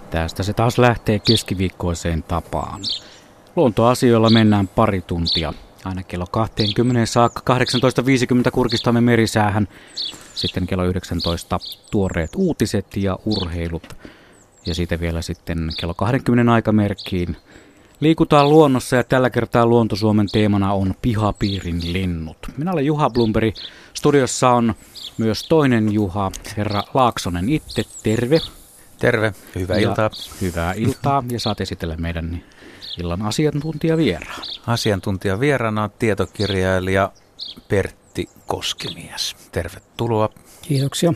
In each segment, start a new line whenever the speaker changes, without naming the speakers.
Tästä se taas lähtee keskiviikkoiseen tapaan. Luontoasioilla mennään pari tuntia. Aina kello 20 saakka 18.50 kurkistamme merisäähän. Sitten kello 19 tuoreet uutiset ja urheilut. Ja siitä vielä sitten kello 20 aikamerkkiin. Liikutaan luonnossa ja tällä kertaa Luonto-Suomen teemana on pihapiirin linnut. Minä olen Juha Blomberg. Studiossa on myös toinen Juha, herra Laaksonen itse. Terve.
Terve. Hyvää iltaa.
Hyvää iltaa ja saat esitellä meidän illan asiantuntijavieraan.
Asiantuntijavieraana on tietokirjailija Pertti Koskimies. Tervetuloa.
Kiitoksia.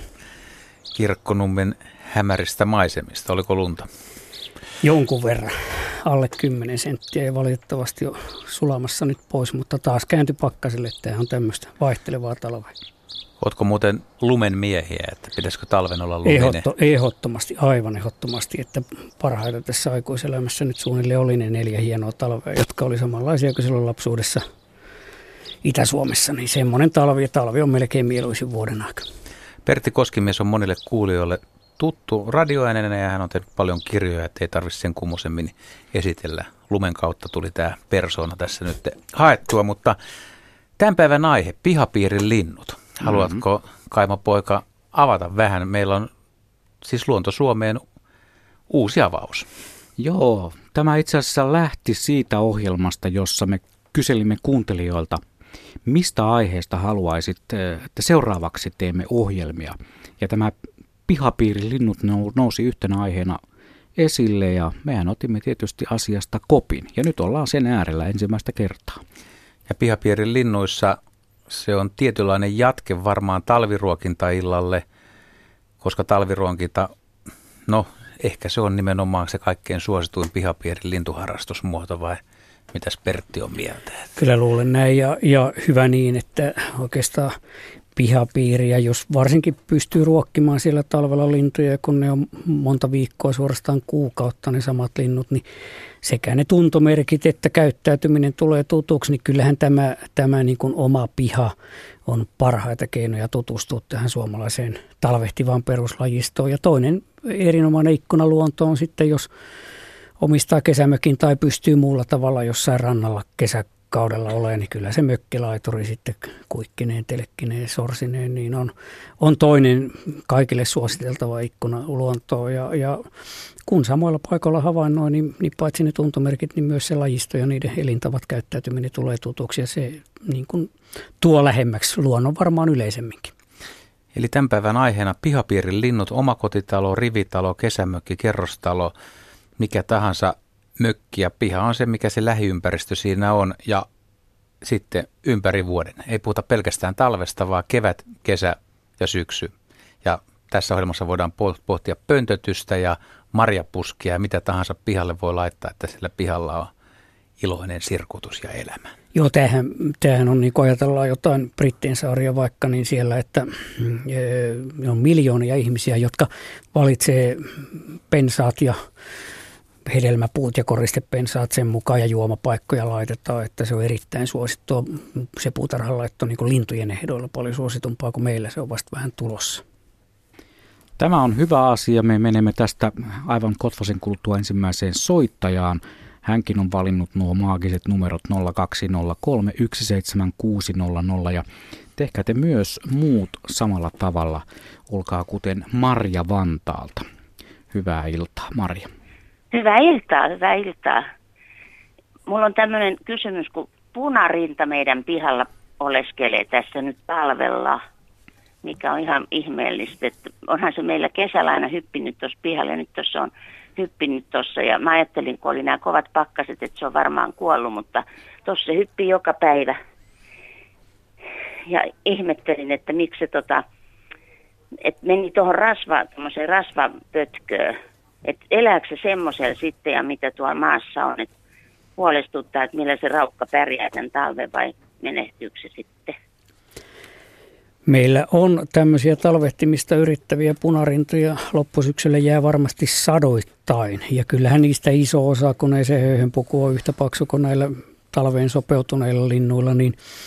Kirkkonummen hämäristä maisemista. Oliko lunta?
Jonkun verran. Alle 10 senttiä ja valitettavasti on sulamassa nyt pois, mutta taas kääntyi pakkaselle. Tämä on tämmöistä vaihtelevaa talvea.
Ootko muuten lumen miehiä, että pitäisikö talven olla luminen?
Ehdottomasti, aivan ehdottomasti, että parhaita tässä aikuiselämässä nyt suunnilleen oli ne 4 hienoa talvea, jotka oli samanlaisia kuin silloin lapsuudessa Itä-Suomessa, niin semmoinen talvi on melkein mieluisin vuoden aika.
Pertti Koskimies on monille kuulijoille tuttu radioäänenä ja hän on tehnyt paljon kirjoja, että ei tarvitse sen kummosemmin esitellä. Lumen kautta tuli tämä persoona tässä nyt haettua, mutta tämän päivän aihe, pihapiirin linnut. Haluatko, Kaimo poika, avata vähän? Meillä on siis Luonto-Suomeen uusi avaus.
Joo, tämä itse asiassa lähti siitä ohjelmasta, jossa me kyselimme kuuntelijoilta, mistä aiheesta haluaisit, että seuraavaksi teemme ohjelmia. Ja tämä pihapiirin linnut nousi yhtenä aiheena esille ja mehän otimme tietysti asiasta kopin. Ja nyt ollaan sen äärellä ensimmäistä kertaa.
Ja pihapiirin linnuissa se on tietynlainen jatke varmaan talviruokintaillalle, koska talviruokinta, no ehkä se on nimenomaan se kaikkein suosituin pihapiirin lintuharrastusmuoto, vai mitäs Pertti on mieltä?
Kyllä luulen näin ja hyvä niin, että oikeastaan pihapiiriä, jos varsinkin pystyy ruokkimaan siellä talvella lintuja, kun ne on monta viikkoa, suorastaan kuukautta ne samat linnut, niin sekä ne tuntomerkit että käyttäytyminen tulee tutuksi, niin kyllähän tämä niin kuin oma piha on parhaita keinoja tutustua tähän suomalaiseen talvehtivaan peruslajistoon. Ja toinen erinomainen ikkuna luontoon on sitten, jos omistaa kesämökin tai pystyy muulla tavalla jossain rannalla kesäkaudella olemaan, niin kyllä se mökkilaituri sitten kuikkineen, telkkineen, sorsineen, niin on toinen kaikille suositeltava ikkuna luontoon. Ja kun samoilla paikoilla havainnoi, niin paitsi ne tuntomerkit, niin myös se lajisto ja niiden elintavat käyttäytyminen tulee tutuksi ja se niin kuin tuo lähemmäksi luonnon varmaan yleisemminkin.
Eli tämän päivän aiheena pihapiirin linnut, omakotitalo, rivitalo, kesämökki, kerrostalo, mikä tahansa mökki ja piha on se, mikä se lähiympäristö siinä on ja sitten ympäri vuoden. Ei puhuta pelkästään talvesta, vaan kevät, kesä ja syksy. Ja tässä ohjelmassa voidaan pohtia pöntötystä ja marjapuskia ja mitä tahansa pihalle voi laittaa, että sillä pihalla on iloinen sirkutus ja elämä.
Joo, tämähän on, niin kuin ajatellaan jotain Brittinsaaria vaikka, niin siellä, että on miljoonia ihmisiä, jotka valitsee pensaat ja hedelmäpuut ja koristepensaat sen mukaan ja juomapaikkoja laitetaan, että se on erittäin suosittua. Se puutarhan laitto niin kuin lintujen ehdoilla paljon suositumpaa kuin meillä, se on vasta vähän tulossa.
Tämä on hyvä asia. Me menemme tästä aivan kotvasen kuluttua ensimmäiseen soittajaan. Hänkin on valinnut nuo maagiset numerot 0203 17600 ja tehkää te myös muut samalla tavalla. Olkaa kuten Marja Vantaalta. Hyvää iltaa, Marja.
Hyvää iltaa. Mulla on tämmöinen kysymys, kun punarinta meidän pihalla oleskelee tässä nyt talvella, mikä on ihan ihmeellistä. Että onhan se meillä kesällä aina hyppinyt tuossa pihalla ja nyt tuossa on hyppinyt tuossa. Ja mä ajattelin, kun oli nämä kovat pakkaset, että se on varmaan kuollut, mutta tuossa se hyppii joka päivä. Ja ihmettelin, että miksi se että meni tuohon rasvapötköön. Että elääkö se semmoisella sitten ja mitä tuolla maassa on, että huolestuttaa, että millä se raukka pärjää tämän talven vai menehtyykö se sitten?
Meillä on tämmöisiä talvehtimista yrittäviä punarintoja. Loppusyksyllä jää varmasti sadoittain ja kyllähän niistä iso osa, kun ei se höyhenpuku ole yhtä paksu kuin näillä talveen sopeutuneilla linnuilla, niin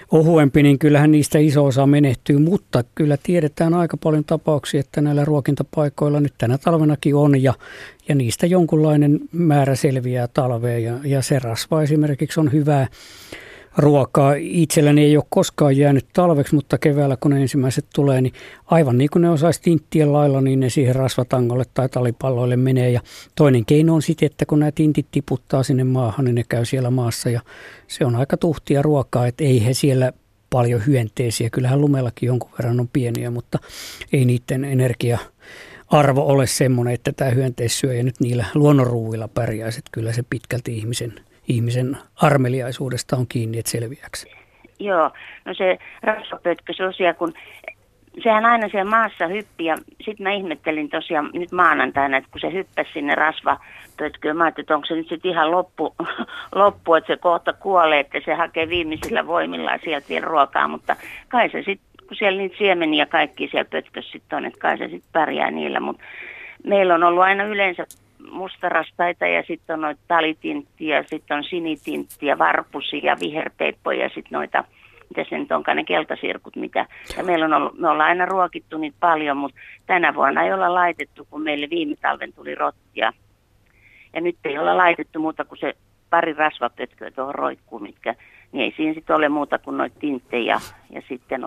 ohuempi, niin kyllähän niistä iso osa menehtyy, mutta kyllä tiedetään aika paljon tapauksia, että näillä ruokintapaikoilla nyt tänä talvenakin on ja niistä jonkunlainen määrä selviää talveen ja se rasva esimerkiksi on hyvää ruokaa. Itselläni ei ole koskaan jäänyt talveksi, mutta keväällä kun ne ensimmäiset tulee, niin aivan niin kuin ne osaisi tinttien lailla, niin ne siihen rasvatangolle tai talipalloille menee. Ja toinen keino on sitten, että kun nämä tintit tiputtaa sinne maahan, niin ne käy siellä maassa ja se on aika tuhtia ruokaa, että ei he siellä paljon hyönteisiä. Kyllähän lumellakin jonkun verran on pieniä, mutta ei niiden energia-arvo ole semmoinen, että tämä hyönteissyöjä nyt niillä luonnonruuilla pärjäisi. Että kyllä se pitkälti ihmisen armeliaisuudesta on kiinni, että selviäksi.
Joo, no se rasvapötkö, se tosiaan, kun sehän aina siellä maassa hyppi ja sitten mä ihmettelin tosiaan nyt maanantaina, että kun se hyppäsi sinne rasvapötköön, mä ajattelin, että onko se nyt sitten ihan loppu, että se kohta kuolee, että se hakee viimeisillä voimillaan sieltä vielä ruokaa, mutta kai se sitten, kun siellä niitä siemeniä ja kaikki siellä pötkössä sitten on, että kai se sitten pärjää niillä, mutta meillä on ollut aina yleensä mustarastaita ja sitten on noita talitinttiä, sitten on sinitinttiä, varpusia, viherpeippoja ja sitten noita, mitä se nyt onkaan ne keltasirkut, mitä. Ja me ollaan aina ruokittu niitä paljon, mutta tänä vuonna ei olla laitettu, kun meille viime talven tuli rottia. Ja nyt ei olla laitettu muuta kuin se pari rasvapötköä tuohon roikkuun, mitkä, niin ei siinä sitten ole muuta kuin noita tinttejä ja sitten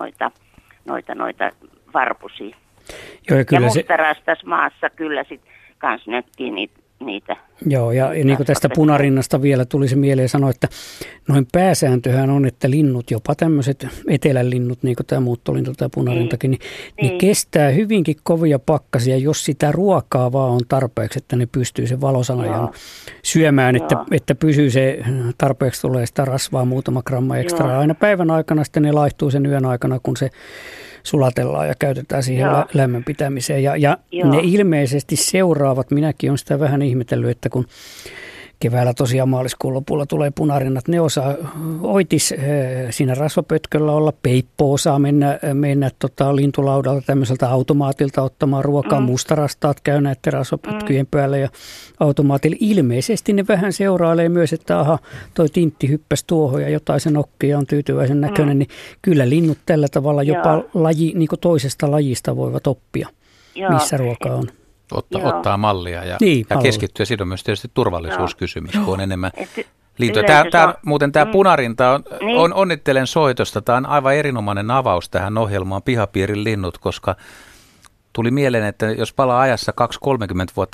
noita varpusia.
Joo, ja
mustarastas maassa kyllä sitten kans nökkii niitä.
Joo, ja niin kuin tästä punarinnasta vielä tuli se mieleen sanoa, että noin pääsääntöhän on, että linnut, jopa tämmöiset etelän linnut, niin kuin tämä muuttolintu tai punarintakin, niin kestää hyvinkin kovia pakkasia, jos sitä ruokaa vaan on tarpeeksi, että ne pystyy sen valosan ajan syömään, että pysyy se tarpeeksi, tulee sitä rasvaa muutama gramma ekstra aina päivän aikana, sitten ne laihtuu sen yön aikana, kun se sulatellaan ja käytetään siihen lämmön pitämiseen. Ja ne ilmeisesti seuraavat, minäkin olen sitä vähän ihmetellyt, että kun keväällä tosiaan maaliskuun lopulla tulee punarinnat, ne osaa oitis siinä rasvapötköllä olla, peippo osaa mennä lintulaudalta tämmöiseltä automaatilta ottamaan ruokaa, mustarastaat käy näiden rasvapötkyjen päällä ja automaatilla ilmeisesti ne vähän seurailee myös, että aha, toi tintti hyppäsi tuohon ja jotain se nokki ja on tyytyväisen näköinen, niin kyllä linnut tällä tavalla jopa niin kuin toisesta lajista voivat oppia, missä ruoka on.
Ottaa mallia ja keskittyä. Siinä on myös tietysti turvallisuuskysymys, kun on enemmän liittoja. Tämä punarinta onnittelen soitosta. Tämä on aivan erinomainen avaus tähän ohjelmaan Pihapiirin linnut, koska tuli mieleen, että jos palaa ajassa 2-30 vuotta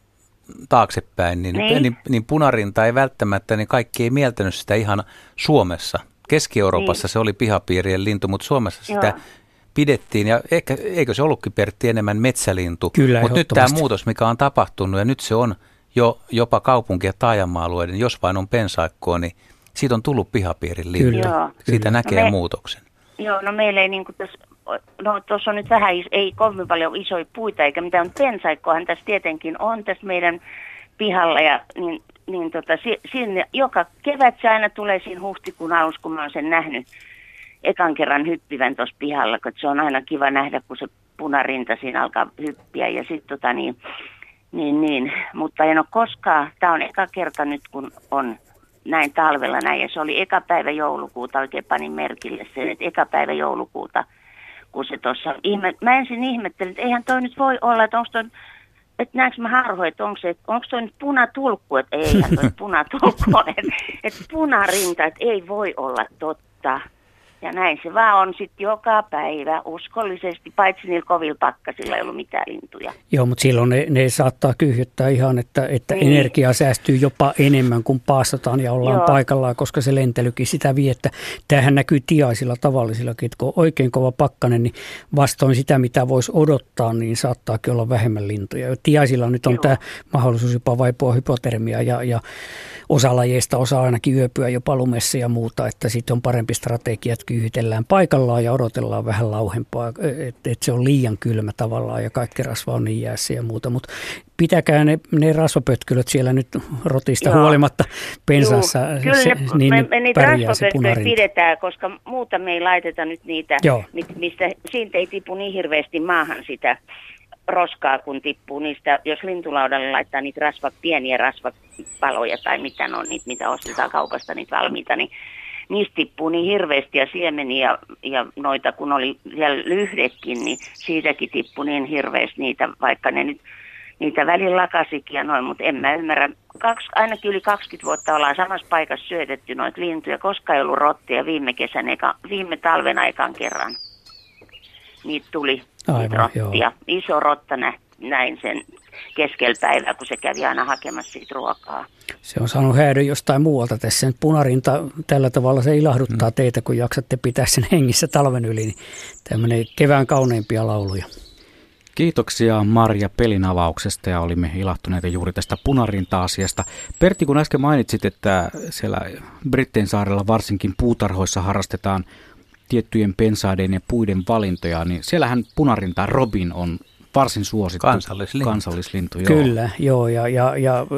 taaksepäin, niin punarinta ei välttämättä, niin kaikki ei mieltänyt sitä ihan Suomessa. Keski-Euroopassa se oli pihapiirien lintu, mutta Suomessa sitä pidettiin, ja eikö se ollutkin, Pertti, enemmän metsälintu, mutta nyt tämä muutos, mikä on tapahtunut, ja nyt se on jo jopa kaupunki- ja taajama-alueiden, jos vain on pensaikkoa, niin siitä on tullut pihapiirin lintu. Siitä näkee muutoksen. Joo,
no meillä ei tuossa on nyt vähän, ei kovin paljon isoja puita, eikä mitään pensaikkoahan tässä tietenkin on tässä meidän pihalla, ja siinä joka kevät se aina tulee siinä huhtikuun alussa, kun mä oon sen nähnyt ekan kerran hyppivän tuossa pihalla, kun se on aina kiva nähdä, kun se punarinta siinä alkaa hyppiä ja sitten mutta en ole koskaan, tämä on eka kerta nyt, kun on näin talvella näin, ja se oli eka päivä joulukuuta, oikein panin merkille sen, että eka päivä joulukuuta, kun se tuossa, mä ensin ihmettelin, että eihän toi nyt voi olla, että onko toi, että näenkö mä harhoin, että onko toi nyt punatulkku, että eihän toi punatulkku ole, että punarinta, että ei voi olla totta. Ja näin se vaan on sitten joka päivä uskollisesti, paitsi niillä kovilla pakkasilla ei ollut mitään lintuja.
Joo, mutta silloin ne saattaa kyhjyttää ihan, että energiaa säästyy jopa enemmän kuin paastataan ja ollaan paikallaan, koska se lentelykin sitä vie. Että tämähän näkyy tiaisilla tavallisillakin, että kun on oikein kova pakkanen, niin vastoin sitä, mitä voisi odottaa, niin saattaakin olla vähemmän lintuja. Tiaisilla nyt on tämä mahdollisuus jopa vaipua hypotermia ja osa lajeista osaa ainakin yöpyä jopa lumessa ja muuta, että sitten on parempi strategia, että kyyhitellään paikallaan ja odotellaan vähän lauhempaa, että se on liian kylmä tavallaan ja kaikki rasva on niin jäässä ja muuta, mutta pitäkää ne rasvapötkylöt siellä nyt rotista huolimatta pensassa, niin
niitä rasvapötköjä pidetään, koska muuta me ei laiteta nyt niitä, mistä siitä ei tipu niin hirveästi maahan sitä roskaa, kun tippuu niistä, jos lintulaudalle laittaa niitä pieniä rasvapaloja tai mitä on niitä, mitä ostetaan kaupasta, niitä valmiita, niistä tippuu niin hirveästi ja siemeniä ja noita, kun oli vielä lyhdetkin, niin siitäkin tippui niin hirveästi niitä, vaikka ne nyt niitä välillä lakasikin ja noin, mutta en mä ymmärrä. Ainakin yli 20 vuotta ollaan samassa paikassa syötetty noita lintuja, koska ei ollut rottia viime talven aikaan kerran. Niitä tuli niitä rottia. Joo. Iso rotta näin sen keskellä päivää, kun se kävi aina hakemassa siitä ruokaa.
Se on saanut häädön jostain muualta tässä. Nyt punarinta tällä tavalla se ilahduttaa teitä, kun jaksatte pitää sen hengissä talven yli. Niin tämmöinen kevään kauneimpia lauluja.
Kiitoksia Marja pelin avauksesta ja olimme ilahtuneita juuri tästä punarinta-asiasta. Pertti, kun äsken mainitsit, että siellä Brittein saarella varsinkin puutarhoissa harrastetaan tiettyjen pensaiden ja puiden valintoja, niin siellähän punarinta robin on varsin suosittu kansallislintu.
Kyllä, joo, ja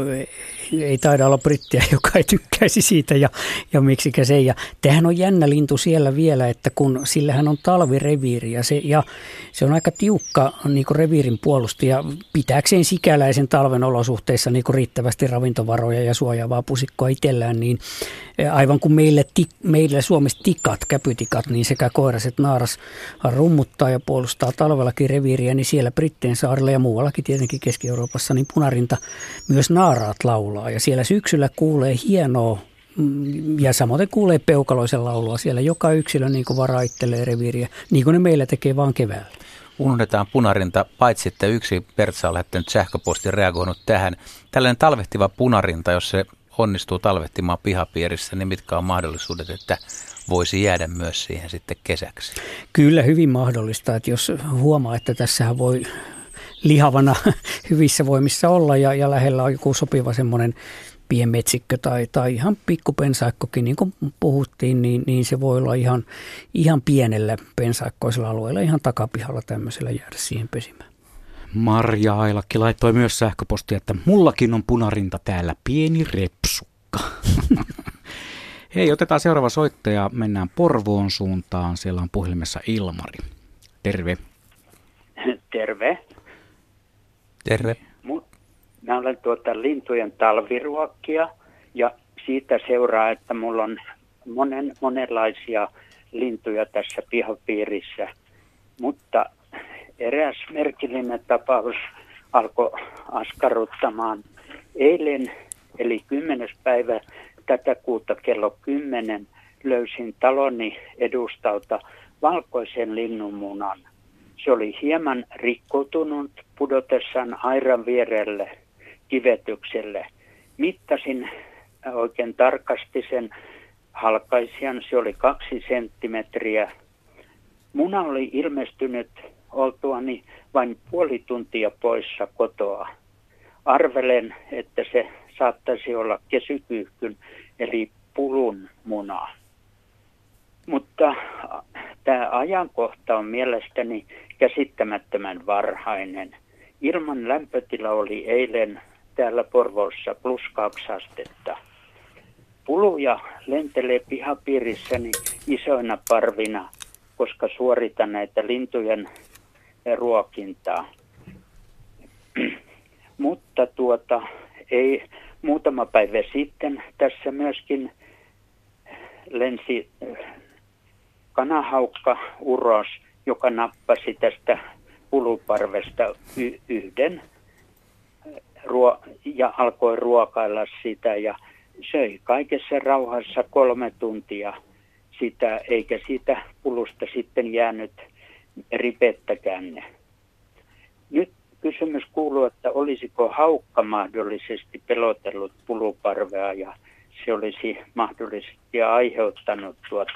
ei taida olla brittiä, joka ei tykkäisi siitä, ja miksikä se. Ja tämähän on jännä lintu siellä vielä, että kun sillähän on talvireviiri, ja se on aika tiukka niin kuin reviirin puolustaja, pitääkseen sikäläisen talven olosuhteissa niin kuin riittävästi ravintovaroja ja suojaavaa pusikkoa itsellään, niin aivan kuin meillä Suomessa käpytikat, niin sekä koiras että naaras rummuttaa ja puolustaa talvellakin reviiriä, niin siellä Brittein saarilla ja muuallakin tietenkin Keski-Euroopassa, niin punarinta myös naaraat laulaa. Ja siellä syksyllä kuulee hienoa, ja samoin kuulee peukaloisen laulua. Siellä joka yksilö niin kuin varaittelee reviiriä, niin kuin ne meillä tekee vaan keväällä.
Unohdetaan punarinta, paitsi että yksi Pertsa on lähettänyt sähköpostin reagoinut tähän. Tällainen talvehtiva punarinta, jos se onnistuu talvehtimaan pihapiirissä, niin mitkä on mahdollisuudet, että voisi jäädä myös siihen sitten kesäksi? Kyllä
hyvin mahdollista, että jos huomaa, että tässähän voi lihavana hyvissä voimissa olla ja lähellä on joku sopiva semmoinen pienmetsikkö tai ihan pikkupensaikkokin, niin kuin puhuttiin, niin se voi olla ihan pienellä pensaikkoisella alueella, ihan takapihalla tämmöisellä jäädä siihen pesimään.
Marja Ailakki laittoi myös sähköpostia, että mullakin on punarinta täällä, pieni repsukka. Hei, otetaan seuraava soittaja, mennään Porvoon suuntaan, siellä on puhelimessa Ilmari. Terve.
Terve.
Terve.
Mä olen lintujen talviruokkia ja siitä seuraa, että mulla on monenlaisia lintuja tässä pihapiirissä, mutta eräs merkillinen tapaus alkoi askarruttamaan eilen, eli 10. päivä tätä kuuta kello 10 löysin taloni edustalta valkoisen linnunmunan. Se oli hieman rikkoutunut pudotessaan airan vierelle kivetykselle. Mittasin oikein tarkasti sen halkaisijan, se oli 2 senttimetriä. Muna oli ilmestynyt oltuani vain puoli tuntia poissa kotoa. Arvelen, että se saattaisi olla kesykyyhkyn eli pulun muna. Mutta tämä ajankohta on mielestäni käsittämättömän varhainen. Ilman lämpötila oli eilen täällä Porvoossa +2 astetta. Puluja lentelee pihapiirissäni isoina parvina, koska suoritan näitä lintujen ruokintaa. Mutta ei muutama päivä sitten tässä myöskin lensi kanahaukka uros, joka nappasi tästä puluparvesta yhden ja alkoi ruokailla sitä ja söi kaikessa rauhassa 3 tuntia sitä, eikä siitä pulusta sitten jäänyt ripettäkään. Nyt kysymys kuuluu, että olisiko haukka mahdollisesti pelotellut puluparvea ja se olisi mahdollisesti aiheuttanut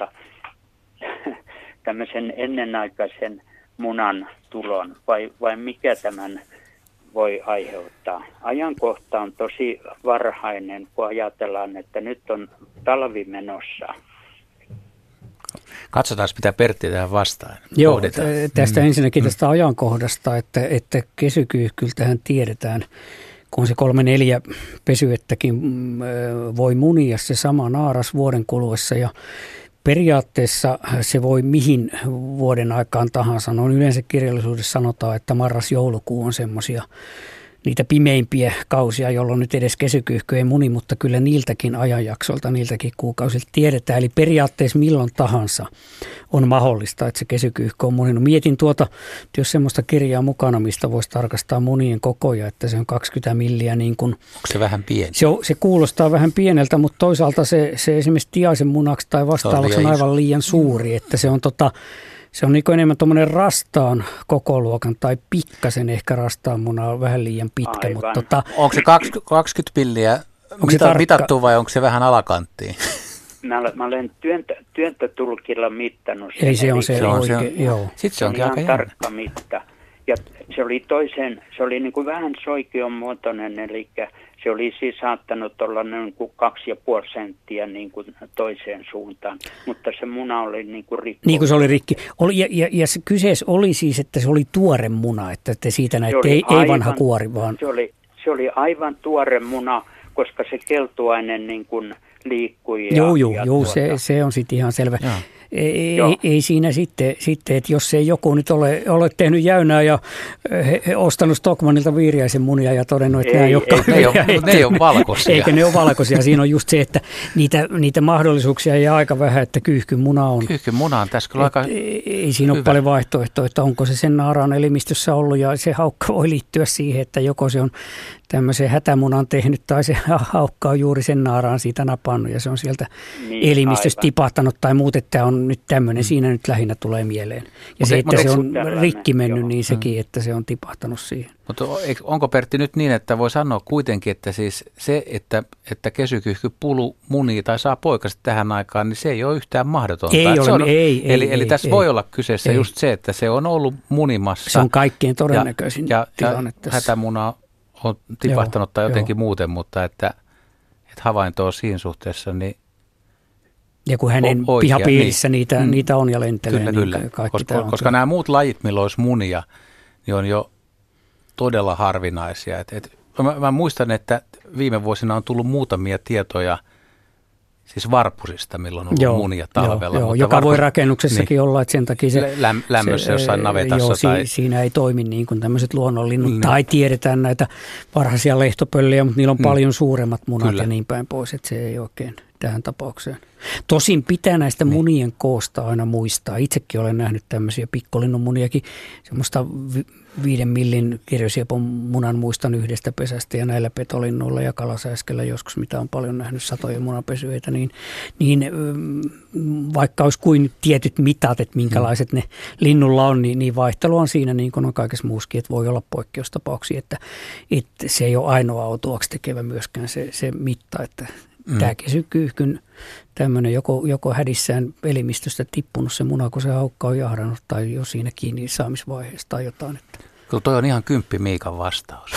tämmöisen ennenaikaisen munan tulon vai mikä tämän voi aiheuttaa. Ajankohta on tosi varhainen, kun ajatellaan, että nyt on talvi menossa.
Katsotaan, mitä Pertti tähän vastaan.
Joo, tästä ensinnäkin tästä ajankohdasta, että kesykyyhkyltähän tiedetään, kun se 3-4 pesyettäkin voi munia se sama naaras vuoden kuluessa ja periaatteessa se voi mihin vuoden aikaan tahansa. Noin yleensä kirjallisuudessa sanotaan, että marras-joulukuu on semmoisia niitä pimeimpiä kausia, jolloin nyt edes kesykyyhky ei muni, mutta kyllä niiltäkin ajanjaksolta, niiltäkin kuukausilta tiedetään. Eli periaatteessa milloin tahansa on mahdollista, että se kesykyyhky on muninut. Mietin että jos semmoista kirjaa mukana, mistä voisi tarkastaa munien kokoja, että se on 20 milliä. Niin kuin,
onko se vähän pieni?
Se kuulostaa vähän pieneltä, mutta toisaalta se esimerkiksi tiaisen munaksi tai vastaavaksi on aivan liian suuri, että se on se on niin enemmän tuommoinen rastaan kokoluokan tai pikkasen ehkä rastaan muna on vähän liian pitkä. Mutta
onko se 20 milliä mitattu vai onko se vähän alakanttiin?
Mä olen työntötulkilla mittanut sen.
Eli se on se oikein, joo.
Sitten se onkin
ihan
aika
tarkka mitta. Ja se oli niin kuin vähän soikeon muotoinen, eli se oli siis saattanut olla noin kuin 2,5 senttiä niin kuin toiseen suuntaan, mutta se muna oli niin kuin rikki.
Niin kuin se oli rikki. Ja se kyseessä oli siis, että se oli tuore muna, että te siitä näitte, ei vanha kuori vaan.
Se oli aivan tuore muna, koska se keltuainen niin kuin liikkui.
Joo, se on sitten ihan selvä. Ei siinä sitten, että jos ei joku nyt ole tehnyt jäynää ja ostanut Stockmannilta Viiriäisen munia ja todennut, että
ne ei ole valkoisia.
Eikä ne ole valkoisia. Siinä on just se, että niitä mahdollisuuksia ei aika vähän, että kyyhkymuna on.
Kyyhkymuna on tässä kyllä aika
ei siinä ole paljon vaihtoehtoa, että onko se sen naaraan elimistössä ollut ja se haukka voi liittyä siihen, että joko se on tämmöisen hätämunan tehnyt tai se haukka on juuri sen naaraan siitä napannut ja se on sieltä elimistöstä tipahtanut tai muut, että on nyt tämmöinen, siinä nyt lähinnä tulee mieleen. Ja se, että se on rikki mennyt, niin sekin, että se on tipahtanut siihen.
Mutta onko Pertti nyt niin, että voi sanoa kuitenkin, että siis se, että kesykyyhky pulu munii tai saa poikaset tähän aikaan, niin se ei ole yhtään mahdotonta. Eli tässä voi olla kyseessä just se, että se on ollut munimassa.
Se on kaikkein todennäköisin tilanne tässä.
Hätämuna on tipahtanut tai jotenkin muuten, mutta että havainto on siinä suhteessa, niin
ja kun hänen pihapiirissä niitä on ja lentelee.
Kyllä. Koska nämä muut lajit, millä olisi munia, niin on jo todella harvinaisia. Mä muistan, että viime vuosina on tullut muutamia tietoja siis varpusista, milloin on ollut munia talvella.
Joo, joka voi rakennuksessakin olla, että sen takia se
lämmössä jossain navetassa.
Siinä ei toimi niin kuin tämmöiset luonnonlinnut. Tai tiedetään näitä varhaisia lehtopöllejä, mutta niillä on paljon suuremmat munat ja niin päin pois, että se ei oikein tähän tapaukseen. Tosin pitää näistä munien koosta aina muistaa. Itsekin olen nähnyt tämmöisiä pikkolinnun muniakin, semmoista 5 millin kirjosiepon munan muistan yhdestä pesästä ja näillä petolinnoilla ja kalasääskellä joskus, mitä on paljon nähnyt satoja munapesyitä, niin vaikka olisi kuin tietyt mitat, että minkälaiset ne linnulla on, niin vaihtelu on siinä niin kuin on kaikessa muuskin, että voi olla poikkeustapauksia, että se ei ole ainoa autuaksi tekevä myöskään se mitta, että tämä kesykyyhkyn tämmöinen joko hädissään elimistöstä tippunut se muna, kun se haukka on jahdannut tai jo siinä kiinni saamisvaiheessa tai jotain.
Kyllä toi on ihan kymppi Miikan vastaus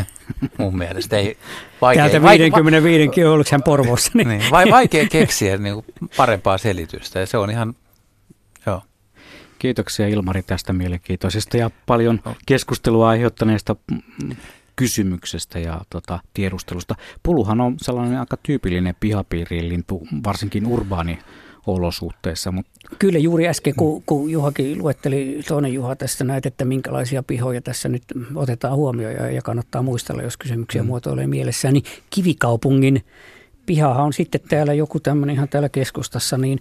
mun mielestä.
Täältä 55 oliko hän Porvoossa.
Niin, vaikea keksiä niin parempaa selitystä ja se on ihan, joo.
Kiitoksia Ilmari tästä mielenkiintoisesta ja paljon keskustelua aiheuttaneesta kysymyksestä ja tiedustelusta. Puluhan on sellainen aika tyypillinen pihapiiriin lintu, varsinkin urbaaniolosuhteissa.
Kyllä juuri äsken, kun Juhakin luetteli, toinen Juha tässä näitä, että minkälaisia pihoja tässä nyt otetaan huomioon ja kannattaa muistella, jos kysymyksiä muotoilee mielessään, niin Kivikaupungin pihahan on sitten täällä joku tämmöinen ihan täällä keskustassa, niin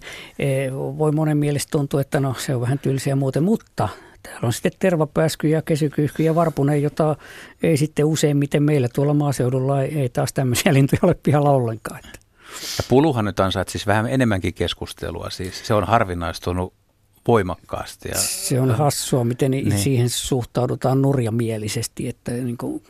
voi monen mielestä tuntua, että no se on vähän tylsiä muuten, mutta täällä on sitten tervapääsky ja kesykyyhky ja varpunen, jota ei sitten useimmiten meillä tuolla maaseudulla ei taas tämmöisiä lintuja ole pihalla ollenkaan.
Ja puluhan nyt ansaitsee siis vähän enemmänkin keskustelua, siis se on harvinaistunut voimakkaasti. Ja
se on hassua, miten siihen suhtaudutaan nurjamielisesti, että niin kuin,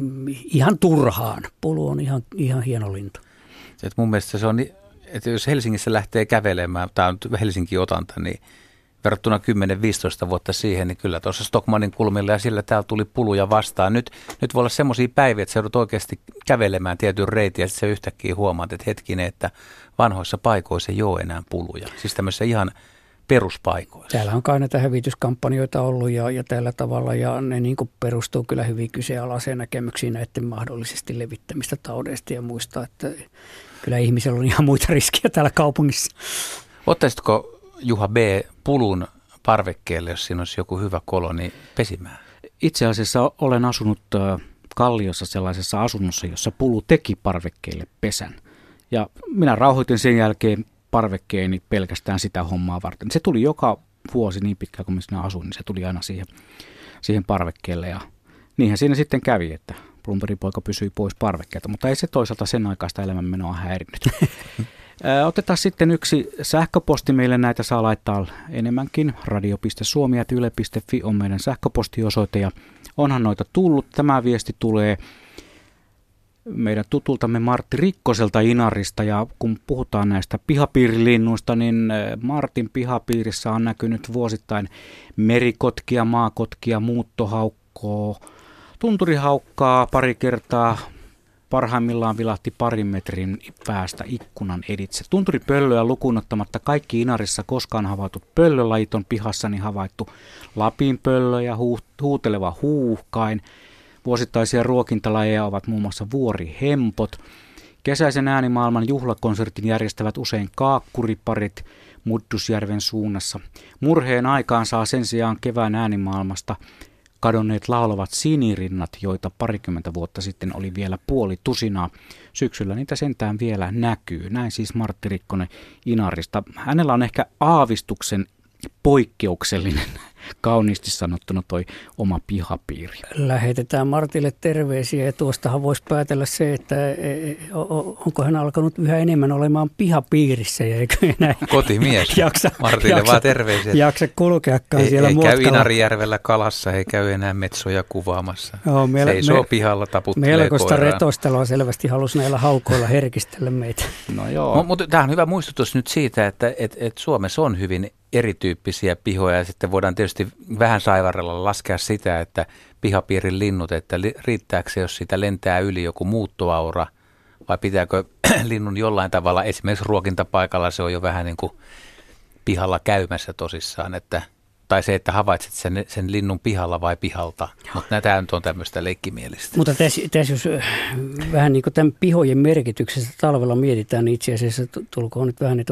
ihan turhaan. Pulu on ihan hieno lintu.
Et mun mielestä se on, että jos Helsingissä lähtee kävelemään, tämä on Helsingin otanta, niin verrattuna 10-15 vuotta siihen, niin kyllä tuossa Stockmannin kulmilla ja sillä täällä tuli puluja vastaan. Nyt voi olla semmoisia päiviä, että sä joudut oikeasti kävelemään tietyn reitin ja sitten sä yhtäkkiä huomaat, että hetkinen, että vanhoissa paikoissa ei ole enää puluja. Siis tämmöisissä ihan peruspaikoissa.
Täällä on kai näitä hävityskampanjoita ollut ja tällä tavalla ja ne niin kuin perustuu kyllä hyvin kyseenalaiseen näkemyksiin näiden mahdollisesti levittämistä taudeista ja muista, että kyllä ihmisellä on ihan muita riskejä täällä kaupungissa.
Ottaisitko Juha B. pulun parvekkeelle, jos siinä olisi joku hyvä koloni pesimään?
Itse asiassa olen asunut Kalliossa sellaisessa asunnossa, jossa Pulu teki parvekkeille pesän. Ja minä rauhoitin sen jälkeen parvekkeeni pelkästään sitä hommaa varten. Se tuli joka vuosi niin pitkään kuin minä asuin, niin se tuli aina siihen parvekkeelle. Ja niinhän siinä sitten kävi, että plumperipoika pysyi pois parvekkeelta, mutta ei se toisaalta sen aikaista elämänmenoa häirinnyt. Otetaan sitten yksi sähköposti. Meille näitä saa laittaa enemmänkin. radio.suomi@yle.fi on meidän sähköpostiosoite ja onhan noita tullut. Tämä viesti tulee meidän tutultamme Martti Rikkoselta Inarista, ja kun puhutaan näistä pihapiirilinnuista, niin Martin pihapiirissä on näkynyt vuosittain merikotkia, maakotkia, muuttohaukkoa, tunturihaukkaa pari kertaa. Parhaimmillaan vilahti 2 metrin päästä ikkunan editse. Tunturipöllöä lukuun ottamatta kaikki Inarissa koskaan havaitut pöllölajit on pihassani havaittu. Lapinpöllö ja huuteleva huuhkain. Vuosittaisia ruokintalajeja ovat muun muassa vuorihempot. Kesäisen äänimaailman juhlakonsertin järjestävät usein kaakkuriparit Muddusjärven suunnassa. Murheen aikaan saa sen sijaan kevään äänimaailmasta kadonneet laulavat sinirinnat, joita 20 vuotta sitten oli vielä 50. Syksyllä niitä sentään vielä näkyy. Näin siis Martti Rikkonen Inarista. Hänellä on ehkä aavistuksen poikkeuksellinen, kauniisti sanottuna toi oma pihapiiri.
Lähetetään Martille terveisiä, ja tuostahan voisi päätellä se, että onko hän alkanut yhä enemmän olemaan pihapiirissä ja eikö enää
kotimies. Martille vaan terveisiä.
Jaksa kulkeakaan siellä
matkalla.
Ei
käy Inarijärvellä kalassa, ei käy enää metsoja kuvaamassa. Joo, seisoo pihalla, taputtelee
melkoista
koiraa.
Retostelua selvästi halusi näillä haukoilla herkistellä meitä.
No joo. Mutta tämä on hyvä muistutus nyt siitä, että Suomessa on hyvin erityyppisiä pihoja, ja sitten voidaan tietysti vähän saivarrella laskea sitä, että pihapiirin linnut, että riittääkö se, jos siitä lentää yli joku muuttoaura, vai pitääkö linnun jollain tavalla, esimerkiksi ruokintapaikalla se on jo vähän niin kuin pihalla käymässä tosissaan, tai se, että havaitset sen linnun pihalla vai pihalta, mutta tämä nyt on tämmöistä leikkimielistä.
Mutta tässä jos vähän niin kuin tämän pihojen merkityksestä talvella mietitään, niin itse asiassa tulkoon nyt vähän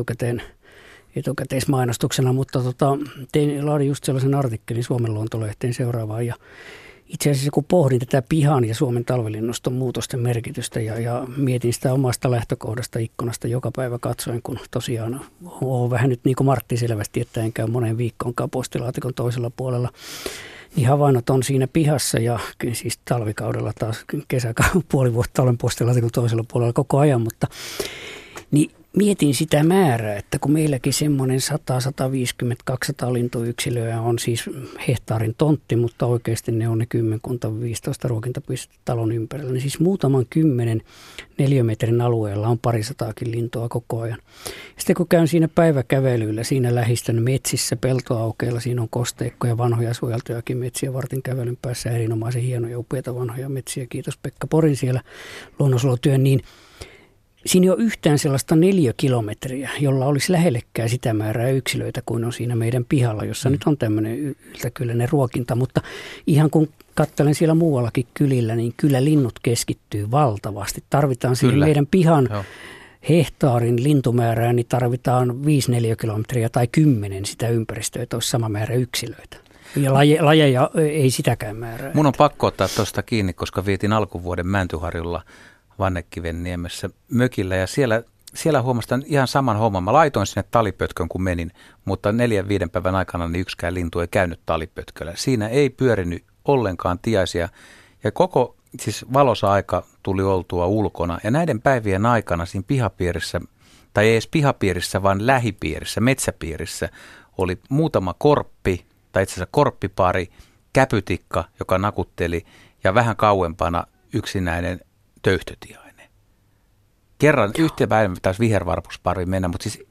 etukäteismainostuksena, mutta laadin just sellaisen artikkelin Suomen luontolehteen seuraavaan, ja itse asiassa kun pohdin tätä pihan ja Suomen talvilinnuston muutosten merkitystä ja mietin sitä omasta lähtökohdasta ikkunasta joka päivä katsoen, kun tosiaan on vähän nyt niin kuin Martti selvästi, että en käy moneen viikkoonkaan postilaatikon toisella puolella, niin havainnot on siinä pihassa, ja siis talvikaudella taas puoli vuotta olen postilaatikon toisella puolella koko ajan, mutta niin mietin sitä määrää, että kun meilläkin semmoinen 100, 150, 200 lintuyksilöä on siis hehtaarin tontti, mutta oikeasti ne on ne 10-15 ruokintapistettä talon ympärillä, niin siis muutaman 10 neliömetrin alueella on 200kin lintua koko ajan. Sitten kun käyn siinä päiväkävelyllä, siinä lähistön metsissä, peltoaukeilla, siinä on kosteikkoja, vanhoja suojeltujakin metsiä vartin kävelyn päässä, erinomaisen hienoja, upeita vanhoja metsiä, kiitos Pekka Porin siellä luonnonsuojelutyön, niin siinä ei ole yhtään sellaista 4 kilometriä, jolla olisi lähellekään sitä määrää yksilöitä kuin on siinä meidän pihalla, jossa nyt on tämmöinen yltäkylläinen ruokinta. Mutta ihan kun katselen siellä muuallakin kylillä, niin kyllä linnut keskittyy valtavasti. Tarvitaan siihen meidän pihan hehtaarin lintumäärää, niin tarvitaan 5 neliökilometriä tai 10 sitä ympäristöä, että olisi sama määrä yksilöitä. Ja lajeja ei sitäkään määrää.
Mun on pakko ottaa tuosta kiinni, koska vietin alkuvuoden Mäntyharjulla Vannekiveniemessä mökillä, ja siellä huomastan ihan saman homman. Mä laitoin sinne talipötkön, kun menin, mutta 4-5 päivän aikana niin yksikään lintu ei käynyt talipötköllä. Siinä ei pyörinyt ollenkaan tiaisia, ja koko siis valoisa aika tuli oltua ulkona. Ja näiden päivien aikana siinä pihapiirissä, tai ei edes pihapiirissä, vaan lähipiirissä, metsäpiirissä, oli muutama korppi, tai itse asiassa korppipari, käpytikka, joka nakutteli, ja vähän kauempana yksinäinen töyhtötiainen. Kerran yhteen päivän taas vihervarpuspari mennä, mutta siis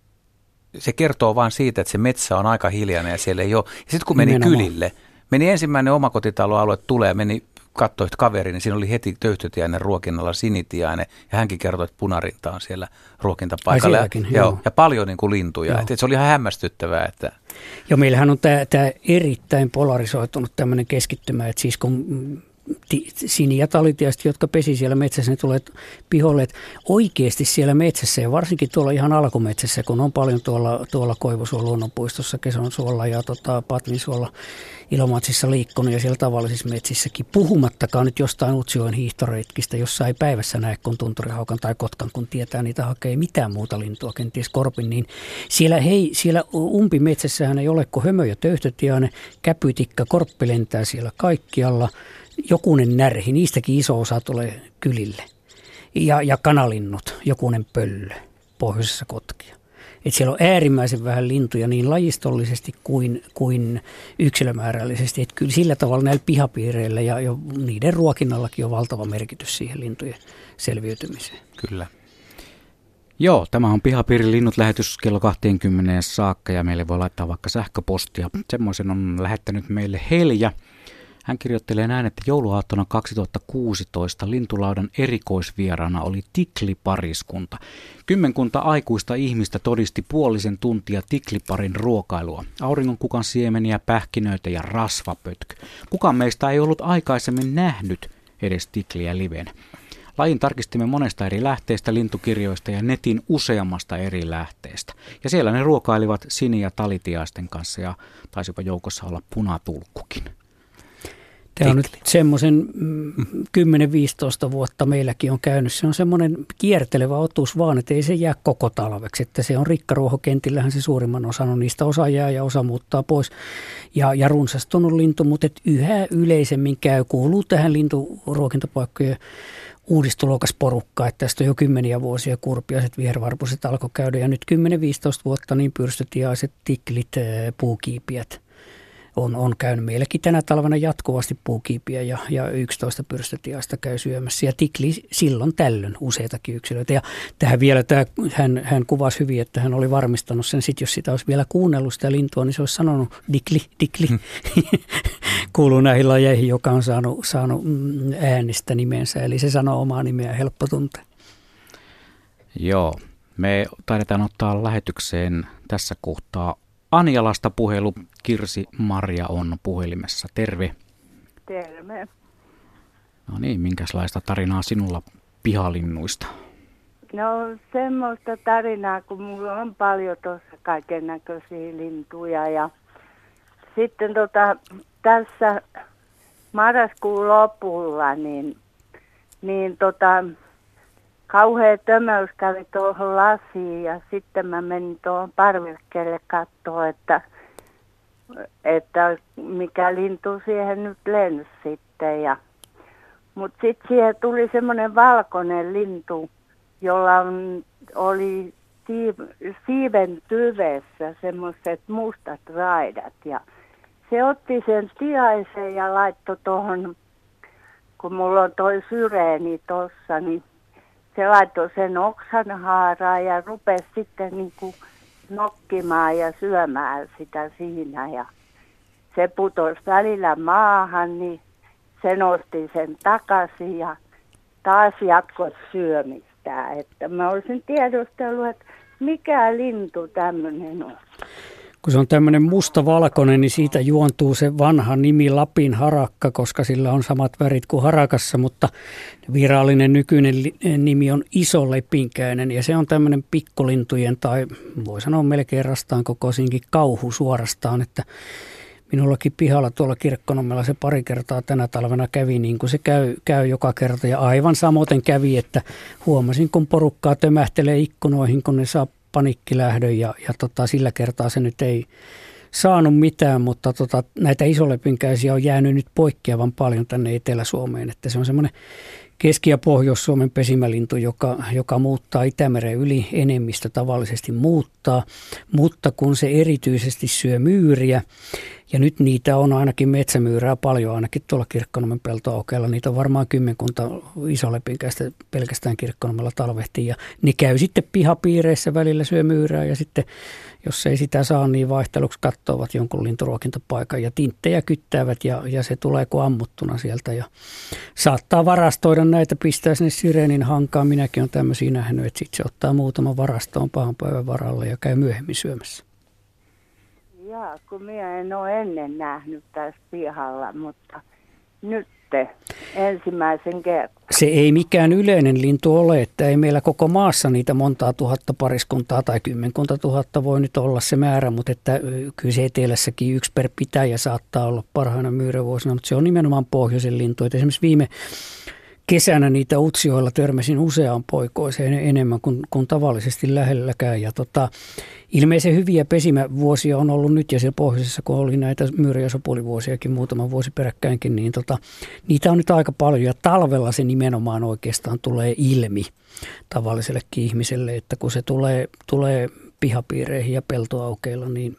se kertoo vaan siitä, että se metsä on aika hiljainen ja siellä ei ole. Ja sitten kun meni kylille, meni ensimmäinen omakotitaloalue tulee ja meni katsoi kaveri, niin siinä oli heti töyhtötiainen ruokinnalla sinitiainen, ja hänkin kertoi, että punarinta on siellä ruokintapaikalla. Ja paljon niin kuin lintuja. Että se oli ihan hämmästyttävää. Että
joo, meillähän on tämä erittäin polarisoitunut tämmöinen keskittymä, että siis kun sini- ja talitiaiset, jotka pesi siellä metsässä, ne tulee piholle. Oikeasti siellä metsässä ja varsinkin tuolla ihan alkumetsässä, kun on paljon tuolla Koivusuon luonnonpuistossa, Kesonsuolla ja Patvinsuolla, Ilomatsissa liikkunut ja siellä tavallisissa metsissäkin. Puhumattakaan nyt jostain Utsjoen hiihtoreitkistä, jossa ei päivässä näe kun tunturihaukan tai kotkan, kun tietää niitä hakee mitään muuta lintua, kenties korpin. Niin siellä umpimetsässähän ei ole kuin hömö- ja töyhtötiainen, käpytikka, korppi lentää siellä kaikkialla. Jokunen närhi, niistäkin iso osa tulee kylille. Ja kanalinnut, jokunen pöllö, pohjoisessa kotkia. Et siellä on äärimmäisen vähän lintuja niin lajistollisesti kuin yksilömäärällisesti. Et kyllä sillä tavalla näillä pihapiireillä ja niiden ruokinnallakin on valtava merkitys siihen lintujen selviytymiseen.
Kyllä.
Joo, tämä on Pihapiirin linnut lähetys kello 20 saakka ja meille voi laittaa vaikka sähköpostia. Semmoisen on lähettänyt meille Helja. Hän kirjoittelee näin, että jouluaattona 2016 Lintulaudan erikoisvieraana oli tiklipariskunta. Kymmenkunta aikuista ihmistä todisti puolisen tuntia tikliparin ruokailua. Auringonkukan siemeniä, pähkinöitä ja rasvapötky. Kukaan meistä ei ollut aikaisemmin nähnyt edes tikliä livenä. Lajin tarkistimme monesta eri lähteestä, lintukirjoista ja netin useammasta eri lähteestä. Ja siellä ne ruokailivat sini- ja talitiaisten kanssa ja taisipa joukossa olla punatulkkukin.
Tämä on nyt semmoisen 10-15 vuotta meilläkin on käynyt. Se on semmoinen kiertelevä otus vaan, että ei se jää koko talveksi. Että se on rikkaruohokentillähän se suurimman osan on. Niistä osa jää ja osa muuttaa pois. Ja runsastunut lintu, mutta yhä yleisemmin kuuluu tähän linturuokintapaikkojen uudistulokasporukkaa. Että tästä on jo 10 vuosia kurpiaiset, vihervarpuset alkoi käydä. Ja nyt 10-15 vuotta niin pyrstötiaiset, tiklit, puukiipijät on käynyt meilläkin tänä talvena jatkuvasti puukiipiä ja 11 pyrstötiaista käy syömässä. Ja tikli silloin tällöin useitakin yksilöitä. Ja tähän vielä hän kuvasi hyvin, että hän oli varmistanut sen. Sitten jos sitä olisi vielä kuunnellut sitä lintua, niin se olisi sanonut dikli. Kuuluu näihin lajeihin, joka on saanut äänestä nimensä. Eli se sanoo omaa nimeä helppo tuntea.
Joo, me taidetaan ottaa lähetykseen tässä kohtaa Anjalasta puhelu. Kirsi Marja on puhelimessa. Terve.
Terve.
No niin, minkälaista tarinaa sinulla pihalinnuista?
No semmoista tarinaa, kun mulla on paljon tuossa kaiken näköisiä lintuja ja sitten tässä marraskuun lopulla niin kauhea tömäys kävi tuohon lasiin ja sitten mä menin tuohon parvekkeelle katsoa, että mikä lintu siihen nyt lensi sitten. Mutta sitten siihen tuli semmoinen valkoinen lintu, jolla oli siiven tyvessä semmoiset mustat raidat. Ja se otti sen tiaisen ja laittoi tuohon, kun mulla on toi syreeni tuossa, niin se laittoi sen oksanhaaraan ja rupesi sitten niin kuin nokkimaan ja syömään sitä siinä. Ja se putosi välillä maahan, niin se nosti sen takaisin ja taas jatkoi syömistä. Että mä olisin tiedustellut, että mikä lintu tämmöinen on.
Kun se on tämmöinen mustavalkoinen, niin siitä juontuu se vanha nimi Lapin harakka, koska sillä on samat värit kuin harakassa, mutta virallinen nykyinen nimi on iso lepinkäinen ja se on tämmöinen pikkulintujen tai voi sanoa melkein rastaan kokoisinkin kauhu suorastaan, että minullakin pihalla tuolla Kirkkonummella se pari kertaa tänä talvena kävi niin kuin se käy joka kerta ja aivan samoin kävi, että huomasin kun porukkaa tömähtelee ikkunoihin, kun ne saa panikkilähdön ja sillä kertaa se nyt ei saanut mitään, mutta näitä isolepinkäisiä on jäänyt nyt poikkeavan paljon tänne Etelä-Suomeen, että se on semmoinen Keski- ja Pohjois-Suomen pesimälintu, joka muuttaa Itämeren yli, enemmistö tavallisesti muuttaa, mutta kun se erityisesti syö myyriä, ja nyt niitä on ainakin metsämyyrää paljon, ainakin tuolla Kirkkonummen peltoaukeella, niitä on varmaan 10 isolepinkäistä pelkästään Kirkkonummella talvehtii, ja ne käy sitten pihapiireissä välillä syö myyrää, ja sitten jos ei sitä saa, niin vaihteluksi katsovat jonkun linturuokintapaikan ja tinttejä kyttäävät ja se tulee kuin ammuttuna sieltä ja saattaa varastoida näitä, pistää sinne sireenin hankaan. Minäkin olen tämmöisiä nähnyt, että sitten se ottaa muutaman varastoon pahan päivän varalle ja käy myöhemmin syömässä.
Jaa, kun minä en ole ennen nähnyt tässä pihalla, mutta nyt sitten ensimmäisen kerran.
Se ei mikään yleinen lintu ole, että ei meillä koko maassa niitä montaa tuhatta pariskuntaa tai 10 000 voi nyt olla se määrä, mutta että kyllä se etelässäkin 1 per pitäjä saattaa olla parhaina myyrävuosina, mutta se on nimenomaan pohjoisen lintu. Että esimerkiksi viime kesänä niitä Utsjoella törmäsin useaan poikoiseen enemmän kuin tavallisesti lähelläkään. Ja ilmeisen hyviä pesimävuosia on ollut nyt ja siellä pohjoisessa, kun oli näitä myyri- ja sopulivuosiakin muutama vuosi peräkkäinkin, niin niitä on nyt aika paljon. Ja talvella se nimenomaan oikeastaan tulee ilmi tavallisellekin ihmiselle, että kun se tulee pihapiireihin ja peltoaukeilla, niin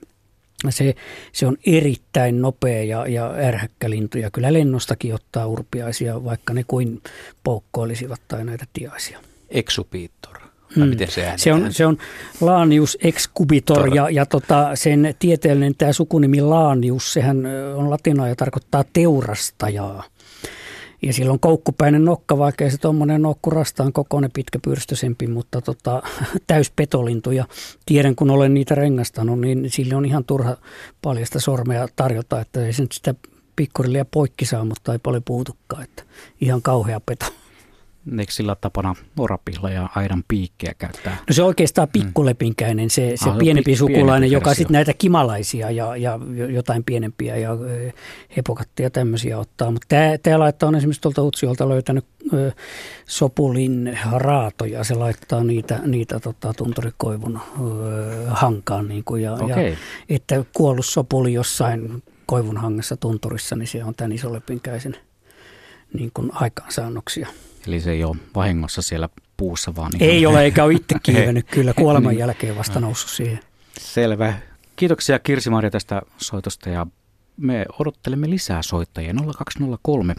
se on erittäin nopea ja ärhäkkä lintu ja kyllä lennostakin ottaa urpiaisia, vaikka ne kuin poukkoilisivat tai näitä tiaisia.
Exubitor. Miten se äänitetään?
Se on Lanius excubitor ja sen tieteellinen tämä sukunimi Lanius, sehän on latinaa ja tarkoittaa teurastajaa. Ja sillä on koukkupäinen nokka, vaikka ei se tuommoinen nokku rastaan kokoinen pitkäpyrstöisempi, mutta täyspetolintu. Ja tiedän, kun olen niitä rengastanut, niin sille on ihan turha paljasta sormea tarjota, että ei se nyt sitä pikkurillia poikki saa, mutta ei paljon puutukaan. Että ihan kauhea peto.
Eikö sillä tapana orapihla ja aidan piikkejä käyttää?
No se on oikeastaan pikkulepinkäinen, se pienempi sukulainen, joka sitten näitä kimalaisia ja jotain pienempiä ja hepokattia tämmöisiä ottaa. Mutta tämä laittaa on esimerkiksi tuolta Utsjolta löytänyt sopulin raatoja, se laittaa niitä tunturikoivun hankaan. Niin kuin, ja että kuollut sopuli jossain koivun hangessa tunturissa, niin se on tämän isolepinkäisen niin kuin aikaansaannoksia.
Eli se ei ole vahingossa siellä puussa, vaan...
Ei ole, eikä ole itse kiivennyt kyllä. Kuoleman jälkeen vasta noussut siihen.
Selvä. Kiitoksia Kirsi-Maria tästä soitosta ja me odottelemme lisää soittajia. 0203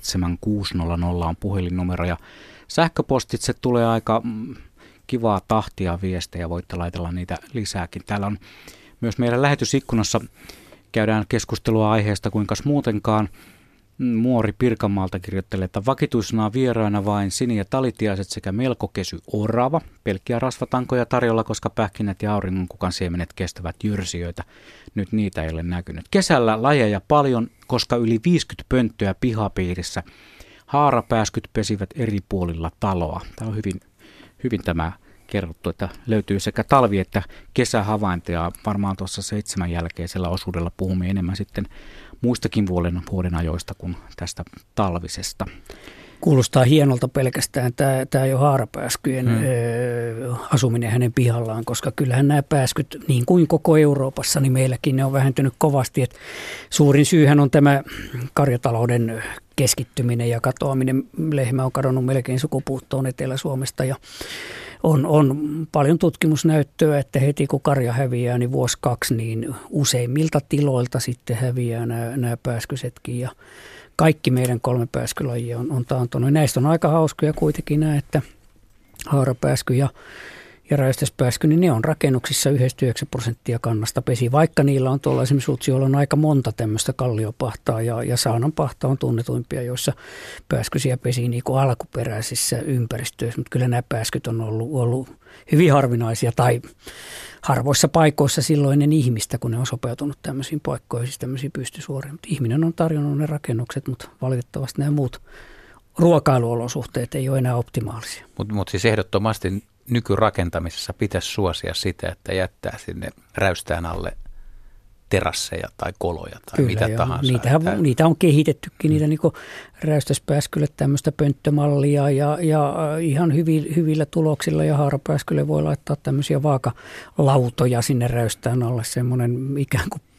17600 on puhelinnumero ja sähköpostitse tulee aika kivaa tahtia viestejä. Voitte laitella niitä lisääkin. Täällä on myös meidän lähetysikkunassa käydään keskustelua aiheesta kuinka muutenkaan. Muori Pirkanmaalta kirjoittelee, että vakituisena vieraina vain sini- ja talitiaiset sekä melkokesy orava. Pelkkiä rasvatankoja tarjolla, koska pähkinät ja auringonkukan siemenet kestävät jyrsijöitä. Nyt niitä ei ole näkynyt. Kesällä lajeja paljon, koska yli 50 pönttöä pihapiirissä. Haarapääskyt pesivät eri puolilla taloa. Tämä on hyvin tämä kerrottu, että löytyy sekä talvi- että kesähavaintoja. Varmaan tuossa 7 jälkeisellä osuudella puhumme enemmän sitten muistakin vuoden ajoista kuin tästä talvisesta.
Kuulostaa hienolta pelkästään tämä jo haarapääskyjen asuminen hänen pihallaan, koska kyllähän nämä pääskyt, niin kuin koko Euroopassa, niin meilläkin ne on vähentynyt kovasti. Et suurin syyhän on tämä karjatalouden keskittyminen ja katoaminen. Lehmä on kadonnut melkein sukupuuttoon Etelä-Suomesta ja on paljon tutkimusnäyttöä, että heti kun karja häviää, niin 1-2, niin useimmilta tiloilta sitten häviää nämä pääskysetkin ja kaikki meidän 3 pääskylajia on taantunut. Näistä on aika hauskoja kuitenkin nämä, että haarapääsky ja räystäspääsky, niin ne on rakennuksissa 99% kannasta pesi, vaikka niillä on tuolla esimerkiksi Utsjoella on aika monta tämmöistä kalliopahtaa ja saananpahta on tunnetuimpia, joissa pääskysiä pesi niin kuin alkuperäisissä ympäristöissä, mutta kyllä nämä pääskyt on ollut hyvin harvinaisia tai harvoissa paikoissa silloin ennen ihmistä, kun ne on sopeutunut tämmöisiin paikkoihin, siis tämmöisiin pystysuoriin. Mutta ihminen on tarjonnut ne rakennukset, mutta valitettavasti nämä muut ruokailuolosuhteet ei ole enää optimaalisia.
Mutta siis ehdottomasti nykyrakentamisessa pitäisi suosia sitä, että jättää sinne räystään alle terasseja tai koloja tai kyllä, mitä tahansa.
Niitä on kehitettykin, niitä niin räystäspääskylle tämmöistä pönttömallia ja ihan hyvillä tuloksilla ja haarapääskylle voi laittaa tämmöisiä vaakalautoja sinne räystään alle, semmoinen ikään kuin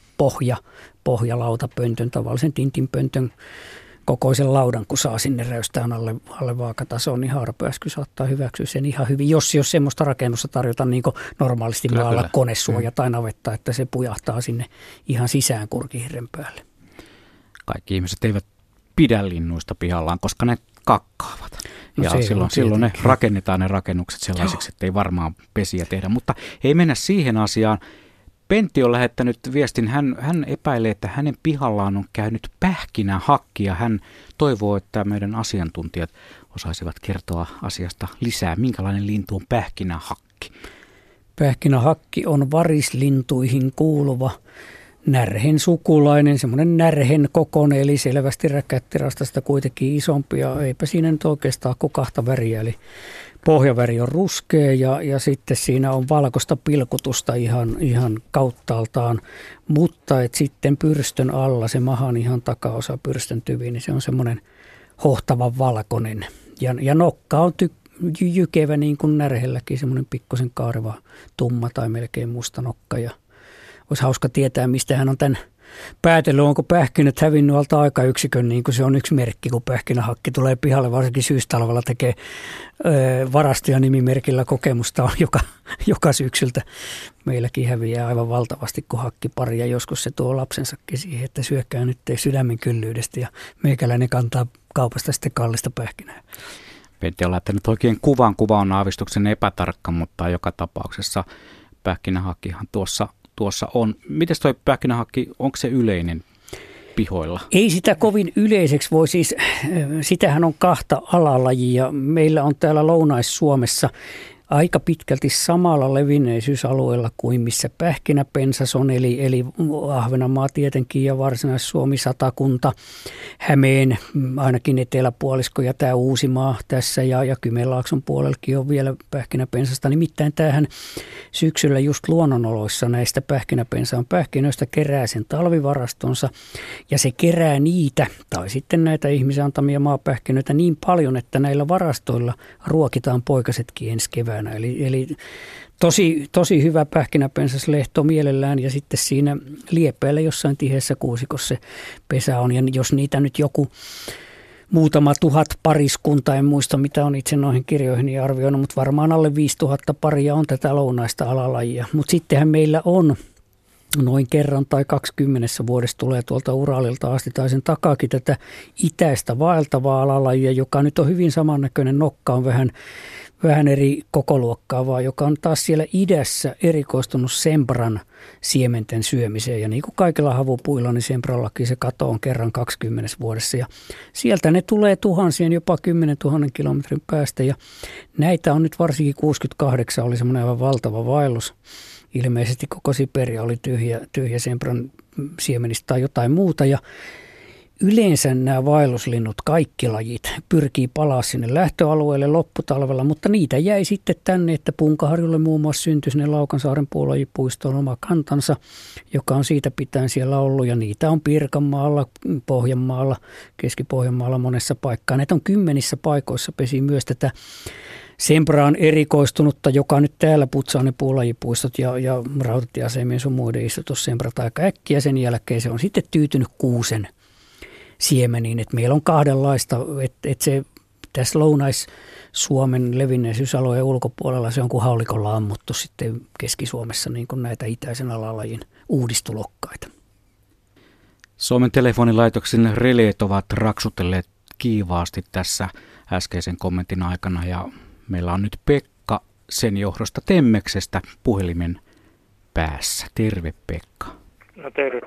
pohjalautapöntön, tavallisen tintinpöntön kokoisen laudan, kun saa sinne räystään alle vaakatasoon, niin haarapääsky saattaa hyväksyä sen ihan hyvin. Jos semmoista rakennusta tarjotaan niin kuin normaalisti maalla konesuoja tai navetta, että se pujahtaa sinne ihan sisään kurkihirren päälle.
Kaikki ihmiset eivät pidä linnuista pihallaan, koska ne kakkaavat. No ja silloin ne rakennetaan ne rakennukset sellaisiksi, että ei varmaan pesiä tehdä. Mutta ei mennä siihen asiaan. Pentti on lähettänyt viestin. Hän epäilee, että hänen pihallaan on käynyt pähkinähakki ja hän toivoo, että meidän asiantuntijat osaisivat kertoa asiasta lisää. Minkälainen lintu on pähkinähakki?
Pähkinähakki on varislintuihin kuuluva närhen sukulainen, semmoinen närhen kokoinen, eli selvästi räkättirastasta kuitenkin isompi, ja eipä siinä nyt oikeastaan kuin kahta väriä, eli pohjaväri on ruskea ja sitten siinä on valkoista pilkutusta ihan kauttaaltaan, mutta et sitten pyrstön alla, se mahan ihan takaosa pyrstön tyvi, niin se on semmoinen hohtavan valkoinen. Ja nokka on jykevä niin kuin närhelläkin, semmoinen pikkusen kaareva, tumma tai melkein musta nokka. Ja olisi hauska tietää, mistä hän on tämän päätellyt, onko pähkinät hävinnyt alta aikayksikön, niin kuin se on yksi merkki, kun pähkinähakki tulee pihalle, varsinkin syystalvella tekee varastajanimimerkillä kokemusta, joka syksyltä meilläkin häviää aivan valtavasti, kun hakkipari, ja joskus se tuo lapsensakin siihen, että syökkää nyt sydämen kyllyydestä, ja meikäläinen kantaa kaupasta sitten kallista pähkinää.
Pentti on laittanut oikein kuvan. Kuva on aavistuksen epätarkka, mutta joka tapauksessa pähkinähakkihan tuossa on. Mites toi pähkinähakki, onko se yleinen pihoilla?
Ei sitä kovin yleiseksi voi, siis sitähän on kahta alalajia. Meillä on täällä Lounais-Suomessa aika pitkälti samalla levinneisyysalueella kuin missä pähkinäpensas on, eli Ahvenanmaa tietenkin ja Varsinais-Suomi, Satakunta, Hämeen, ainakin eteläpuolisko ja tämä Uusimaa tässä ja Kymenlaakson puolellakin on vielä pähkinäpensasta. Nimittäin tämähän syksyllä just luonnonoloissa näistä pähkinäpensaan pähkinöistä kerää sen talvivarastonsa ja se kerää niitä tai sitten näitä ihmisen antamia maapähkinöitä niin paljon, että näillä varastoilla ruokitaan poikasetkin ensi keväänä. Eli tosi hyvä pähkinäpensaslehto mielellään ja sitten siinä liepeillä jossain tiheässä kuusikossa se pesä on. Ja jos niitä nyt joku muutama tuhat pariskunta, en muista mitä on itse noihin kirjoihin arvioinut, mutta varmaan alle 5000 paria on tätä lounaista alalajia. Mutta sittenhän meillä on noin kerran tai 20 vuodessa tulee tuolta Uralilta asti tai sen takaakin tätä itäistä vaeltavaa alalajia, joka nyt on hyvin samannäköinen. Nokka on vähän eri kokoluokkaa, vaan joka on taas siellä idässä erikoistunut sempran siementen syömiseen. Ja niin kuin kaikilla havupuilla, niin semprallakin se kato on kerran 20 vuodessa. Ja sieltä ne tulee tuhansien, jopa 10 000 kilometrin päästä. Ja näitä on nyt varsinkin 68, oli semmoinen aivan valtava vaellus. Ilmeisesti koko Siperia oli tyhjä sempran siemenistä tai jotain muuta. Ja yleensä nämä vaelluslinnut, kaikki lajit, pyrkii palaa sinne lähtöalueelle lopputalvella, mutta niitä jäi sitten tänne, että Punkaharjulle muun muassa syntyi sinne Laukansaaren puulajipuistoon oma kantansa, joka on siitä pitäen siellä ollut, ja niitä on Pirkanmaalla, Pohjanmaalla, Keski-Pohjanmaalla monessa paikkaa. Näitä on 10 paikoissa pesi myös tätä sempraan erikoistunutta, joka nyt täällä putsaa ne puulajipuistot ja rautatieasemien sun muiden istutus semprat aika äkkiä. Sen jälkeen se on sitten tyytynyt kuusen siemeniin, että meillä on kahdenlaista, että se tässä Lounais-Suomen levinneisyysalueen ulkopuolella se on kuin haulikolla ammuttu sitten Keski-Suomessa niin kuin näitä itäisen alalajin uudistulokkaita.
Suomen telefonilaitoksen releet ovat raksutelleet kiivaasti tässä äskeisen kommentin aikana ja meillä on nyt Pekka sen johdosta Temmeksestä puhelimen päässä. Terve Pekka.
No terve.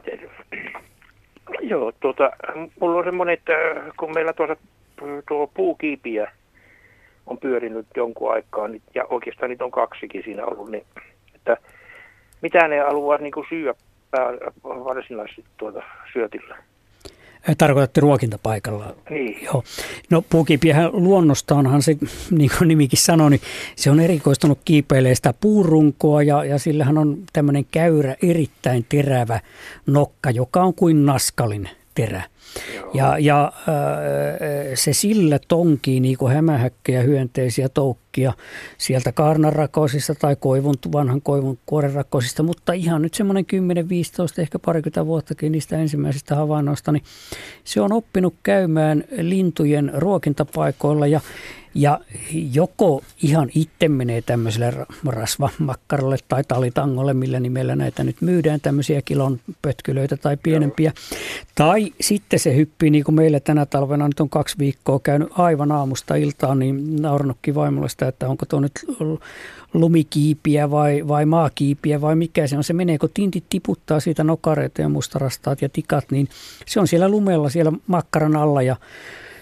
Joo, mulla on semmoinen, että kun meillä tuo puukiipiä on pyörinyt jonkun aikaa, ja oikeastaan niitä on 2 siinä ollut, niin että mitä ne haluaa niin kuin syödä varsinaisesti syötillä?
Tarkoitatte ruokintapaikalla?
Niin.
Joo. No puukiipiähän luonnostaanhan se, niin kuin nimikin sanoi, niin se on erikoistunut kiipeilemään sitä puurunkoa ja sillähän on tämmöinen käyrä, erittäin terävä nokka, joka on kuin naskalin terä. Ja se sillä tonkii niin kuin hämähäkkejä, hyönteisiä, toukkia sieltä kaarnanrakosista tai vanhan koivun kuorenrakosista, mutta ihan nyt semmoinen 10, 15, ehkä 20 vuottakin niistä ensimmäisistä havainnoista, niin se on oppinut käymään lintujen ruokintapaikoilla ja joko ihan itse menee tämmöiselle rasvamakkaralle tai talitangolle, millä nimellä näitä nyt myydään, tämmöisiä kilon pötkylöitä tai pienempiä. Tai sitten se hyppii, niin kuin meillä tänä talvena nyt on 2 viikkoa käynyt aivan aamusta iltaan, niin naurannutkin vaimolle sitä, että onko tuo nyt lumikiipiä vai maakiipiä vai mikä se on. Se menee, kun tintit tiputtaa siitä nokareita ja mustarastaat ja tikat, niin se on siellä lumella siellä makkaran alla ja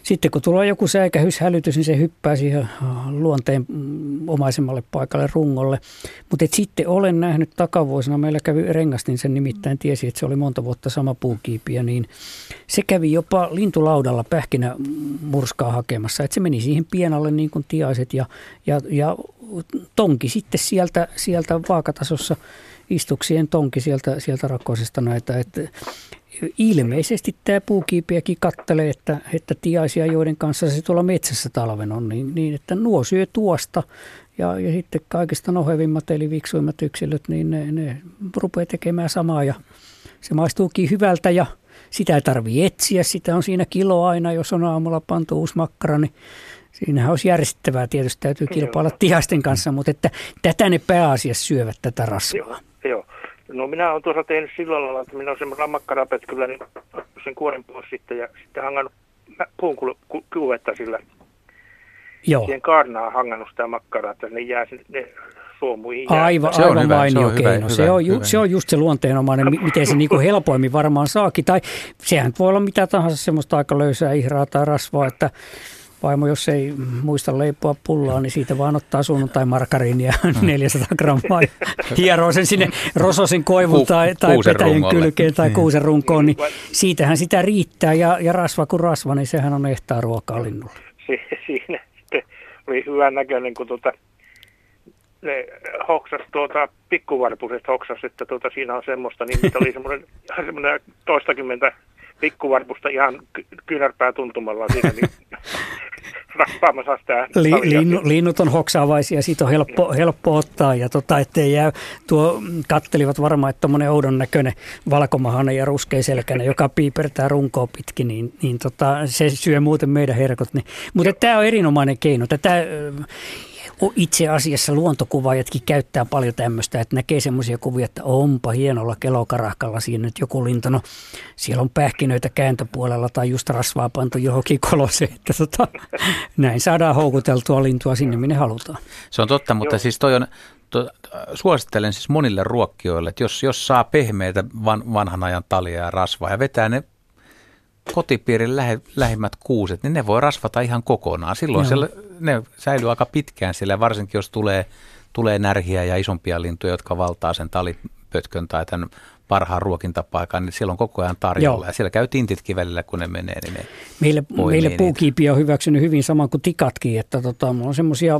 sitten kun tulee joku säikähyshälytys, niin se hyppää siihen luonteen omaisemmalle paikalle rungolle. Mutta sitten olen nähnyt takavuosina, meillä kävi Rengastin sen nimittäin tiesi, että se oli monta vuotta sama puukiipiä, niin se kävi jopa lintulaudalla pähkinämurskaa hakemassa. Että se meni siihen pienalle niin kuin tiaiset ja tonki sitten sieltä vaakatasossa istuksien tonki sieltä rakkosesta näitä, että ilmeisesti tämä puukiipiäkin kattelee, että tiaisia, joiden kanssa se tuolla metsässä talven on, niin että nuo syö tuosta ja sitten kaikista nohevimmat eli viksuimmat yksilöt, niin ne rupeaa tekemään samaa ja se maistuukin hyvältä ja sitä ei tarvitse etsiä, sitä on siinä kilo aina, jos on aamulla pantu uusi makkara, niin siinähän olisi järjestettävää, tietysti täytyy kilpailla tiaisten kanssa, mutta että tätä ne pääasiassa syövät tätä rasvaa.
Joo. No minä olen tuossa tehnyt sillä lailla, että minä olen semmoisella makkarapötkyllä niin sen kuoren pois sitten ja sitten hangannut puun kuvetta sillä.
Joo.
Siihen kaarnaan hangannut sitä makkaraa, että ne jää sinne suomuihin.
Aivan mainio keino. Se on just se luonteenomainen, miten se niinku helpoimmin varmaan saakin. Tai sehän voi olla mitä tahansa semmoista aika löysää ihraa tai rasvaa, että vaimo, jos ei muista leipoa pullaa, niin siitä vaan ottaa sunnuntai-margariinia 400 grammaa ja hieroo sen sinne rososen koivun tai petäjän kylkeen tai kuusen runkoon, niin siitähän sitä riittää ja rasva kuin rasva, niin sehän on ehtaa ruokaa linnulle.
Siinä sitten oli hyvän näköinen, kun ne hoksas pikkuvarpuset hoksas, että siinä on semmoista, niin niitä oli semmoinen toistakymmentä pikkuvarpusta ihan kyynärpää tuntumalla siinä, niin raspaamassa sitä.
Linnut on hoksaavaisia, siitä on helppo ottaa ja ettei jää, kattelivat varmaan, että tommoinen oudon näköinen valkomahainen ja ruskeiselkäinen, joka piipertää runkoa pitkin, niin se syö muuten meidän herkot. Niin. Mutta tämä on erinomainen keino. Tätä itse asiassa luontokuvaajatkin käyttää paljon tämmöistä, että näkee semmoisia kuvia, että onpa hienolla kelokarahkalla siinä nyt joku lintu. No, siellä on pähkinöitä kääntöpuolella tai just rasvaa pantu johonkin koloseen, että näin saadaan houkuteltua lintua sinne, minne halutaan.
Se on totta, mutta siis suosittelen siis monille ruokkijoille, että jos saa pehmeitä vanhan ajan talia ja rasvaa ja vetää ne kotipiirin lähimmät kuuset, niin ne voi rasvata ihan kokonaan. Silloin ne säilyy aika pitkään siellä, varsinkin jos tulee närhiä ja isompia lintuja, jotka valtaa sen talipötkön tai tämän parhaan ruokintapaikan, niin siellä on koko ajan tarjolla. Ja siellä käy tintitkin välillä, kun ne menee. Niin ne
meille puukiipiä on hyväksynyt hyvin sama kuin tikatkin, että mulla on semmoisia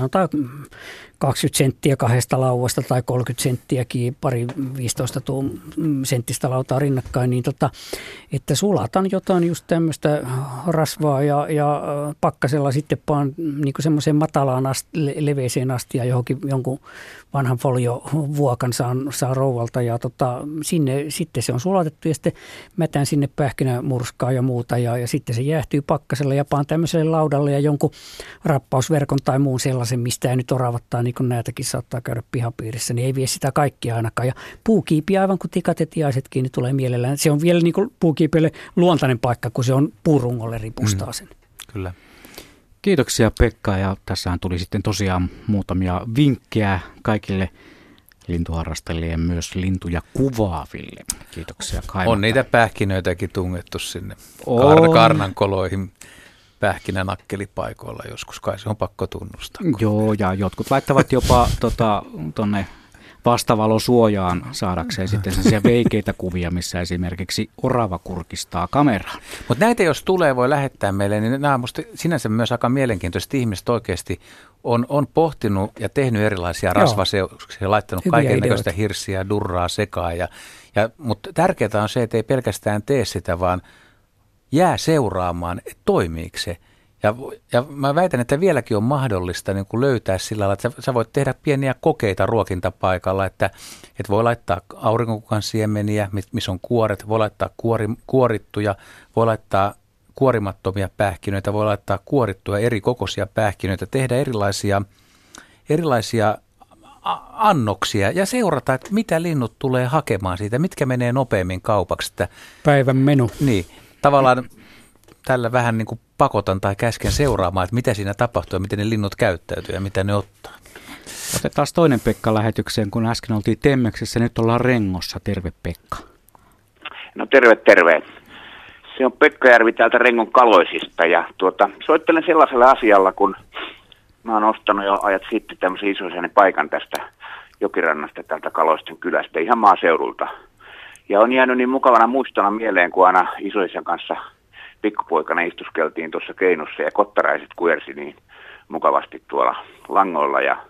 20 senttiä kahdesta lauvasta tai 30 senttiäkin, pari 15 senttistä lautaa rinnakkain, niin että sulatan jotain just tämmöistä rasvaa ja pakkasella sitten vaan niin semmoiseen matalaan leveeseen asti ja jonkun vanhan foliovuokan saa rouvalta ja sinne sitten se on sulatettu ja sitten mätän sinne pähkinämurskaa ja muuta ja sitten se jäähtyy pakkasella ja paan tämmöiselle laudalle ja jonkun rappausverkon tai muun sellaisen, mistä ei nyt oravattaa, niin kuin näitäkin saattaa käydä pihapiirissä, niin ei vie sitä kaikkia ainakaan. Ja puukiipi, aivan kuin tikat ja tiaisetkin, niin tulee mielellään. Se on vielä niin kuin puukiipille luontainen paikka, kun se on puurungolle ripustaa sen.
Kyllä.
Kiitoksia Pekka, ja tässähän tuli sitten tosiaan muutamia vinkkejä kaikille lintuharrastajille ja myös lintuja kuvaaville. Kiitoksia Kaima.
On niitä pähkinöitäkin tungettu sinne karnankoloihin pähkinännakkelipaikoilla joskus, kai se on pakko tunnustaa.
Joo, ja jotkut laittavat jopa tuonne vastavalosuojaan saadakseen sitten sellaisia veikeitä kuvia, missä esimerkiksi orava kurkistaa kameraan.
Mutta näitä jos tulee, voi lähettää meille, niin nämä on musta sinänsä myös aika mielenkiintoista. Ihmiset oikeasti on pohtinut ja tehnyt erilaisia rasvaseoksia, laittanut kaikennäköistä hirssiä, durraa sekaan. Mutta tärkeää on se, että ei pelkästään tee sitä, vaan jää seuraamaan, että toimiiko se. Ja mä väitän, että vieläkin on mahdollista niin kuin löytää sillä lailla, että sä voit tehdä pieniä kokeita ruokintapaikalla, että voi laittaa aurinkokukan siemeniä, missä on kuoret, voi laittaa kuorittuja, voi laittaa kuorimattomia pähkinöitä, voi laittaa kuorittuja eri kokoisia pähkinöitä, tehdä erilaisia annoksia ja seurata, että mitä linnut tulee hakemaan siitä, mitkä menee nopeammin kaupaksi.
Päivän menu.
Niin, tavallaan tällä vähän niin kuin pakotan tai käsken seuraamaan, että mitä siinä tapahtuu ja miten ne linnut käyttäytyy ja mitä ne ottaa.
Otetaan toinen Pekka lähetykseen, kun äsken oltiin Temmeksessä, nyt ollaan Rengossa. Terve Pekka.
No terve. Se on Pekka Järvi täältä Rengon Kaloisista ja soittelen sellaisella asialla, kun mä oon ostanut jo ajat sitten tämmöisen isoisen paikan tästä jokirannasta täältä Kaloisten kylästä ihan maaseudulta. Ja on jäänyt niin mukavana muistona mieleen, kun aina isoisän kanssa pikkupoikana istuskeltiin tuossa keinussa ja kottaraiset kuersi niin mukavasti tuolla langoilla. Ja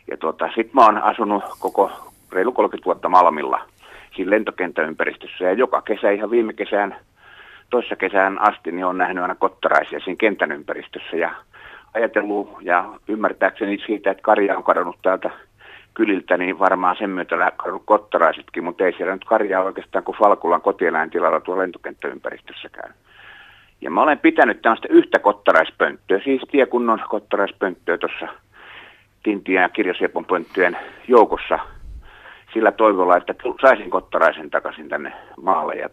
sit mä oon asunut koko reilu 30 vuotta Malmilla siinä lentokenttäympäristössä ja joka kesä ihan viime kesään, toissa kesään asti, niin on nähnyt aina kottaraisia siinä kentän ympäristössä ja ajatellut ja ymmärtääkseni siitä, että karja on kadonnut täältä kyliltä, niin varmaan sen myötä kadonnut kottaraisetkin, mutta ei siellä nyt karjaa oikeastaan kuin Falkulan kotieläintilalla tuolla lentokenttäympäristössäkään. Ja mä olen pitänyt tämmöistä yhtä kottaraispönttöä, siis tiekunnon kottaraispönttöä tuossa Tintien ja Kirjosiepon pönttöjen joukossa sillä toivolla, että saisin kottaraisen takaisin tänne maalle. Ja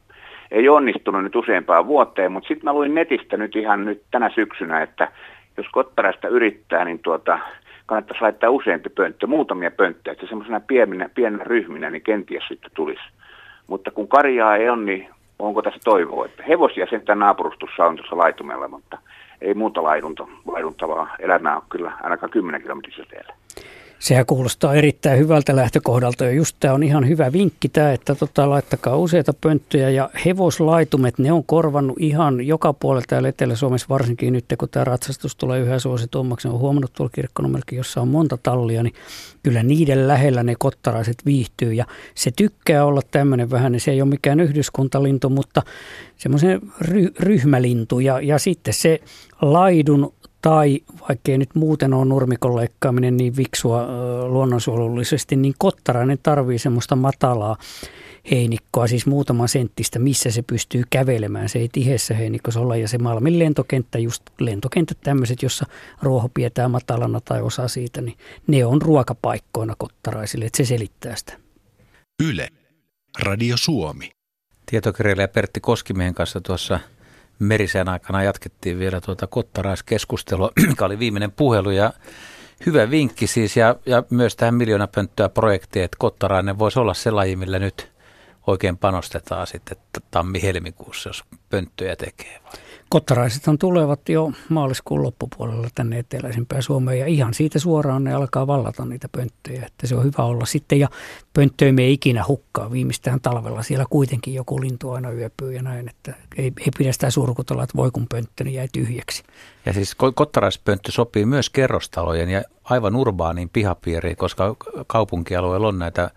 ei onnistunut nyt useampaan vuoteen, mutta sitten mä luin netistä nyt tänä syksynä, että jos kottaraista yrittää, niin kannattaisi laittaa useampi pönttö, muutamia pönttöjä, että semmoisena pienenä ryhminä niin kenties sitten tulisi. Mutta kun karjaa ei ole, niin onko tässä toivoa, että hevosia sentään naapurustossa on tuossa laitumella, mutta ei muuta laiduntavaa elämää ole kyllä ainakaan 10 kilometriä teillä.
Sehän kuulostaa erittäin hyvältä lähtökohdalta ja just tämä on ihan hyvä vinkki tämä, että laittakaa useita pönttöjä ja hevoslaitumet, ne on korvannut ihan joka puolella täällä Etelä-Suomessa varsinkin nyt, kun tämä ratsastus tulee yhä suositummaksi. Ne on huomannut tuolla Kirkkonummellakin, jossa on monta tallia, niin kyllä niiden lähellä ne kottaraiset viihtyy ja se tykkää olla tämmöinen vähän, niin se ei ole mikään yhdyskuntalintu, mutta semmoisen ryhmälintu ja sitten se laidun tai vaikkei nyt muuten ole nurmikon leikkaaminen niin viksua luonnonsuojelullisesti, niin kottarainen tarvii semmoista matalaa heinikkoa, siis muutaman senttistä, missä se pystyy kävelemään. Se ei tiheessä heinikkossa olla ja se Malmin lentokenttä, just lentokentät tämmöiset, jossa ruoho pidetään matalana tai osa siitä, niin ne on ruokapaikkoina kottaraisille, että se selittää sitä.
Yle, Radio Suomi.
Tietokirjailija Pertti Koskimiehen kanssa tuossa Merisään aikana jatkettiin vielä kottaraiskeskustelua, mikä oli viimeinen puhelu ja hyvä vinkki siis ja myös tähän miljoonapönttöä projektiin, että kottarainen voisi olla se laji, millä nyt oikein panostetaan sitten tammi-helmikuussa, jos pönttöjä tekee.
Kottaraisethan tulevat jo maaliskuun loppupuolella tänne eteläisimpään Suomeen ja ihan siitä suoraan ne alkaa vallata niitä pönttöjä, että se on hyvä olla sitten ja pönttöjä me ei ikinä hukkaa viimeistään talvella. Siellä kuitenkin joku lintu aina yöpyy ja näin, että ei pidä sitä surkutella, että voi kun pönttöni jäi tyhjäksi. Ja siis
kottaraispönttö sopii myös kerrostalojen ja aivan urbaaniin pihapiiriin, koska kaupunkialueella on näitä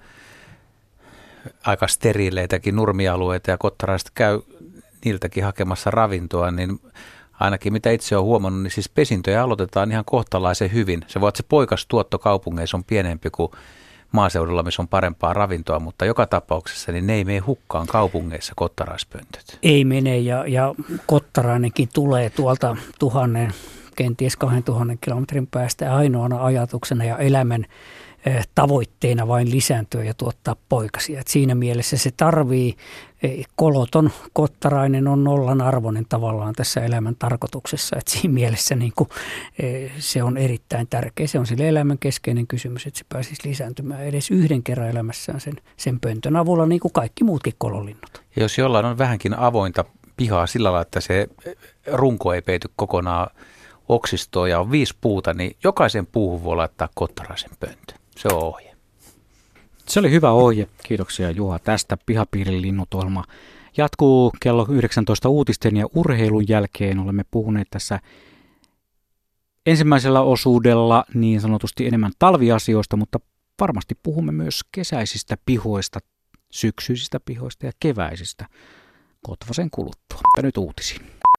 aika steriileitäkin nurmialueita ja kottaraiset käy niiltäkin hakemassa ravintoa, niin ainakin mitä itse olen huomannut, niin siis pesintöjä aloitetaan ihan kohtalaisen hyvin. Se voi, että se poikastuotto kaupungeissa on pienempi kuin maaseudulla, missä on parempaa ravintoa, mutta joka tapauksessa niin ne ei mene hukkaan kaupungeissa kottaraispöntöt.
Ei mene ja kottarainenkin tulee tuolta 1000, kenties 2000 kilometrin päästä ainoana ajatuksena ja elämän tavoitteena vain lisääntyä ja tuottaa poikasia. Et siinä mielessä se tarvii, koloton kottarainen on nollan arvoinen tavallaan tässä elämän tarkoituksessa. Et siinä mielessä niin kuin, se on erittäin tärkeä. Se on sille elämän keskeinen kysymys, että se pääsisi lisääntymään edes yhden kerran elämässään sen pöntön avulla, niin kuin kaikki muutkin kololinnut.
Ja jos jollain on vähänkin avointa pihaa sillä lailla, että se runko ei peity kokonaan oksistoon ja on 5 puuta, niin jokaisen puuhun voi laittaa kottaraisen pöntön. Se on ohje.
Se oli hyvä ohje. Kiitoksia Juha tästä. Pihapiirin linnut-ohjelma jatkuu kello 19 uutisten ja urheilun jälkeen. Olemme puhuneet tässä ensimmäisellä osuudella niin sanotusti enemmän talviasioista, mutta varmasti puhumme myös kesäisistä pihoista, syksyisistä pihoista ja keväisistä Kotvasen kuluttua. Ja nyt uutisiin.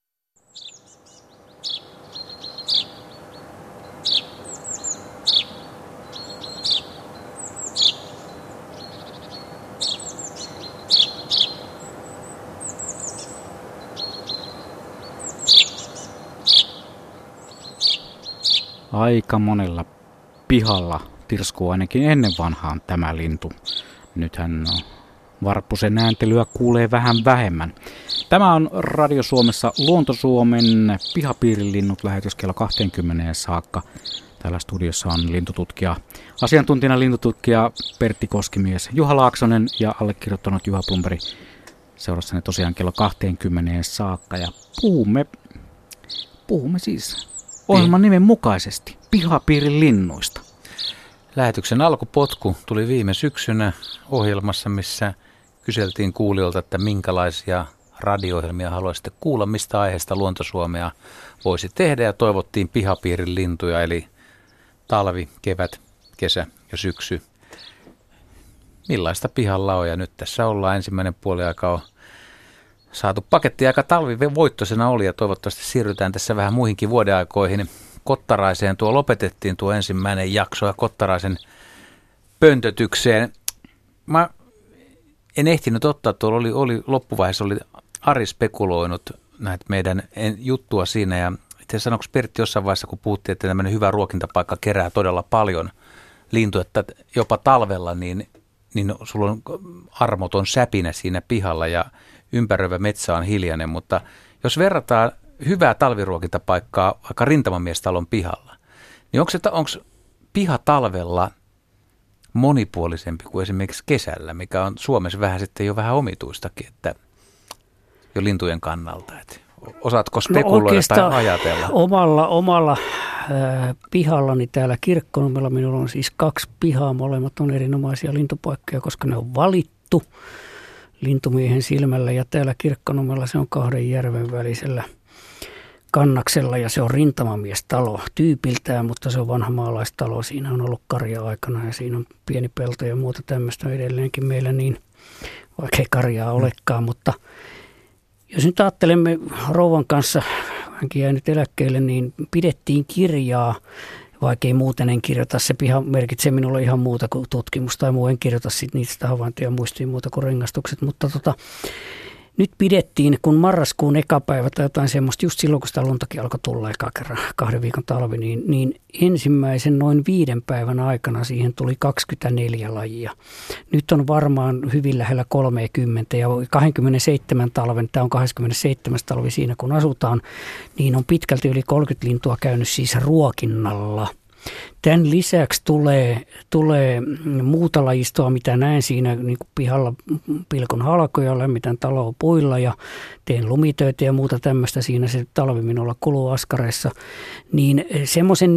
Aika monella pihalla tirskuu ainakin ennen vanhaan tämä lintu. Nythän varppusen ääntelyä kuulee vähän vähemmän. Tämä on Radio Suomessa Luonto-Suomen pihapiirilinnut lähetys kello 20 saakka. Täällä studiossa on lintututkija, asiantuntijana lintututkija Pertti Koskimies, Juha Laaksonen ja allekirjoittanut Juha Plumberg. seurassanne tosiaan kello 20 saakka ja puhumme siis ohjelman nimen mukaisesti Pihapiirin linnuista.
Lähetyksen alkupotku tuli viime syksynä ohjelmassa, missä kyseltiin kuulijoilta, että minkälaisia radio-ohjelmia haluaisitte kuulla, mistä aiheesta Luontosuomea voisi tehdä, ja toivottiin pihapiirin lintuja, eli talvi, kevät, kesä ja syksy. Millaista pihalla on, ja nyt tässä ollaan, ensimmäinen puoliaika on saatu paketti, aika talvivoittoisena oli, ja toivottavasti siirrytään tässä vähän muihinkin vuodenaikoihin. Kottaraiseen lopetettiin tuo ensimmäinen jakso ja Kottaraisen pöntötykseen. Mä en ehtinyt ottaa, tuolla oli loppuvaiheessa oli Ari spekuloinut näitä meidän juttua siinä, ja itse asiassa sanoiko Pertti jossain vaiheessa, kun puhuttiin, että tämmöinen hyvä ruokintapaikka kerää todella paljon lintuja, että jopa talvella niin sulla on armoton säpinä siinä pihalla ja ympäröivä metsä on hiljainen, mutta jos verrataan hyvää talviruokintapaikkaa vaikka rintamamiestalon pihalla, niin onko piha talvella monipuolisempi kuin esimerkiksi kesällä, mikä on Suomessa vähän sitten jo vähän omituistakin, että jo lintujen kannalta. Että osaatko spekuloida tai ajatella?
Omalla pihallani täällä Kirkkonummella minulla on siis 2 pihaa. Molemmat on erinomaisia lintupaikkoja, koska ne on valittu lintumiehen silmällä. Ja täällä Kirkkonummella se on 2 järven välisellä kannaksella ja se on rintamamiestalo tyypiltään, mutta se on vanha maalaistalo. Siinä on ollut karja-aikana ja siinä on pieni pelto ja muuta tämmöistä edelleenkin meillä, niin vaikka ei karjaa olekaan, mutta jos nyt ajattelemme rouvan kanssa, hänkin jäi nyt eläkkeelle, niin pidettiin kirjaa, vaikka ei muuten en kirjoita. Se piha merkitsee minulle ihan muuta kuin tutkimus tai muu. En kirjoita niistä havaintoja muistiin muuta kuin rengastukset, mutta nyt pidettiin, kun marraskuun eka päivä tai jotain semmoista, just silloin kun sitä luntakin alkoi tulla eka kerran 2 viikon talvi, niin ensimmäisen noin 5 päivän aikana siihen tuli 24 lajia. Nyt on varmaan hyvin lähellä 30 ja 27 talven, tämä on 27. talvi siinä kun asutaan, niin on pitkälti yli 30 lintua käynyt siis ruokinnalla. Tämän lisäksi tulee muuta lajistoa, mitä näen siinä niin kuin pihalla pilkon halkoja, lämmitän taloa puilla ja teen lumitöitä ja muuta tämmöistä. Siinä se talvi minulla kuluu askareissa. Niin semmoisen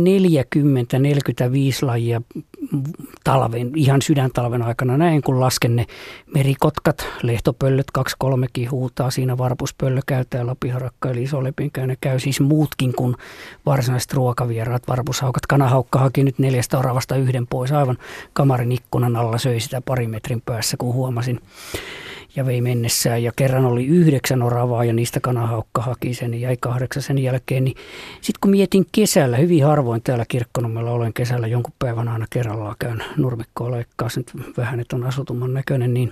40-45 lajia talven, ihan sydäntalven aikana näen, kun lasken ne merikotkat, lehtopöllöt, 2-3 huutaa, siinä varpuspöllö käy täällä piharakka, eli isolepinkäinen käy siis muutkin kuin varsinaiset ruokavieraat, varpushaukat, kanahaukka haki nyt 4 oravasta 1 pois, aivan kamarin ikkunan alla söi sitä 2 metrin päässä, kun huomasin ja vei mennessään. Ja kerran oli 9 oravaa ja niistä kanahaukka haki sen ja jäi 8 sen jälkeen. Niin sitten kun mietin kesällä, hyvin harvoin täällä Kirkkonummella olen kesällä, jonkun päivän aina kerrallaan käyn nurmikkoa leikkaa nyt vähän, että on asutumman näköinen, niin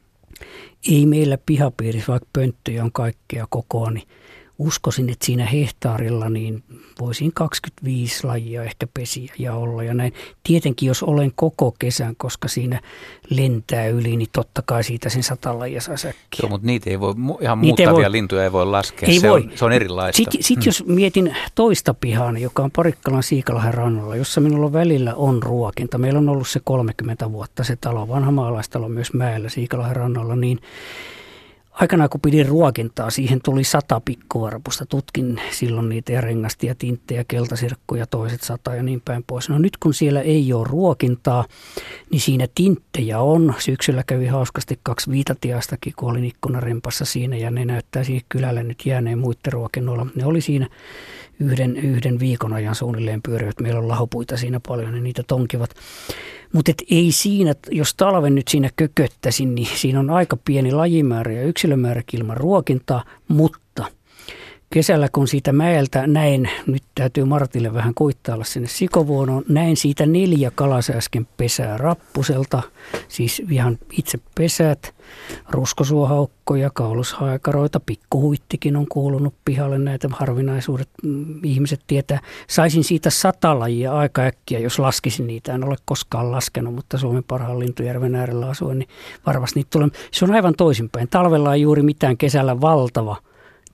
ei meillä pihapiirissä, vaikka pönttöjä on kaikkea kokoa, niin uskoisin, että siinä hehtaarilla niin voisin 25 lajia ehkä pesiä ja olla ja näin. Tietenkin jos olen koko kesän, koska siinä lentää yli, niin totta kai siitä sen 100 lajia saa säkkiä.
Joo, mutta niitä ei voi, ihan muuttavia lintuja ei voi laskea.
Ei voi.
Se on erilaista.
Sitten jos mietin toista pihaani, joka on Parikkalan Siikalahen rannalla, jossa minulla välillä on ruokinta. Meillä on ollut se 30 vuotta se talo, vanha maalaistalo myös mäellä Siikalahen rannalla, niin aikanaan kun pidin ruokintaa, siihen tuli 100 pikkuvarpusta. Tutkin silloin niitä ja rengastia, tinttejä, keltasirkkuja, toiset 100 ja niin päin pois. No nyt kun siellä ei ole ruokintaa, niin siinä tinttejä on. Syksyllä kävi hauskasti 2 viitatiaistakin, kun olin ikkunarempassa siinä ja ne näyttää siihen kylälle nyt jääneen muiden ruokinnoilla. Ne oli siinä yhden viikon ajan suunnilleen pyörivät. Meillä on lahopuita siinä paljon, niin niitä tonkivat. Mutta ei siinä, jos talven nyt siinä kököttäisin, niin siinä on aika pieni lajimäärä ja yksilömääräkin ilman ruokintaa, mutta kesällä kun siitä mäeltä näin, nyt täytyy Martille vähän kuittailla sinne Sikovuonoon, näin siitä 4 kalasääsken pesää rappuselta, siis ihan itse pesät, ruskosuohaukkoja, kaulushaikaroita, pikkuhuittikin on kuulunut pihalle, näitä harvinaisuudet ihmiset tietää. Saisin siitä 100 lajia aika äkkiä, jos laskisin niitä, en ole koskaan laskenut, mutta Suomen parhaan Lintujärven äärellä asuen, niin varmasti niitä tulee. Se on aivan toisinpäin. Talvella ei juuri mitään, kesällä valtava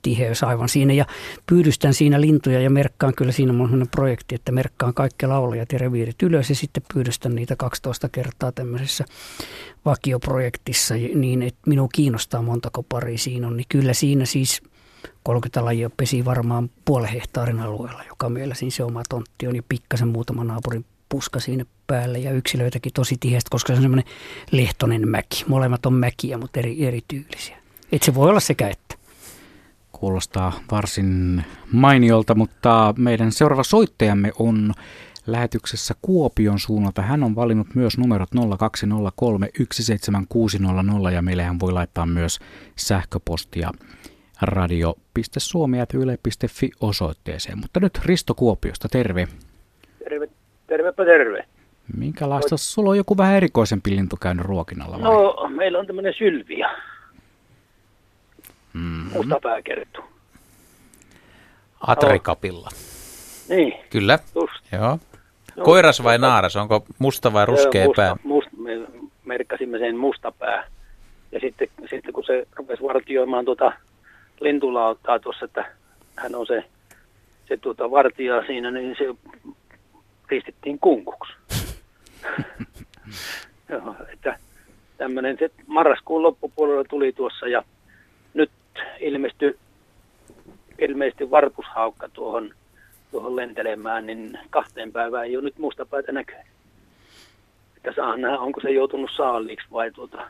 tiheys aivan siinä. Ja pyydystän siinä lintuja ja merkkaan kyllä siinä on sellainen projekti, että merkkaan kaikki laulajat ja reviirit ylös ja sitten pyydystän niitä 12 kertaa tämmöisessä vakioprojektissa niin, että minua kiinnostaa montako paria siinä on. Niin kyllä siinä siis 30 lajia pesi varmaan 0,5 hehtaarin alueella, joka meillä siinä se oma tontti on ja pikkasen muutama naapurin puska siinä päällä ja yksilöitäkin tosi tiheästi, koska se on semmoinen lehtonen mäki. Molemmat on mäkiä, mutta eri tyylisiä. Et se voi olla sekä että.
Kuulostaa varsin mainiolta, mutta meidän seuraava soittajamme on lähetyksessä Kuopion suunnalta. Hän on valinnut myös numerot 0203 17600 ja meille hän voi laittaa myös sähköpostia radio.suomi@yle.fi osoitteeseen. Mutta nyt Risto Kuopiosta, terve.
Tervepä terve.
Minkälaista? Sulla on joku vähän erikoisempi lintu käynyt ruokinnalla vai?
No, meillä on tämmöinen sylviä. Mustapääkerttu.
Atrikapilla.
Niin.
Kyllä.
Just.
Joo. Koiras vai naaras? Onko musta vai ruskea pää?
Me merkkasimme sen mustapää. Ja sitten kun se rupesi vartioimaan lintulauttaa tuossa, että hän on se vartija siinä, niin se ristittiin kunkuksi. Joo, että tämmöinen se marraskuun loppupuolella tuli tuossa ja nyt ilmeisesti varpushaukka tuohon lentelemään, niin 2 päivään ei ole nyt mustapäätä näkynyt. Että saa nähdä, onko se joutunut saaliiksi vai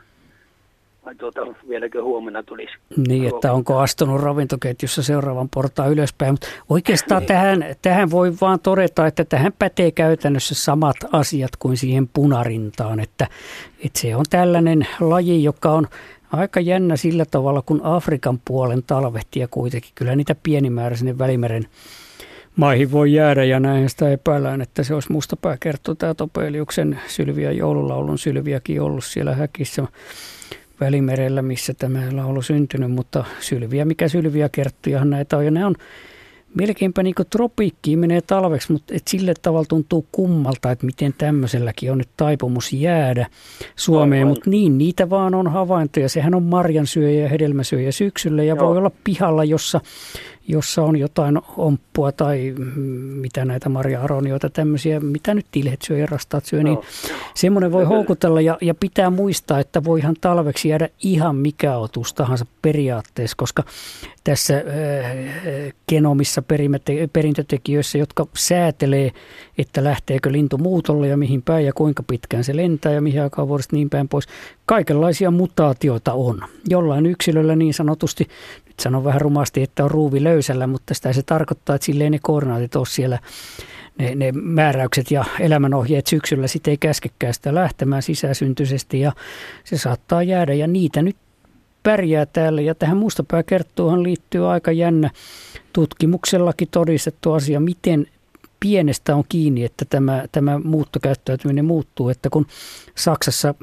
vieläkö huomenna tulisi.
Niin, että onko astunut ravintoketjussa seuraavan portaan ylöspäin. Mutta oikeastaan tähän voi vaan todeta, että tähän pätee käytännössä samat asiat kuin siihen punarintaan. Että se on tällainen laji, joka on aika jännä sillä tavalla, kun Afrikan puolen talvehtia kuitenkin. Kyllä niitä pieni määrä sinne Välimeren maihin voi jäädä ja näin sitä epäillään, että se olisi mustapääkerttu. Tämä Topeliuksen sylviä, joululaulun sylviäkin ollut siellä häkissä Välimerellä, missä tämä laulu syntynyt, mutta sylviä kerttujahan näitä on. Ja ne on melkeinpä niin kuin tropiikkiin menee talveksi, mutta sille tavalla tuntuu kummalta, että miten tämmöiselläkin on nyt taipumus jäädä Suomeen. Mutta niin, niitä vaan on havaintoja. Sehän on marjansyöjä ja hedelmäsyöjä syksyllä ja voi olla pihalla, jossa on jotain omppua tai mitä näitä marja-aronioita, tämmöisiä, mitä nyt tilhet syö ja rastaat syö, niin semmoinen voi houkutella ja pitää muistaa, että voihan talveksi jäädä ihan mikä otus tahansa periaatteessa, koska tässä genomissa perintötekijöissä, jotka säätelee, että lähteekö lintu muutolle ja mihin päin ja kuinka pitkään se lentää ja mihin aikaan vuodesta niin päin pois. Kaikenlaisia mutaatioita on. Jollain yksilöllä niin sanotusti, nyt sanon vähän rumasti, että on ruuvi löysällä, mutta sitä se tarkoittaa, että silleen ne koordinaatit on siellä, ne määräykset ja elämänohjeet syksyllä sitten ei käskekään sitä lähtemään sisäsyntyisesti ja se saattaa jäädä ja niitä nyt pärjää täällä. Ja tähän mustapääkerttuuhan liittyy aika jännä tutkimuksellakin todistettu asia, miten pienestä on kiinni, että tämä muuttokäyttäytyminen muuttuu, että kun Saksassa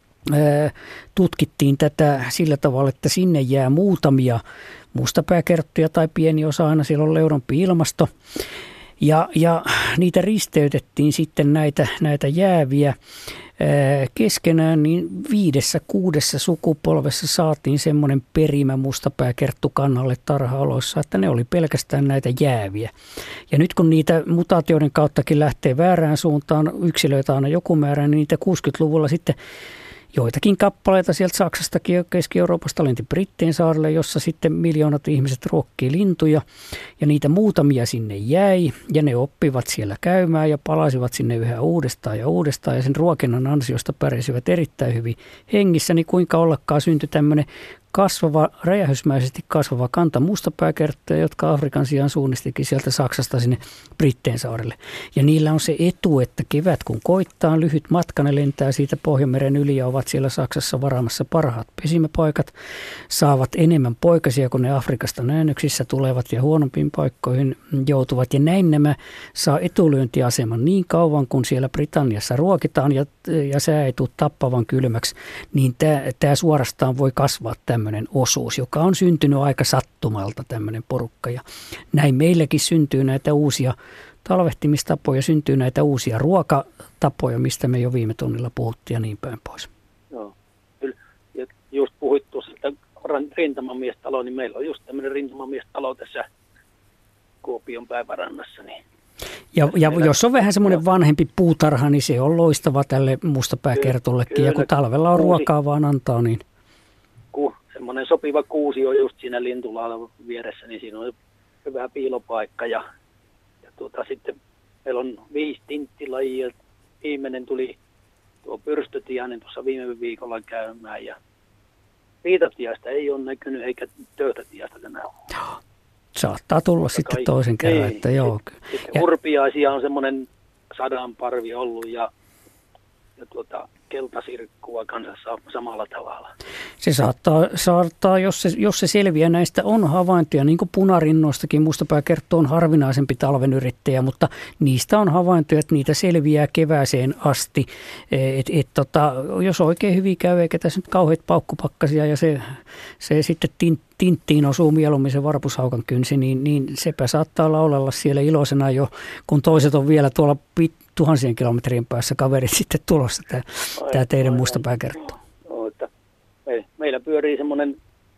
tutkittiin tätä sillä tavalla, että sinne jää muutamia mustapääkerttuja tai pieni osa, aina siellä on leudompi ilmasto. Ja niitä risteytettiin sitten näitä jääviä keskenään, niin 5-6 sukupolvessa saatiin semmoinen perimä mustapääkerttu kannalle tarha-oloissa, että ne oli pelkästään näitä jääviä. Ja nyt kun niitä mutaatioiden kauttakin lähtee väärään suuntaan, yksilöitä aina joku määrä, niin niitä 60-luvulla sitten joitakin kappaleita sieltä Saksastakin ja Keski-Euroopasta lenti Brittien saarelle, jossa sitten miljoonat ihmiset ruokkii lintuja ja niitä muutamia sinne jäi ja ne oppivat siellä käymään ja palasivat sinne yhä uudestaan ja sen ruokinnan ansiosta pärjäsivät erittäin hyvin hengissä, niin kuinka ollakaan syntyi tämmöinen räjähdysmäisesti kasvava kanta mustapääkerttuja, jotka Afrikan sijaan suunnistikin sieltä Saksasta sinne Britteen saarelle. Ja niillä on se etu, että kevät kun koittaa, lyhyt matka, ne lentää siitä Pohjanmeren yli ja ovat siellä Saksassa varaamassa parhaat pesimäpaikat, saavat enemmän poikasia, kun ne Afrikasta näennöksissä tulevat ja huonompiin paikkoihin joutuvat. Ja näin nämä saa etulyöntiaseman niin kauan, kun siellä Britanniassa ruokitaan ja sää ei tule tappavan kylmäksi, niin tämä suorastaan voi kasvaa tämmöinen osuus, joka on syntynyt aika sattumalta tämmöinen porukka. Ja näin meilläkin syntyy näitä uusia talvehtimistapoja, syntyy näitä uusia ruokatapoja, mistä me jo viime tunnilla puhuttiin ja niin päin pois.
Joo, kyllä. Ja just puhuit tuossa, että rintamamiestalo, niin meillä on just tämmöinen rintamamiestalo tässä Kuopion päivärannassa. Niin
ja jos on vähän semmoinen vanhempi puutarha, niin se on loistava tälle mustapääkertullekin. Ja kun talvella on ruokaa vaan antaa, niin...
Kun semmoinen sopiva kuusi on just siinä lintulaalla vieressä, niin siinä on hyvä piilopaikka. Ja sitten meillä on 5 tinttilajia. Viimeinen tuli tuo pyrstötiainen tuossa viime viikolla käymään. Ja viitatiaista ei ole näkynyt, eikä töyhtätiaista tänään ole.
Saattaa tulla sitten toisen kerran,
niin,
että joo.
Sitten urpiaisia on semmoinen 100 parvi ollut ja keltasirkkua kanssa samalla tavalla.
Se saattaa jos se selviää näistä, on havaintoja, niin kuin punarinnoistakin mustapääkerttu on harvinaisempi talven yrittäjä, mutta niistä on havaintoja, että niitä selviää kevääseen asti. Jos oikein hyvin käy, eikä tässä nyt kauheat paukkupakkasia ja se sitten tinttiin osuu mieluummin se varpushaukan kynsi, niin sepä saattaa laulella siellä iloisena jo, kun toiset on vielä tuolla tuhansien kilometrien päässä kaverit sitten tulossa, tämä teidän mustapääkerttu.
Meillä pyörii semmoinen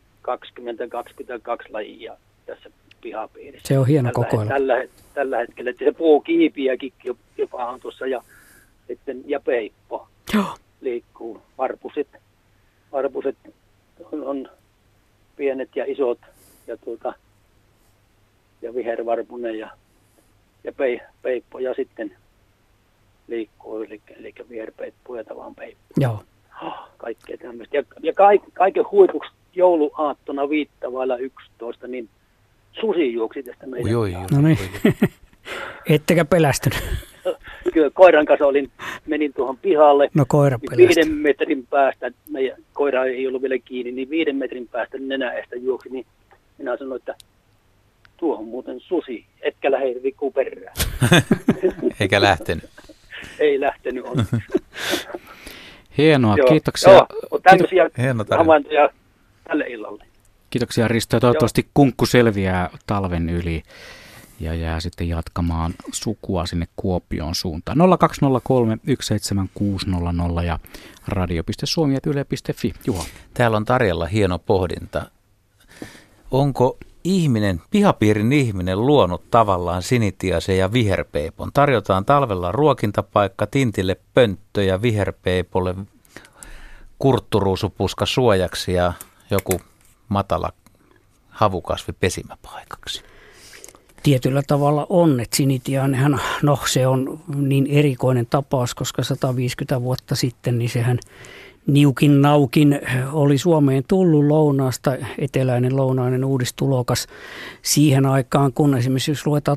20-22 lajia tässä pihapiirissä.
Se on hieno kokoelma.
Tällä hetkellä, että se puukiipiäkin jopa on tuossa ja peippo liikkuu. Varpuset on pienet ja isot ja vihervarpunen ja peippo ja sitten liikkuu, eli viherpeippo ja tavan peippo.
Joo.
Kaikkea tämmöistä. Ja kaiken huipuksi jouluaattona 11, niin susi juoksi tästä meidän.
No niin. Ettekä pelästynyt.
Kyllä koiran kanssa menin tuohon pihalle.
No koira
pelästyi. 5 metrin päästä, meidän koira ei ollut vielä kiinni, niin 5 metrin päästä nenäestä juoksi, niin minä sanoin, että tuohon muuten susi, etkä lähde Riku perään.
Eikä lähtenyt.
Ei lähtenyt onneksi.
Hienoa, kiitoksia.
Joo, tämmöisiä havaintoja tälle illalle.
Kiitoksia Risto, ja toivottavasti kunkku selviää talven yli ja jää sitten jatkamaan sukua sinne Kuopioon suuntaan. 0203 17600 ja radio.suomi@yle.fi. Juha.
Täällä on Tarjalla hieno pohdinta. Onko pihapiirin ihminen luonut tavallaan sinitiaisen ja viherpeipon? Tarjotaan talvella ruokintapaikka, tintille pönttö ja viherpeipolle kurtturuusupuska suojaksi ja joku matala havukasvi pesimäpaikaksi.
Tietyllä tavalla on, että sinitiainenhan, se on niin erikoinen tapaus, koska 150 vuotta sitten, niin sehän niukin naukin oli Suomeen tullut lounaasta, eteläinen lounainen uudistulokas siihen aikaan, kun esimerkiksi jos luetaan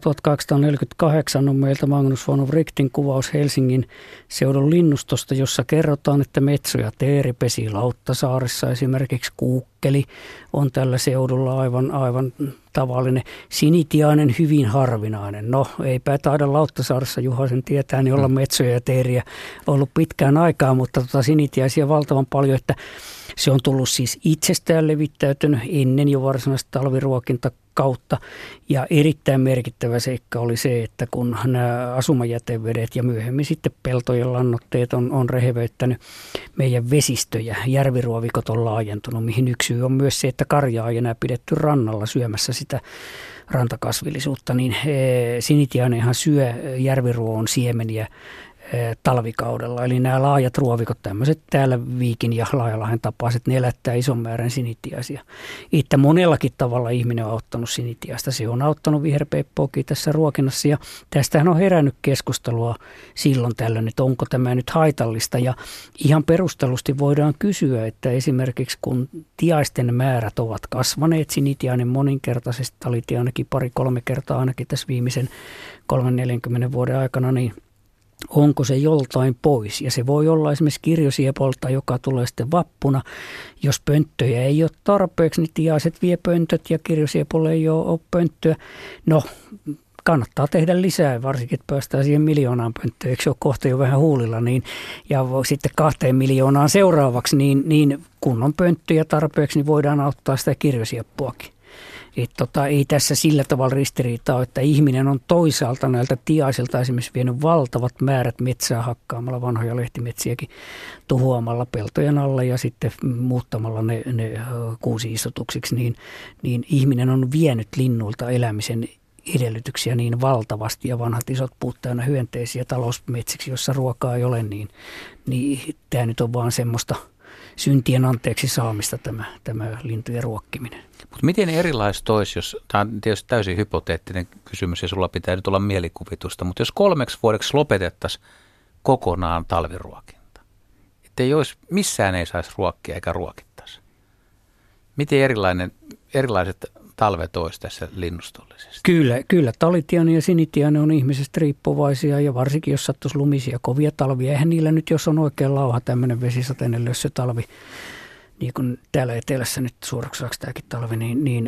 1848 on meiltä Magnus von Wrightin kuvaus Helsingin seudun linnustosta, jossa kerrotaan, että metso ja teeri pesi Lauttasaaressa, esimerkiksi kuukkeli on tällä seudulla aivan tavallinen. Sinitiainen hyvin harvinainen. No, eipä taida Lauttasaaressa, Juha sen tietää, niin olla metsoja ja teeriä ollut pitkään aikaa, mutta sinitiaisia valtavan paljon, että se on tullut siis itsestään levittäytynyt ennen jo varsinaista talviruokintakautta. Ja erittäin merkittävä seikka oli se, että kun nämä asumajätevedet ja myöhemmin sitten peltojen lannoitteet on rehevöittänyt meidän vesistöjä, järviruovikot on laajentunut, mihin yksi syy on myös se, että karjaa ei enää pidetty rannalla syömässä sitä rantakasvillisuutta, niin sinitiainenhan syö järviruoon siemeniä talvikaudella. Eli nämä laajat ruovikot, tämmöiset täällä Viikin ja Laajalahden tapaiset, ne elättää ison määrän sinitiaisia. Itse monellakin tavalla ihminen on auttanut sinitiaista. Se on auttanut viherpeippoakin tässä ruokinnassa ja tästähän on herännyt keskustelua silloin tällöin, että onko tämä nyt haitallista. Ja ihan perustellusti voidaan kysyä, että esimerkiksi kun tiaisten määrät ovat kasvaneet, sinitiainen moninkertaisesti, alitie ainakin 2-3 kertaa ainakin tässä viimeisen 30-40 vuoden aikana, niin onko se joltain pois? Ja se voi olla esimerkiksi kirjosiepolta, joka tulee sitten vappuna. Jos pönttöjä ei ole tarpeeksi, niin tiaiset vie pöntöt ja kirjosiepolle ei ole pönttöä. No, kannattaa tehdä lisää, varsinkin että päästään siihen 1 000 000 pönttöön. Eikö se ole kohta jo vähän huulilla? Ja sitten 2 miljoonaan seuraavaksi, niin kun on pönttöjä tarpeeksi, niin voidaan auttaa sitä kirjosieppuakin. Ei tässä sillä tavalla ristiriitaa, että ihminen on toisaalta näiltä tiaisilta esimerkiksi vienyt valtavat määrät metsää hakkaamalla, vanhoja lehtimetsiäkin tuhoamalla peltojen alle ja sitten muuttamalla ne kuusi-istutuksiksi, niin ihminen on vienyt linnuilta elämisen edellytyksiä niin valtavasti ja vanhat isot puut täynnä hyönteisiä talousmetsiksi, jossa ruokaa ei ole, niin tämä nyt on vaan semmoista syntien anteeksi saamista tämä lintujen ruokkiminen.
Mutta miten erilaiset olisi, jos, tämä on tietysti täysin hypoteettinen kysymys ja sulla pitää nyt olla mielikuvitusta, mutta jos 3 vuodeksi lopetettaisiin kokonaan talviruokinta, että missään ei saisi ruokkia eikä ruokittaisi. Miten erilaiset talvet olisi tässä linnustollisesti?
Kyllä. Talitiainen ja sinitiainen on ihmisestä riippuvaisia ja varsinkin jos sattuisi lumisia kovia talvia. Eihän niillä nyt, jos on oikein lauha tämmöinen vesisateinen lössötalvi, niin kuin täällä etelässä nyt suoraksi tämäkin talvi, niin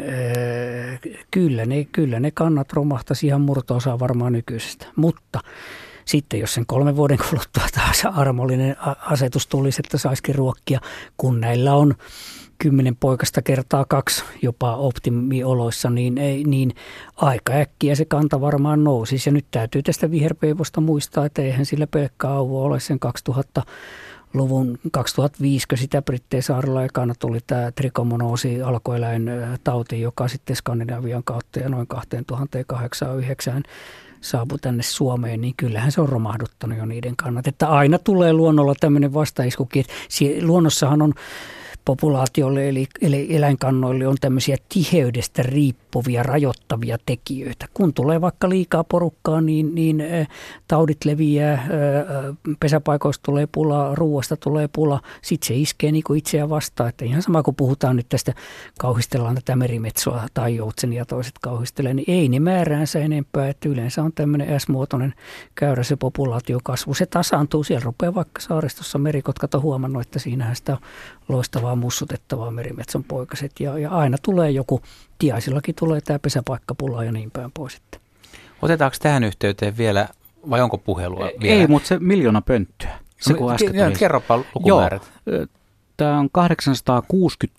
kyllä ne kannat romahtaisi ihan murto-osaa varmaan nykyisestä. Mutta sitten jos sen 3 vuoden kuluttua taas armollinen asetus tulisi, että saisikin ruokkia, kun näillä on 10 poikasta kertaa 2 jopa optimioloissa, niin aika äkkiä se kanta varmaan nousisi. Ja nyt täytyy tästä viherpeivosta muistaa, että eihän sillä pelkkä auvo ole sen 2000-luvun 2005, sitä Brittein-saarella ekana tuli tämä trikomonoosi alkueläintauti, joka sitten Skandinavian kautta ja noin 2008-2009 saapui tänne Suomeen, niin kyllähän se on romahduttanut jo niiden kannat. Että aina tulee luonnolla tämmöinen vastaiskukin. Luonnossahan on populaatiolle eli eläinkannoille on tämmöisiä tiheydestä riippuvia rajoittavia tekijöitä. Kun tulee vaikka liikaa porukkaa, niin taudit leviää, pesäpaikoista tulee pula, ruoasta tulee pula, sitten se iskee niin kuin itseään vastaan. Että ihan sama kuin puhutaan nyt tästä, kauhistellaan tätä merimetsoa tai joutsenia toiset kauhistelee, niin ei ne määräänsä enempää, että yleensä on tämmöinen S-muotoinen käyrä se populaatiokasvu. Se tasaantuu, siellä rupeaa vaikka saaristossa merikotkat on huomannut, että siinähän sitä on loistavaa mussutettavaa merimetson poikaset ja aina tulee joku, tiaisillakin tulee tämä pesäpaikkapula ja niin päin pois.
Otetaanko tähän yhteyteen vielä, vai onko puhelua vielä?
Ei, mutta se 1 000 000 pönttöä. Se kun äsken tuli.
Kerropa lukumäärät.
Joo, tämä on 860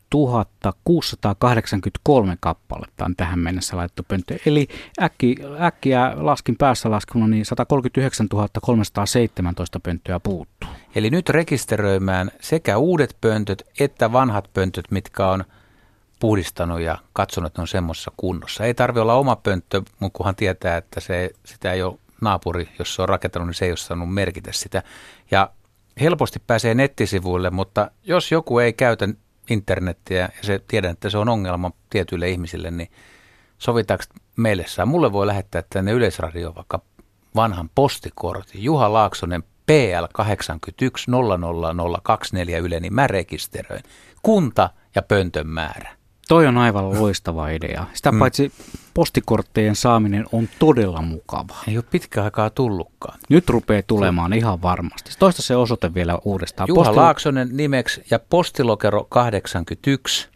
683 kappaletta on tähän mennessä laittu pönttöä. Eli äkkiä päässä laskuna, niin 139 317 pönttöä puuttuu.
Eli nyt rekisteröimään sekä uudet pöntöt että vanhat pöntöt, mitkä on puhdistanut ja katsonut, että on semmoisessa kunnossa. Ei tarvitse olla oma pönttö, mutta kunhan tietää, että sitä ei ole naapuri, jos se on rakentanut, niin se ei ole saanut merkitä sitä. Ja helposti pääsee nettisivuille, mutta jos joku ei käytä internettiä ja se tiedän, että se on ongelma tietyille ihmisille, niin sovitaanko meille saa? Mulle voi lähettää tänne Yleisradioon vaikka vanhan postikortin. Juha Laaksonen PL 81 00024 Yle, niin mä rekisteröin. Kunta ja pöntön määrä.
Toi on aivan loistava idea. Sitä paitsi postikorttejen saaminen on todella mukavaa.
Ei ole pitkä aikaa tullutkaan.
Nyt rupeaa tulemaan ihan varmasti. Toista se osoite vielä uudestaan.
Juha Laaksonen nimeksi ja postilokero 81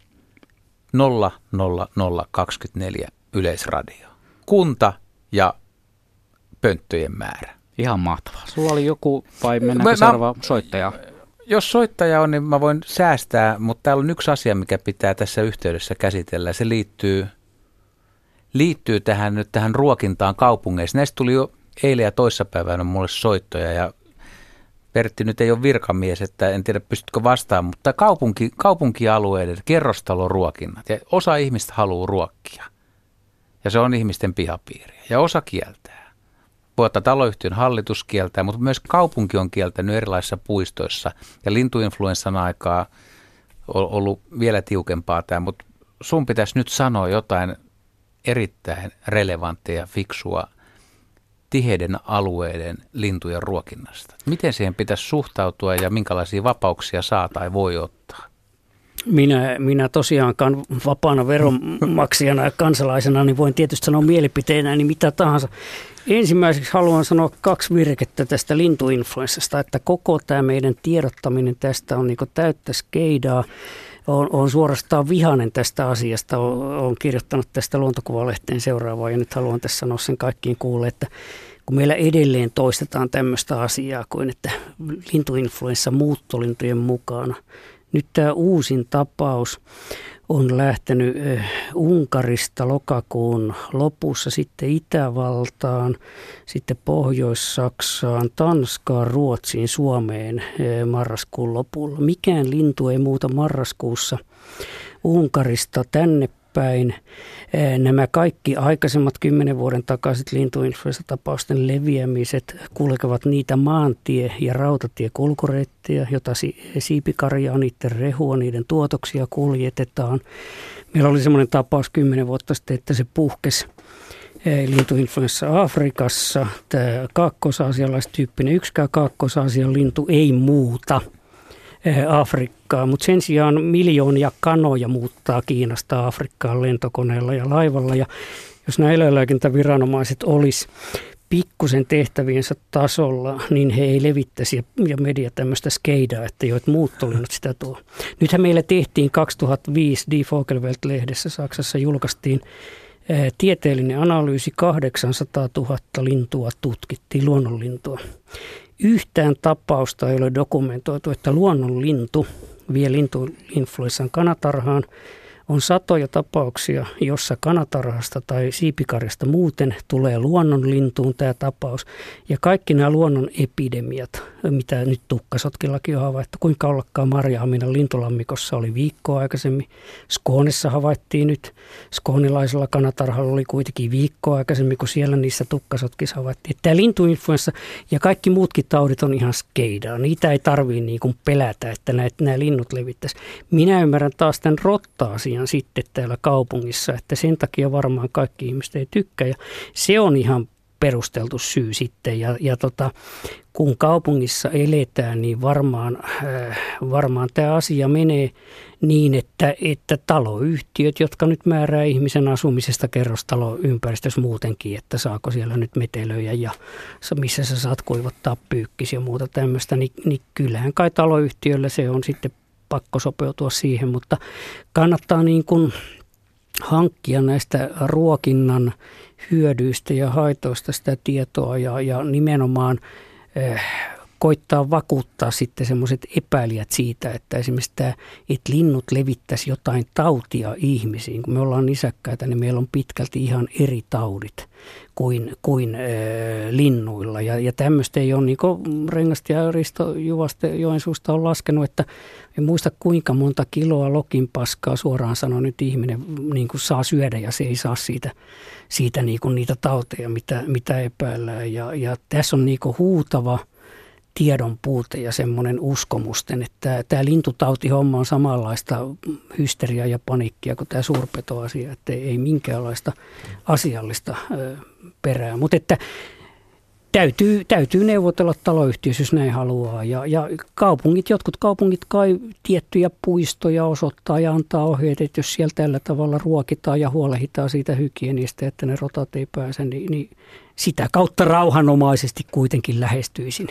00024 Yleisradio. Kunta ja pönttöjen määrä.
Ihan mahtavaa. Sulla oli joku vai mennäänkö seuraava soittaja?
Jos soittaja on, niin mä voin säästää, mutta täällä on yksi asia, mikä pitää tässä yhteydessä käsitellä. Se liittyy tähän ruokintaan kaupungeissa. Näistä tuli jo eilen ja toissapäivänä mulle soittoja ja Pertti nyt ei ole virkamies, että en tiedä pystytkö vastaamaan, mutta kaupunkialueiden kerrostaloruokinnat ja osa ihmistä haluaa ruokkia ja se on ihmisten pihapiiriä ja osa kieltää. Voi ottaa taloyhtiön hallitus kieltää, mutta myös kaupunki on kieltänyt erilaisissa puistoissa ja lintuinfluenssan aikaa on ollut vielä tiukempaa tämä, mutta sun pitäisi nyt sanoa jotain erittäin relevanttia ja fiksua tiheiden alueiden lintujen ruokinnasta. Miten siihen pitäisi suhtautua ja minkälaisia vapauksia saa tai voi ottaa?
Minä tosiaankaan vapaana veronmaksajana ja kansalaisena niin voin tietysti sanoa mielipiteenä niin mitä tahansa. Ensimmäiseksi haluan sanoa 2 virkettä tästä lintuinfluenssasta, että koko tämä meidän tiedottaminen tästä on niin kuin täyttä skeidaa. Olen suorastaan vihainen tästä asiasta. Olen kirjoittanut tästä Luontokuvalehteen seuraavaa ja nyt haluan tässä sanoa sen kaikkiin kuulle, että kun meillä edelleen toistetaan tämmöistä asiaa kuin, että lintuinfluenssa muuttolintujen mukana. Nyt tämä uusin tapaus on lähtenyt Unkarista lokakuun lopussa, sitten Itävaltaan, sitten Pohjois-Saksaan, Tanskaan, Ruotsiin, Suomeen marraskuun lopulla. Mikään lintu ei muuta marraskuussa Unkarista tänne päin. Nämä kaikki aikaisemmat 10 vuoden takaiset lintuinfluenssatapausten leviämiset kulkevat niitä maantie- ja rautatiekulkureittejä, jota siipikarjaa, niiden rehua, niiden tuotoksia kuljetetaan. Meillä oli semmoinen tapaus 10 vuotta sitten, että se puhkesi lintuinfluenssa Afrikassa. Tämä kaakkois-aasialaistyyppinen, yksikään kaakkois-aasian lintu ei muuta Afrikkaa, mutta sen sijaan miljoonia kanoja muuttaa Kiinasta Afrikkaan lentokoneella ja laivalla. Ja jos nämä eläinlääkintäviranomaiset olisi pikkusen tehtäviensä tasolla, niin he ei levittäisi ja media tämmöistä skeidaa, että joit muuttolinnut sitä tuo. Nythän meillä tehtiin 2005 Die Vogelwelt-lehdessä Saksassa julkaistiin tieteellinen analyysi, 800 000 lintua tutkittiin, luonnonlintua. Yhtään tapausta ei ole dokumentoitu, että luonnonlintu vie lintuinfluenssan kanatarhaan. On satoja tapauksia, jossa kanatarhasta tai siipikarjasta muuten tulee luonnonlintuun tämä tapaus. Ja kaikki nämä luonnon epidemiat, mitä nyt Tukkasotkillakin on havaittu, kuinka ollakaan Marjahaminan lintulammikossa oli viikkoa aikaisemmin. Skoonessa havaittiin nyt, skoonilaisella kanatarhalla oli kuitenkin viikkoa aikaisemmin, kun siellä niissä Tukkasotkissa havaittiin. Tämä lintuinfluenssa ja kaikki muutkin taudit on ihan skeidaa. Niitä ei tarvitse niin kuin pelätä, että nämä linnut levittäisi. Minä ymmärrän taas tämän rotta-asian sitten täällä kaupungissa, että sen takia varmaan kaikki ihmiset ei tykkää ja se on ihan perusteltu syy sitten ja kun kaupungissa eletään, niin varmaan tämä asia menee niin, että taloyhtiöt, jotka nyt määrää ihmisen asumisesta kerrostaloympäristössä muutenkin, että saako siellä nyt metelöjä ja missä sä saat kuivattaa pyykkis ja muuta tämmöistä, niin kyllähän kai taloyhtiöllä se on sitten pakko sopeutua siihen, mutta kannattaa niin kuin hankkia näistä ruokinnan hyödyistä ja haitoista sitä tietoa ja nimenomaan koittaa vakuuttaa sitten semmoiset epäilijät siitä, että esimerkiksi tämä, että linnut levittäisi jotain tautia ihmisiin. Kun me ollaan nisäkkäitä, niin meillä on pitkälti ihan eri taudit kuin linnuilla. Ja tämmöistä ei ole, niin kuin Rengasti ja Risto Juvaste Joensuusta on laskenut, että en muista kuinka monta kiloa lokinpaskaa suoraan sanoen nyt ihminen niin kuin saa syödä ja se ei saa siitä niin kuin niitä tauteja, mitä epäillään. Ja tässä on niin kuin huutava tiedon puute ja semmoinen uskomusten, että tämä lintutautihomma on samanlaista hysteriaa ja paniikkia kuin tämä suurpetoasia, että ei minkäänlaista asiallista perää. Mutta että täytyy neuvotella taloyhtiössä, jos näin haluaa. Ja jotkut kaupungit kai tiettyjä puistoja osoittaa ja antaa ohjeet, että jos siellä tällä tavalla ruokitaan ja huolehditaan siitä hygienistä, että ne rotat ei pääse, niin sitä kautta rauhanomaisesti kuitenkin lähestyisin.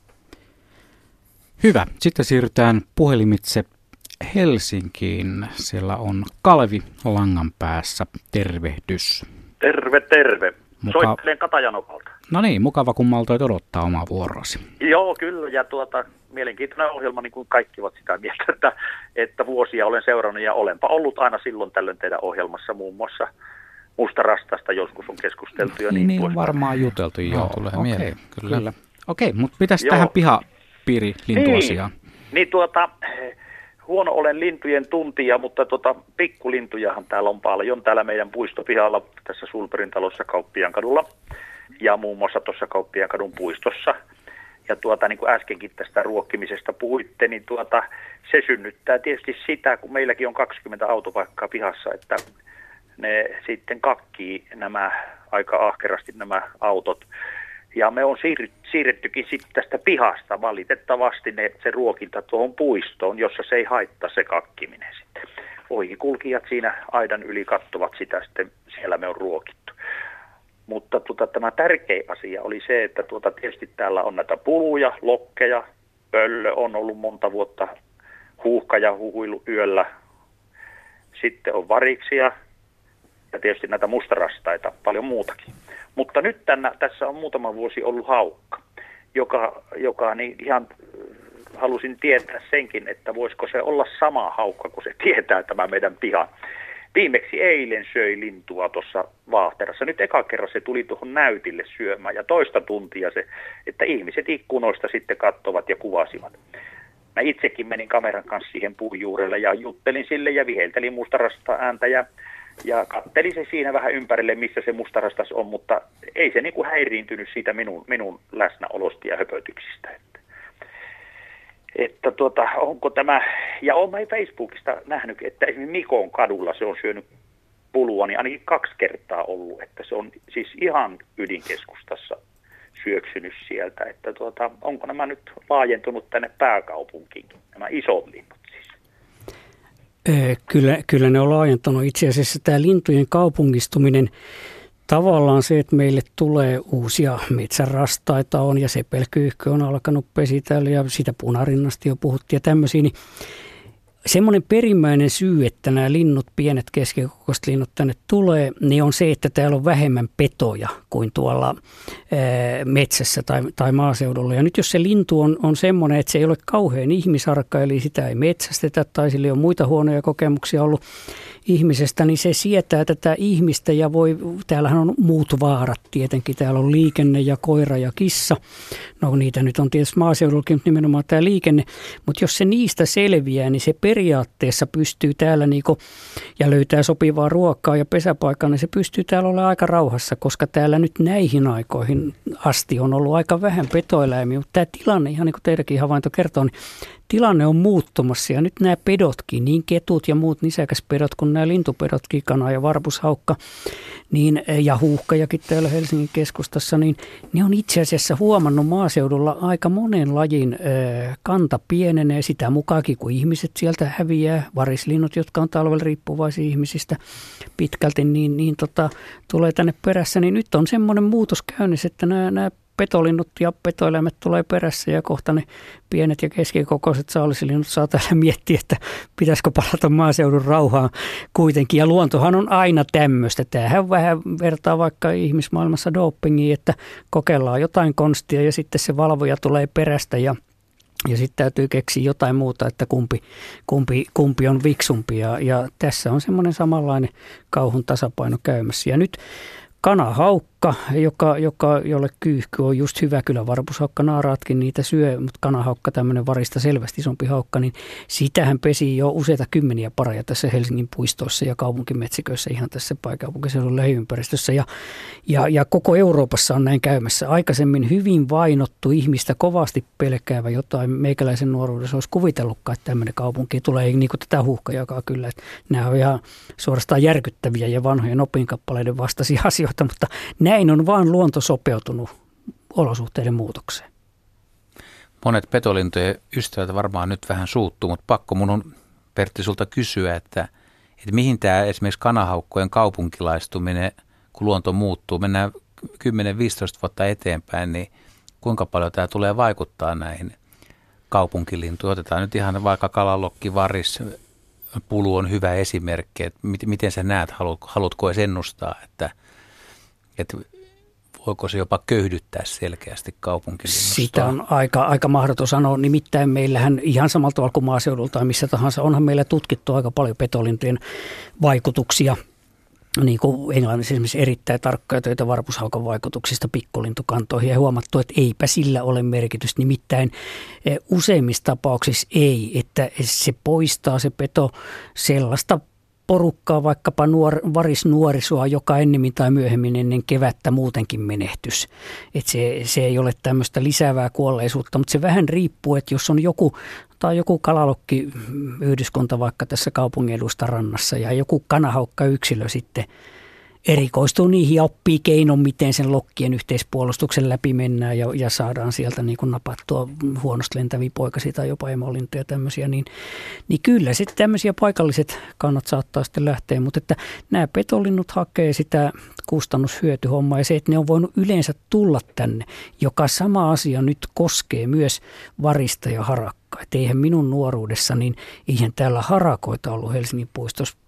Hyvä. Sitten siirrytään puhelimitse Helsinkiin. Siellä on Kalvi langan päässä. Tervehdys.
Terve. Soittelen Katajanopalta.
No niin, mukava kun maltoit odottaa omaa vuoroasi.
Joo, kyllä. Ja mielenkiintoinen ohjelma, niin kuin kaikki ovat sitä mieltä, että vuosia olen seurannut ja olenpa ollut aina silloin tällöin teidän ohjelmassa muun muassa Mustarastasta joskus on keskusteltu ja niin
pois. Varmaan juteltu, joo.
Tulee mieleen, kyllä.
Okei, mutta pitäisi tähän pihapiirilintuasiaan.
Niin huono olen lintujen tuntija, mutta pikkulintujahan täällä on paljon. Täällä meidän puistopihalla tässä Sulperin talossa Kauppiankadulla ja muun muassa tuossa Kauppiankadun puistossa. Ja niin kuin äskenkin tästä ruokkimisesta puhuitte, niin se synnyttää tietysti sitä, kun meilläkin on 20 autopaikkaa pihassa, että ne sitten kakkii nämä aika ahkerasti nämä autot. Ja me on siirrettykin sitten tästä pihasta valitettavasti se ruokinta tuohon puistoon, jossa se ei haittaa se kakkiminen sitten. Ohikulkijat siinä aidan yli katsovat sitä, sitten siellä me on ruokittu. Mutta tämä tärkein asia oli se, että tietysti täällä on näitä puluja, lokkeja, pöllö on ollut monta vuotta, huuhka ja huhuilu yöllä. Sitten on variksia ja tietysti näitä mustarastaita, paljon muutakin. Mutta nyt tässä on muutama vuosi ollut haukka, joka niin ihan halusin tietää senkin, että voisiko se olla sama haukka, kun se tietää tämä meidän piha. Viimeksi eilen söi lintua tuossa Vaahterassa. Nyt eka kerran se tuli tuohon näytille syömään ja toista tuntia se, että ihmiset ikkunoista sitten katsovat ja kuvasivat. Mä itsekin menin kameran kanssa siihen puun juurelle ja juttelin sille ja viheltelin mustarasta ääntä ja kattelin se siinä vähän ympärille, missä se mustarastas on, mutta ei se niin kuin häiriintynyt siitä minun läsnäolosta ja höpötyksistä. Että onko tämä, ja olen Facebookista nähnyt, että esimerkiksi Mikon kadulla se on syönyt pulua, niin ainakin 2 kertaa ollut, että se on siis ihan ydinkeskustassa syöksynyt sieltä, että onko nämä nyt laajentunut tänne pääkaupunkiin, nämä isot linnut siis?
Kyllä ne on laajentunut. Itse asiassa tämä lintujen kaupungistuminen, tavallaan se, että meille tulee uusia metsänrastaita on ja sepelkyyhkö on alkanut pesitellä ja sitä punarinnasta jo puhuttiin ja tämmöisiä, niin semmoinen perimmäinen syy, että nämä linnut, pienet keskikokoiset linnut tänne tulee, niin on se, että täällä on vähemmän petoja kuin tuolla metsässä tai maaseudulla. Ja nyt jos se lintu on semmoinen, että se ei ole kauhean ihmisarkka, eli sitä ei metsästetä tai sillä on muita huonoja kokemuksia ollut ihmisestä, niin se sietää tätä ihmistä ja täällähän on muut vaarat tietenkin. Täällä on liikenne ja koira ja kissa. No niitä nyt on tietysti maaseudullakin, mutta nimenomaan tämä liikenne. Mutta jos se niistä selviää, niin se periaatteessa pystyy täällä ja löytää sopivaa ruokaa ja pesäpaikan, niin se pystyy täällä olemaan aika rauhassa, koska täällä nyt näihin aikoihin asti on ollut aika vähän petoeläimiä. Mutta tämä tilanne, ihan niin kuin teidänkin havainto kertoo, niin tilanne on muuttumassa ja nyt nämä pedotkin, niin ketut ja muut nisäkäspedot kuin nämä lintupedotkin, kana ja varpushaukka ja huuhkajakin täällä Helsingin keskustassa, niin ne on itse asiassa huomannut maaseudulla aika monen lajin kanta pienenee sitä mukaakin, kun ihmiset sieltä häviää, varislinnut, jotka on talvella riippuvaisia ihmisistä pitkälti, niin tulee tänne perässä, niin nyt on semmoinen muutos käynnissä, että nämä petolinnut ja petoeläimet tulee perässä ja kohta ne pienet ja keskikokoiset saalisilinnut saa täällä miettiä, että pitäisikö palata maaseudun rauhaan kuitenkin. Ja luontohan on aina tämmöistä. Tämähän vähän vertaa vaikka ihmismaailmassa dopingiin, että kokeillaan jotain konstia ja sitten se valvoja tulee perästä ja sitten täytyy keksiä jotain muuta, että kumpi on viksumpi. Ja tässä on semmoinen samanlainen kauhun tasapaino käymässä. Ja nyt kanahaukka, jolle kyyhky on just hyvä, kyllä varpushaukka, naaraatkin niitä syö, mutta kanahaukka, tämmöinen varista selvästi isompi haukka, niin sitähän pesi jo useita kymmeniä pareja tässä Helsingin puistoissa ja kaupunkimetsiköissä ihan tässä pääkaupunkiseudun lähiympäristössä. Ja koko Euroopassa on näin käymässä. Aikaisemmin hyvin vainottu ihmistä kovasti pelkäävä jotain. Meikäläisen nuoruudessa olisi kuvitellutkaan, että tämmöinen kaupunki tulee, niin kuin tätä huuhkajakaan kyllä. Että nämä on ihan suorastaan järkyttäviä ja vanhojen opinkappaleiden vastaisia asioita, mutta näin on vaan luonto sopeutunut olosuhteiden muutokseen.
Monet petolintujen ystävät varmaan nyt vähän suuttuu, mutta pakko mun on, Pertti, sulta kysyä, että mihin tämä esimerkiksi kanahaukkojen kaupunkilaistuminen, kun luonto muuttuu, mennään 10-15 vuotta eteenpäin, niin kuinka paljon tämä tulee vaikuttaa näihin kaupunkilintuihin? Otetaan nyt ihan vaikka kalalokki, varis, pulu on hyvä esimerkki, että miten sä näet, haluatko edes ennustaa, että voiko se jopa köyhdyttää selkeästi kaupunkilinnustoa?
Sitä on aika mahdoton sanoa. Nimittäin meillähän ihan samalta tavalla kuin maaseudulta tai missä tahansa onhan meillä tutkittu aika paljon petolintujen vaikutuksia. Niin kuin Englannissa esimerkiksi erittäin tarkkoja töitä varpushaukan vaikutuksista pikkulintukantoihin ja huomattu, että eipä sillä ole merkitystä. Nimittäin useimmissa tapauksissa ei, että se poistaa se peto sellaista porukkaa, vaikkapa varisnuorisoa, joka ennemmin tai myöhemmin ennen kevättä muutenkin menehtys. Että se ei ole tämmöistä lisäävää kuolleisuutta, mutta se vähän riippuu, että jos on joku kalalokki-yhdyskunta vaikka tässä kaupungin edustarannassa ja joku kanahaukka-yksilö sitten erikoistuu niihin ja oppii keinon, miten sen lokkien yhteispuolustuksen läpi mennään ja saadaan sieltä niin kuin napattua huonosti lentäviä poikasia tai jopa emolintuja ja tämmöisiä, niin kyllä sitten tämmöisiä paikalliset kannat saattaa sitten lähteä, mutta että nämä petolinnut hakee sitä kustannushyötyhommaa ja se, että ne on voinut yleensä tulla tänne, joka sama asia nyt koskee myös varista ja harakkaa. Et eihän minun nuoruudessa, niin eihän täällä harakoita ollut Helsingin puistossa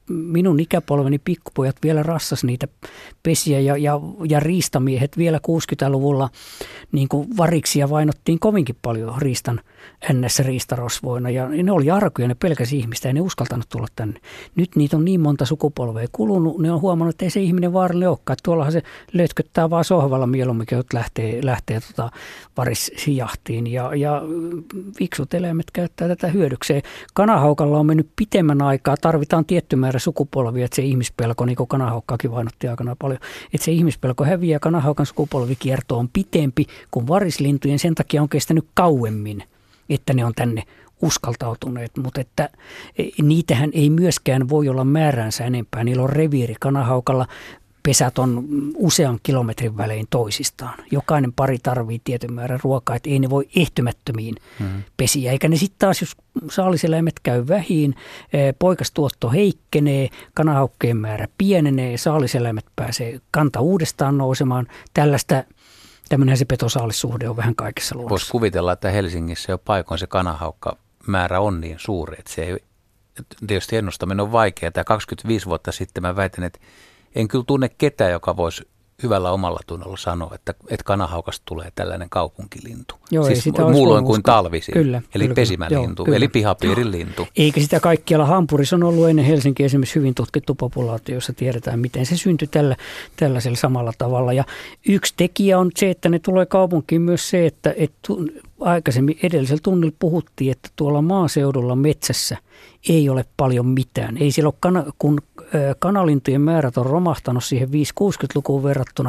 minun ikäpolveni pikkupojat vielä rassas niitä pesiä ja riistamiehet vielä 60-luvulla niin kuin variksia vainottiin kovinkin paljon riistan NS-riistarosvoina ja ne oli arkoja, ne pelkäsi ihmistä ja ne uskaltanut tulla tänne. Nyt niitä on niin monta sukupolvea kulunut, ne on huomannut, että ei se ihminen vaarallinen olekaan, että tuollahan se lötköttää vaan sohvalla mieluummin, kun lähtee varissijahtiin ja fiksut eläimet käyttää tätä hyödykseen. Kanahaukalla on mennyt pitemmän aikaa, tarvitaan tietty määrä sukupolvia, että se ihmispelko, niin kuin kanahaukkaakin vainotti aikanaan paljon, että se ihmispelko häviää, kanahaukan sukupolvikierto on pitempi kuin varislintujen, sen takia on kestänyt kauemmin, että ne on tänne uskaltautuneet, mutta että niitähän ei myöskään voi olla määränsä enempää. Niillä on reviiri kanahaukalla, pesät on usean kilometrin välein toisistaan. Jokainen pari tarvii tietyn määrän ruokaa, että ei ne voi ehtymättömiin pesiä. Eikä ne sitten taas, jos saaliseläimet käy vähiin, poikastuotto heikkenee, kanahaukkeen määrä pienenee, saaliseläimet pääsee kanta uudestaan nousemaan. Tämmöinen se petosaalisuhde on vähän kaikessa luonnossa.
Voisi kuvitella, että Helsingissä jo paikoin se kanahaukka määrä on niin suuri, että se ei, tietysti ennustaminen on vaikeaa. 25 vuotta sitten mä väitän, että en kyllä tunne ketään, joka voisi hyvällä omalla tunnolla sanoa, että kanahaukasta tulee tällainen kaupunkilintu.
Joo,
siis muulloin kuin talvisin, eli pesimälintu, eli pihapiirin lintu.
Eikä sitä kaikkialla. Hampurissa on ollut ennen Helsinkiä esimerkiksi hyvin tutkittu populaatio, jossa tiedetään, miten se syntyi tällaisella samalla tavalla. Ja yksi tekijä on se, että ne tulee kaupunkiin myös se, että aikaisemmin edellisellä tunnilla puhuttiin, että tuolla maaseudulla metsässä ei ole paljon mitään. Ei siellä ole, kun kanalintujen määrät on romahtanut siihen 5-60-lukuun verrattuna,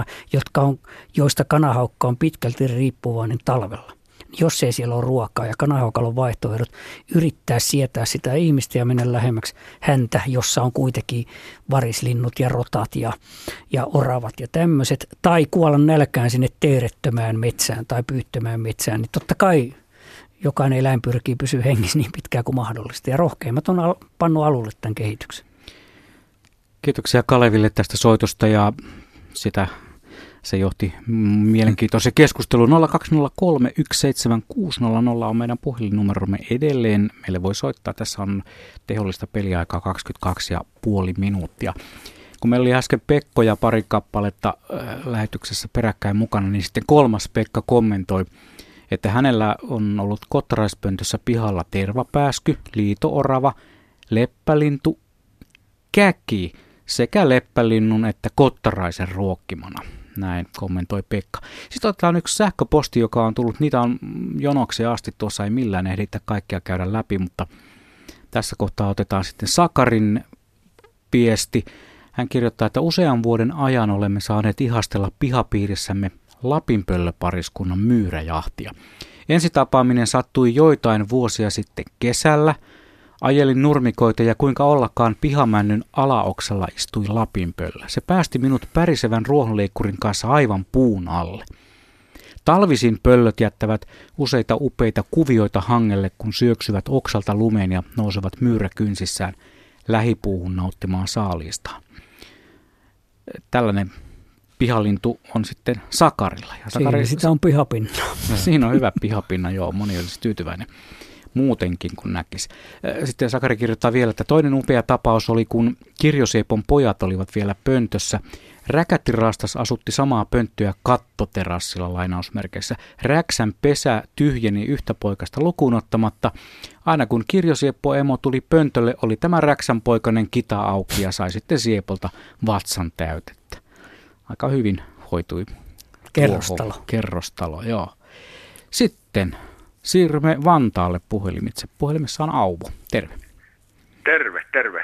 joista kanahaukka on pitkälti riippuvainen talvella. Jos ei siellä ole ruokaa ja kanahaukalla on vaihtoehdot, yrittää sietää sitä ihmistä ja mennä lähemmäksi häntä, jossa on kuitenkin varislinnut ja rotat ja oravat ja tämmöiset, tai kuolla nälkään sinne teerettömään metsään tai pyyttömään metsään, niin totta kai jokainen eläin pyrkii pysyä hengissä niin pitkään kuin mahdollista. Ja rohkeimmat on pannut alulle tämän kehityksen. Kiitoksia Kaleville tästä soitosta ja se johti mielenkiintoisen keskusteluun. 020317600 on meidän puhelinnumeromme edelleen. Meille voi soittaa. Tässä on tehollista peliaikaa 22,5 minuuttia. Kun meillä oli äsken Pekko ja pari kappaletta lähetyksessä peräkkäin mukana, niin sitten kolmas Pekka kommentoi, että hänellä on ollut kottaraispöntössä pihalla tervapääsky, liito-orava, leppälintu, käki sekä leppälinnun että kottaraisen ruokkimana. Näin kommentoi Pekka. Sitten otetaan yksi sähköposti, joka on tullut. Niitä on jonokseen asti. Tuossa ei millään ehditä kaikkia käydä läpi, mutta tässä kohtaa otetaan sitten Sakarin viesti. Hän kirjoittaa, että usean vuoden ajan olemme saaneet ihastella pihapiirissämme lapinpöllöpariskunnan myyräjahtia. Ensitapaaminen sattui joitain vuosia sitten kesällä. Ajelin nurmikoita ja kuinka ollakaan pihamännyn alaoksella istui lapinpöllö. Se päästi minut pärisevän ruohonleikkurin kanssa aivan puun alle. Talvisin pöllöt jättävät useita upeita kuvioita hangelle, kun syöksyvät oksalta lumeen ja nousevat myyräkynsissään lähipuuhun nauttimaan saaliistaan. Tällainen pihalintu on sitten Sakarilla. Ja sitä on pihapinna.
Siinä on hyvä pihapinna, joo, moni olisi tyytyväinen muutenkin kun näkisi. Sitten Sakari kirjoittaa vielä, että toinen upea tapaus oli, kun Kirjosiepon pojat olivat vielä pöntössä. Räkättirastas asutti samaa pönttöä kattoterassilla lainausmerkeissä. Räksän pesä tyhjeni yhtä poikasta lukuun ottamatta. Aina kun Kirjosieppo-emo tuli pöntölle, oli tämä Räksän poikainen kita auki ja sai sitten Siepolta vatsan täytettä. Aika hyvin hoitui kerrostalo, joo. Sitten siirrymme Vantaalle puhelimitse. Puhelimessa on Auvo. Terve.
Terve.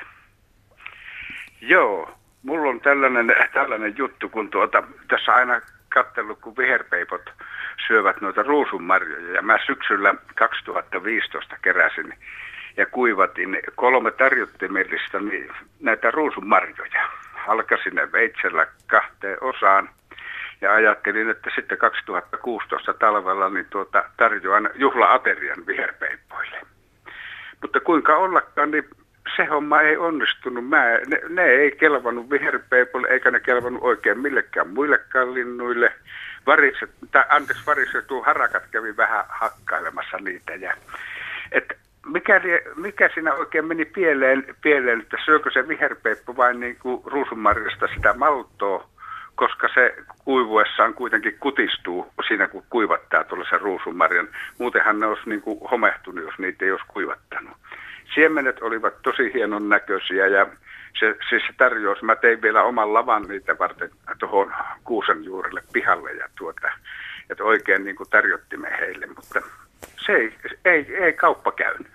Joo, mulla on tällainen juttu, kun tässä aina katsellut, kun viherpeipot syövät noita ruusunmarjoja. Ja mä syksyllä 2015 keräsin ja kuivatin 3 tarjottimellista näitä ruusunmarjoja. Halkasin ne veitsellä 2 osaan. Ja ajattelin, että sitten 2016 talvella niin tarjoan juhla-aterian viherpeippoille. Mutta kuinka ollakaan, niin se homma ei onnistunut. Ne ei kelvannut viherpeipolle, eikä ne kelvannut oikein millekään muillekaan linnuille. Varisettu harakat kävi vähän hakkailemassa niitä. mikä siinä oikein meni pieleen, että syökö se viherpeippo vain niin kuin ruusunmarjasta sitä maltoa, koska se kuivuessaan kuitenkin kutistuu siinä, kun kuivattaa tuollaisen ruusunmarjan. Muutenhan ne olisi niin kuin homehtunut, jos niitä ei olisi kuivattanut. Siemenet olivat tosi hienon näköisiä ja se tarjous, mä tein vielä oman lavan niitä varten tuohon kuusen juurelle pihalle ja että oikein niin kuin tarjottimme heille, mutta se ei kauppa käynyt.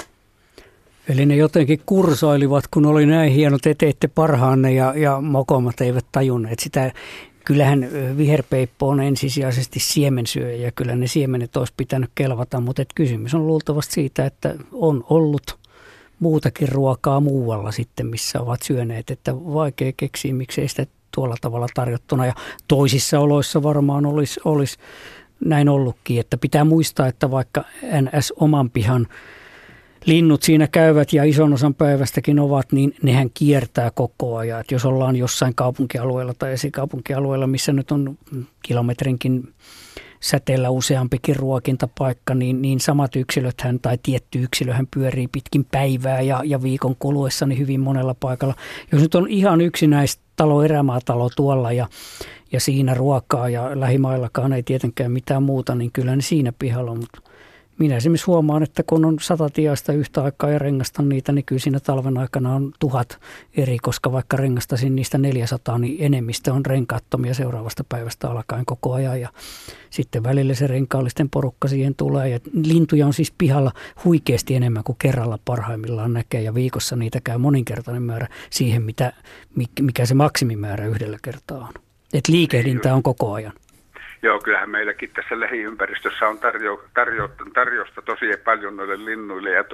Eli ne jotenkin kursoilivat, kun oli näin hieno, te teette parhaanne ja mokomat eivät tajunneet sitä. Kyllähän viherpeippo on ensisijaisesti siemensyöjä ja kyllä ne siemenet olisi pitänyt kelvata, mutta kysymys on luultavasti siitä, että on ollut muutakin ruokaa muualla sitten, missä ovat syöneet, että vaikea keksiä, miksei sitä tuolla tavalla tarjottuna ja toisissa oloissa varmaan olisi näin ollutkin, että pitää muistaa, että vaikka NS oman pihan linnut siinä käyvät ja ison osan päivästäkin ovat, niin nehän kiertää koko ajan. Että jos ollaan jossain kaupunkialueella tai esikaupunkialueella, missä nyt on kilometrinkin säteellä useampikin ruokintapaikka, niin samat yksilöthän tai tietty yksilöhän pyörii pitkin päivää ja viikon kuluessa niin hyvin monella paikalla. Jos nyt on ihan yksinäistalo, erämaatalo tuolla ja siinä ruokaa ja lähimaillakaan ei tietenkään mitään muuta, niin kyllä ne siinä pihalla on. Mutta minä esimerkiksi huomaan, että kun on 100 tiaista yhtä aikaa ja rengastan niitä, niin kyllä siinä talven aikana on 1000 eri, koska vaikka rengastasin niistä 400, niin enemmistö on renkaattomia seuraavasta päivästä alkaen koko ajan. Ja sitten välillä se renkaallisten porukka siihen tulee. Ja lintuja on siis pihalla huikeasti enemmän kuin kerralla parhaimmillaan näkee. Ja viikossa niitä käy moninkertainen määrä siihen, mikä se maksimimäärä yhdellä kertaa on. Että liikehdintä on koko ajan.
Joo, kyllähän meilläkin tässä lähiympäristössä on tarjousta tosi paljon noille linnuille ja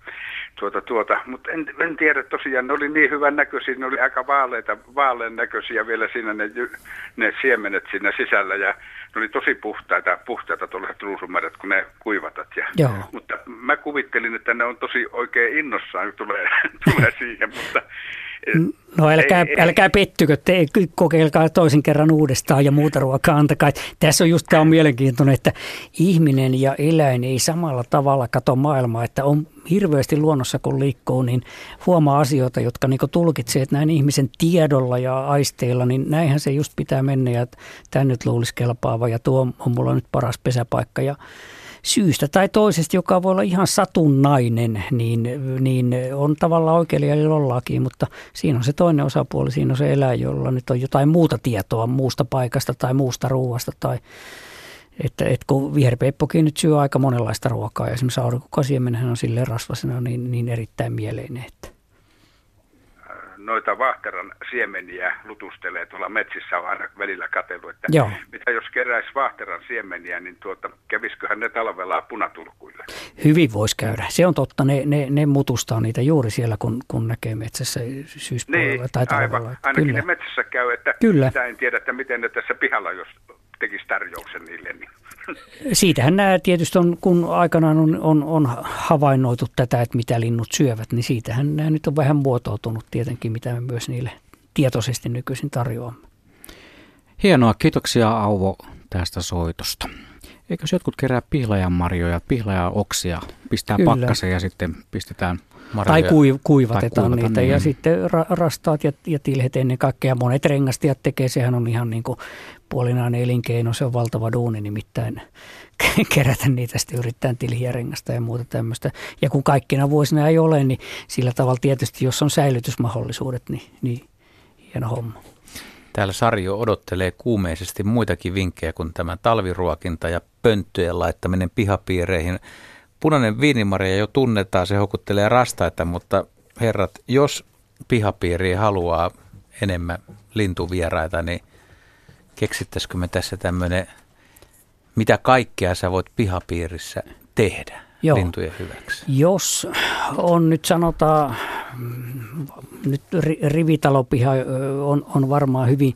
mutta en tiedä tosiaan, ne oli niin hyvän näköisiä, ne oli aika vaalean näköisiä vielä siinä ne siemenet siinä sisällä ja ne oli tosi puhtaita tuollaiset ruusunmarjat, kun ne kuivatat. Mutta mä kuvittelin, että ne on tosi oikein innossaan, kun tulee siihen, mutta
no älkää pettykö, kokeilkaa toisen kerran uudestaan ja muuta ruokaa antakaa. Tässä on just tämä mielenkiintoinen, että ihminen ja eläin ei samalla tavalla kato maailmaa, että on hirveästi luonnossa kun liikkuu, niin huomaa asioita, jotka niin tulkitsee, että näin ihmisen tiedolla ja aisteilla, niin näinhän se just pitää mennä ja tämä nyt luulisi kelpaava ja tuo on mulla nyt paras pesäpaikka ja syystä tai toisesta, joka voi olla ihan satunnainen, niin on tavallaan oikein jollakin, mutta siinä on se toinen osapuoli, siinä on se eläin, jolla nyt on jotain muuta tietoa muusta paikasta tai muusta ruuasta. Tai, että kun viherpeippokin nyt syö aika monenlaista ruokaa ja esimerkiksi aurinkokasiemenhän on silleen rasvasena niin erittäin mieleinen, että
noita vaahteran siemeniä lutustelee tuolla metsissä, on aina välillä katsellut, että mitä jos keräisi vaahteran siemeniä, niin kävisiköhän ne talvella punatulkuille?
Hyvin voisi käydä. Se on totta, ne mutustaa niitä juuri siellä, kun näkee metsässä syyspuolella tai talvella.
Aivan. Ainakin kyllä. Ne metsässä käy, että sitä en tiedä, että miten ne tässä pihalla, jos tekisi tarjouksen niille. Niin.
Siitähän nämä tietysti on, kun aikanaan on havainnoitu tätä, että mitä linnut syövät, niin siitähän nämä nyt on vähän muotoutunut tietenkin, mitä me myös niille tietoisesti nykyisin tarjoamme.
Hienoa, kiitoksia Auvo tästä soitosta. Eikös jotkut kerää pihlajanmarjoja, pihlajaoksia, pistää pakkaseen ja sitten pistetään marjoja.
Tai kuivatetaan niitä ja sitten rastaat ja tilhet ennen kaikkea. Monet rengastajat tekee, sehän on ihan niin kuin puolinainen elinkeino, se on valtava duuni nimittäin kerätä niitä, sitten yrittää tilhiä rengasta ja muuta tämmöistä. Ja kun kaikkina vuosina ei ole, niin sillä tavalla tietysti, jos on säilytysmahdollisuudet, niin hieno homma.
Täällä Sarjo odottelee kuumeisesti muitakin vinkkejä kuin tämä talviruokinta ja pönttöjen laittaminen pihapiireihin. Punainen viinimarja jo tunnetaan, se houkuttelee rastaita, mutta herrat, jos pihapiiri haluaa enemmän lintuvieraita, niin keksittäisikö me tässä tämmöinen, mitä kaikkea sä voit pihapiirissä tehdä lintujen hyväksi?
Jos on nyt sanotaan, nyt rivitalopiha on varmaan hyvin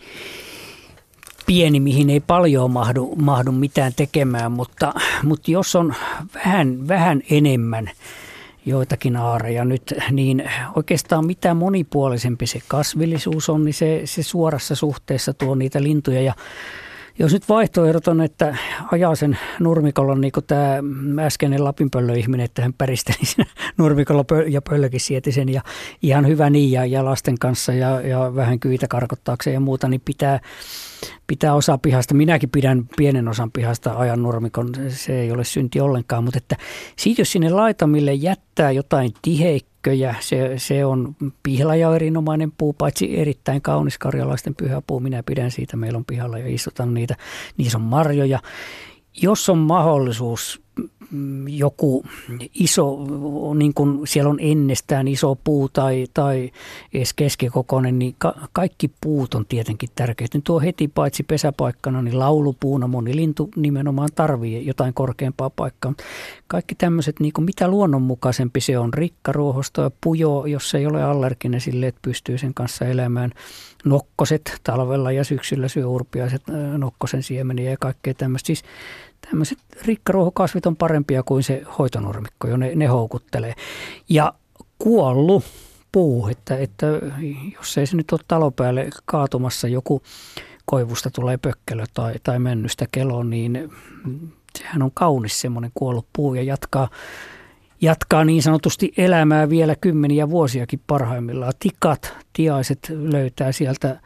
pieni, mihin ei paljon mahdu mitään tekemään, mutta jos on vähän enemmän joitakin aareja nyt, niin oikeastaan mitä monipuolisempi se kasvillisuus on, niin se suorassa suhteessa tuo niitä lintuja ja Jos nyt vaihtoehdot on, että ajaa sen nurmikolla niin kuin tämä äskeinen Lapinpöllö-ihminen, että hän päristeli siinä nurmikolla ja pöllökin sieti sen ja ihan hyvä niin ja lasten kanssa ja vähän kyitä karkottaakseen ja muuta, niin pitää osa pihasta. Minäkin pidän pienen osan pihasta ajan nurmikon, se ei ole synti ollenkaan, mutta että siitä jos sinne laitamille jättää jotain tiheikköjä, se on pihlaja erinomainen puu, paitsi erittäin kaunis karjalaisten pyhäpuu, minä pidän siitä, meillä on pihalla ja istutan niitä, niissä on marjoja. Jos on mahdollisuus joku iso, niin kuin siellä on ennestään iso puu tai edes keskikokoinen, niin kaikki puut on tietenkin tärkeitä. Tuo heti paitsi pesäpaikkana, niin laulupuuna moni lintu nimenomaan tarvii jotain korkeampaa paikkaa. Kaikki tämmöiset, niin kuin mitä luonnonmukaisempi se on, rikkaruohosto ja pujo, jos ei ole allerginen sille, että pystyy sen kanssa elämään. Nokkoset talvella ja syksyllä syö urpiaiset nokkosen siemeniä ja kaikkea tämmöistä. Siis tämmöiset rikkaruohokasvit on parempia kuin se hoitonurmikko, jo ne houkuttelee. Ja kuollut puu, että jos ei se nyt ole talon päälle kaatumassa, joku koivusta tulee pökkelö tai männystä kelo, niin sehän on kaunis semmoinen kuollut puu ja jatkaa niin sanotusti elämää vielä kymmeniä vuosiakin parhaimmillaan. Tiaiset löytää sieltä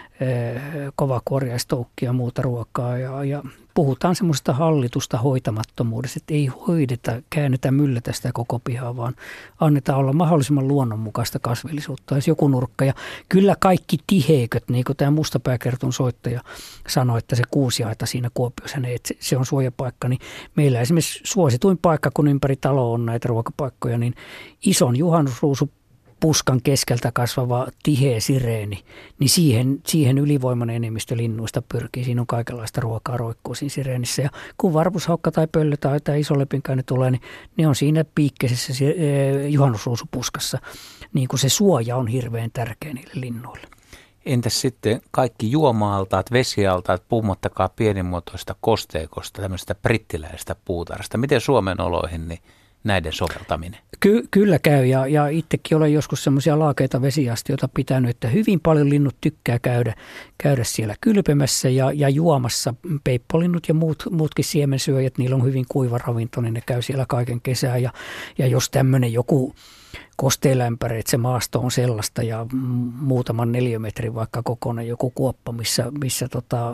kovakuoriaistoukkia ja muuta ruokaa ja puhutaan semmoista hallitusta hoitamattomuudesta, että ei hoideta, käännetä, myllätä sitä koko pihaa, vaan annetaan olla mahdollisimman luonnonmukaista kasvillisuutta. Olisi joku nurkka ja kyllä kaikki tiheiköt, niin kuin tämä Mustapääkertun soittaja sanoi, että se kuusiaita siinä Kuopiossa, että se on suojapaikka, niin meillä esimerkiksi suosituin paikka, kun ympäri taloa on näitä ruokapaikkoja, niin ison juhannusruusu puskan keskeltä kasvava tiheä sireeni, niin siihen ylivoimainen enemmistö linnuista pyrkii. Siinä on kaikenlaista ruokaa roikkuu siinä sireenissä. Ja kun varpushaukka tai pöllö tai isolepinkäinen tulee, niin ne on siinä piikkeisessä juhannusruusupuskassa. Niin kuin se suoja on hirveän tärkeä niille linnuille.
Entäs sitten kaikki juoma-altaat, vesialtaat, puhumattakaan pienimuotoista kosteikosta, tämmöisestä brittiläisestä puutarhasta. Miten Suomen oloihin niin näiden soveltaminen?
Kyllä käy ja itsekin olen joskus semmoisia laakeita vesiastioita pitänyt, että hyvin paljon linnut tykkää käydä siellä kylpemässä ja juomassa. Peippolinnut ja muutkin siemensyöjät, niillä on hyvin kuiva ravinto, niin ne käy siellä kaiken kesää ja jos tämmöinen joku kosteelämpäri, että se maasto on sellaista ja muutaman neliömetrin vaikka kokoinen joku kuoppa, missä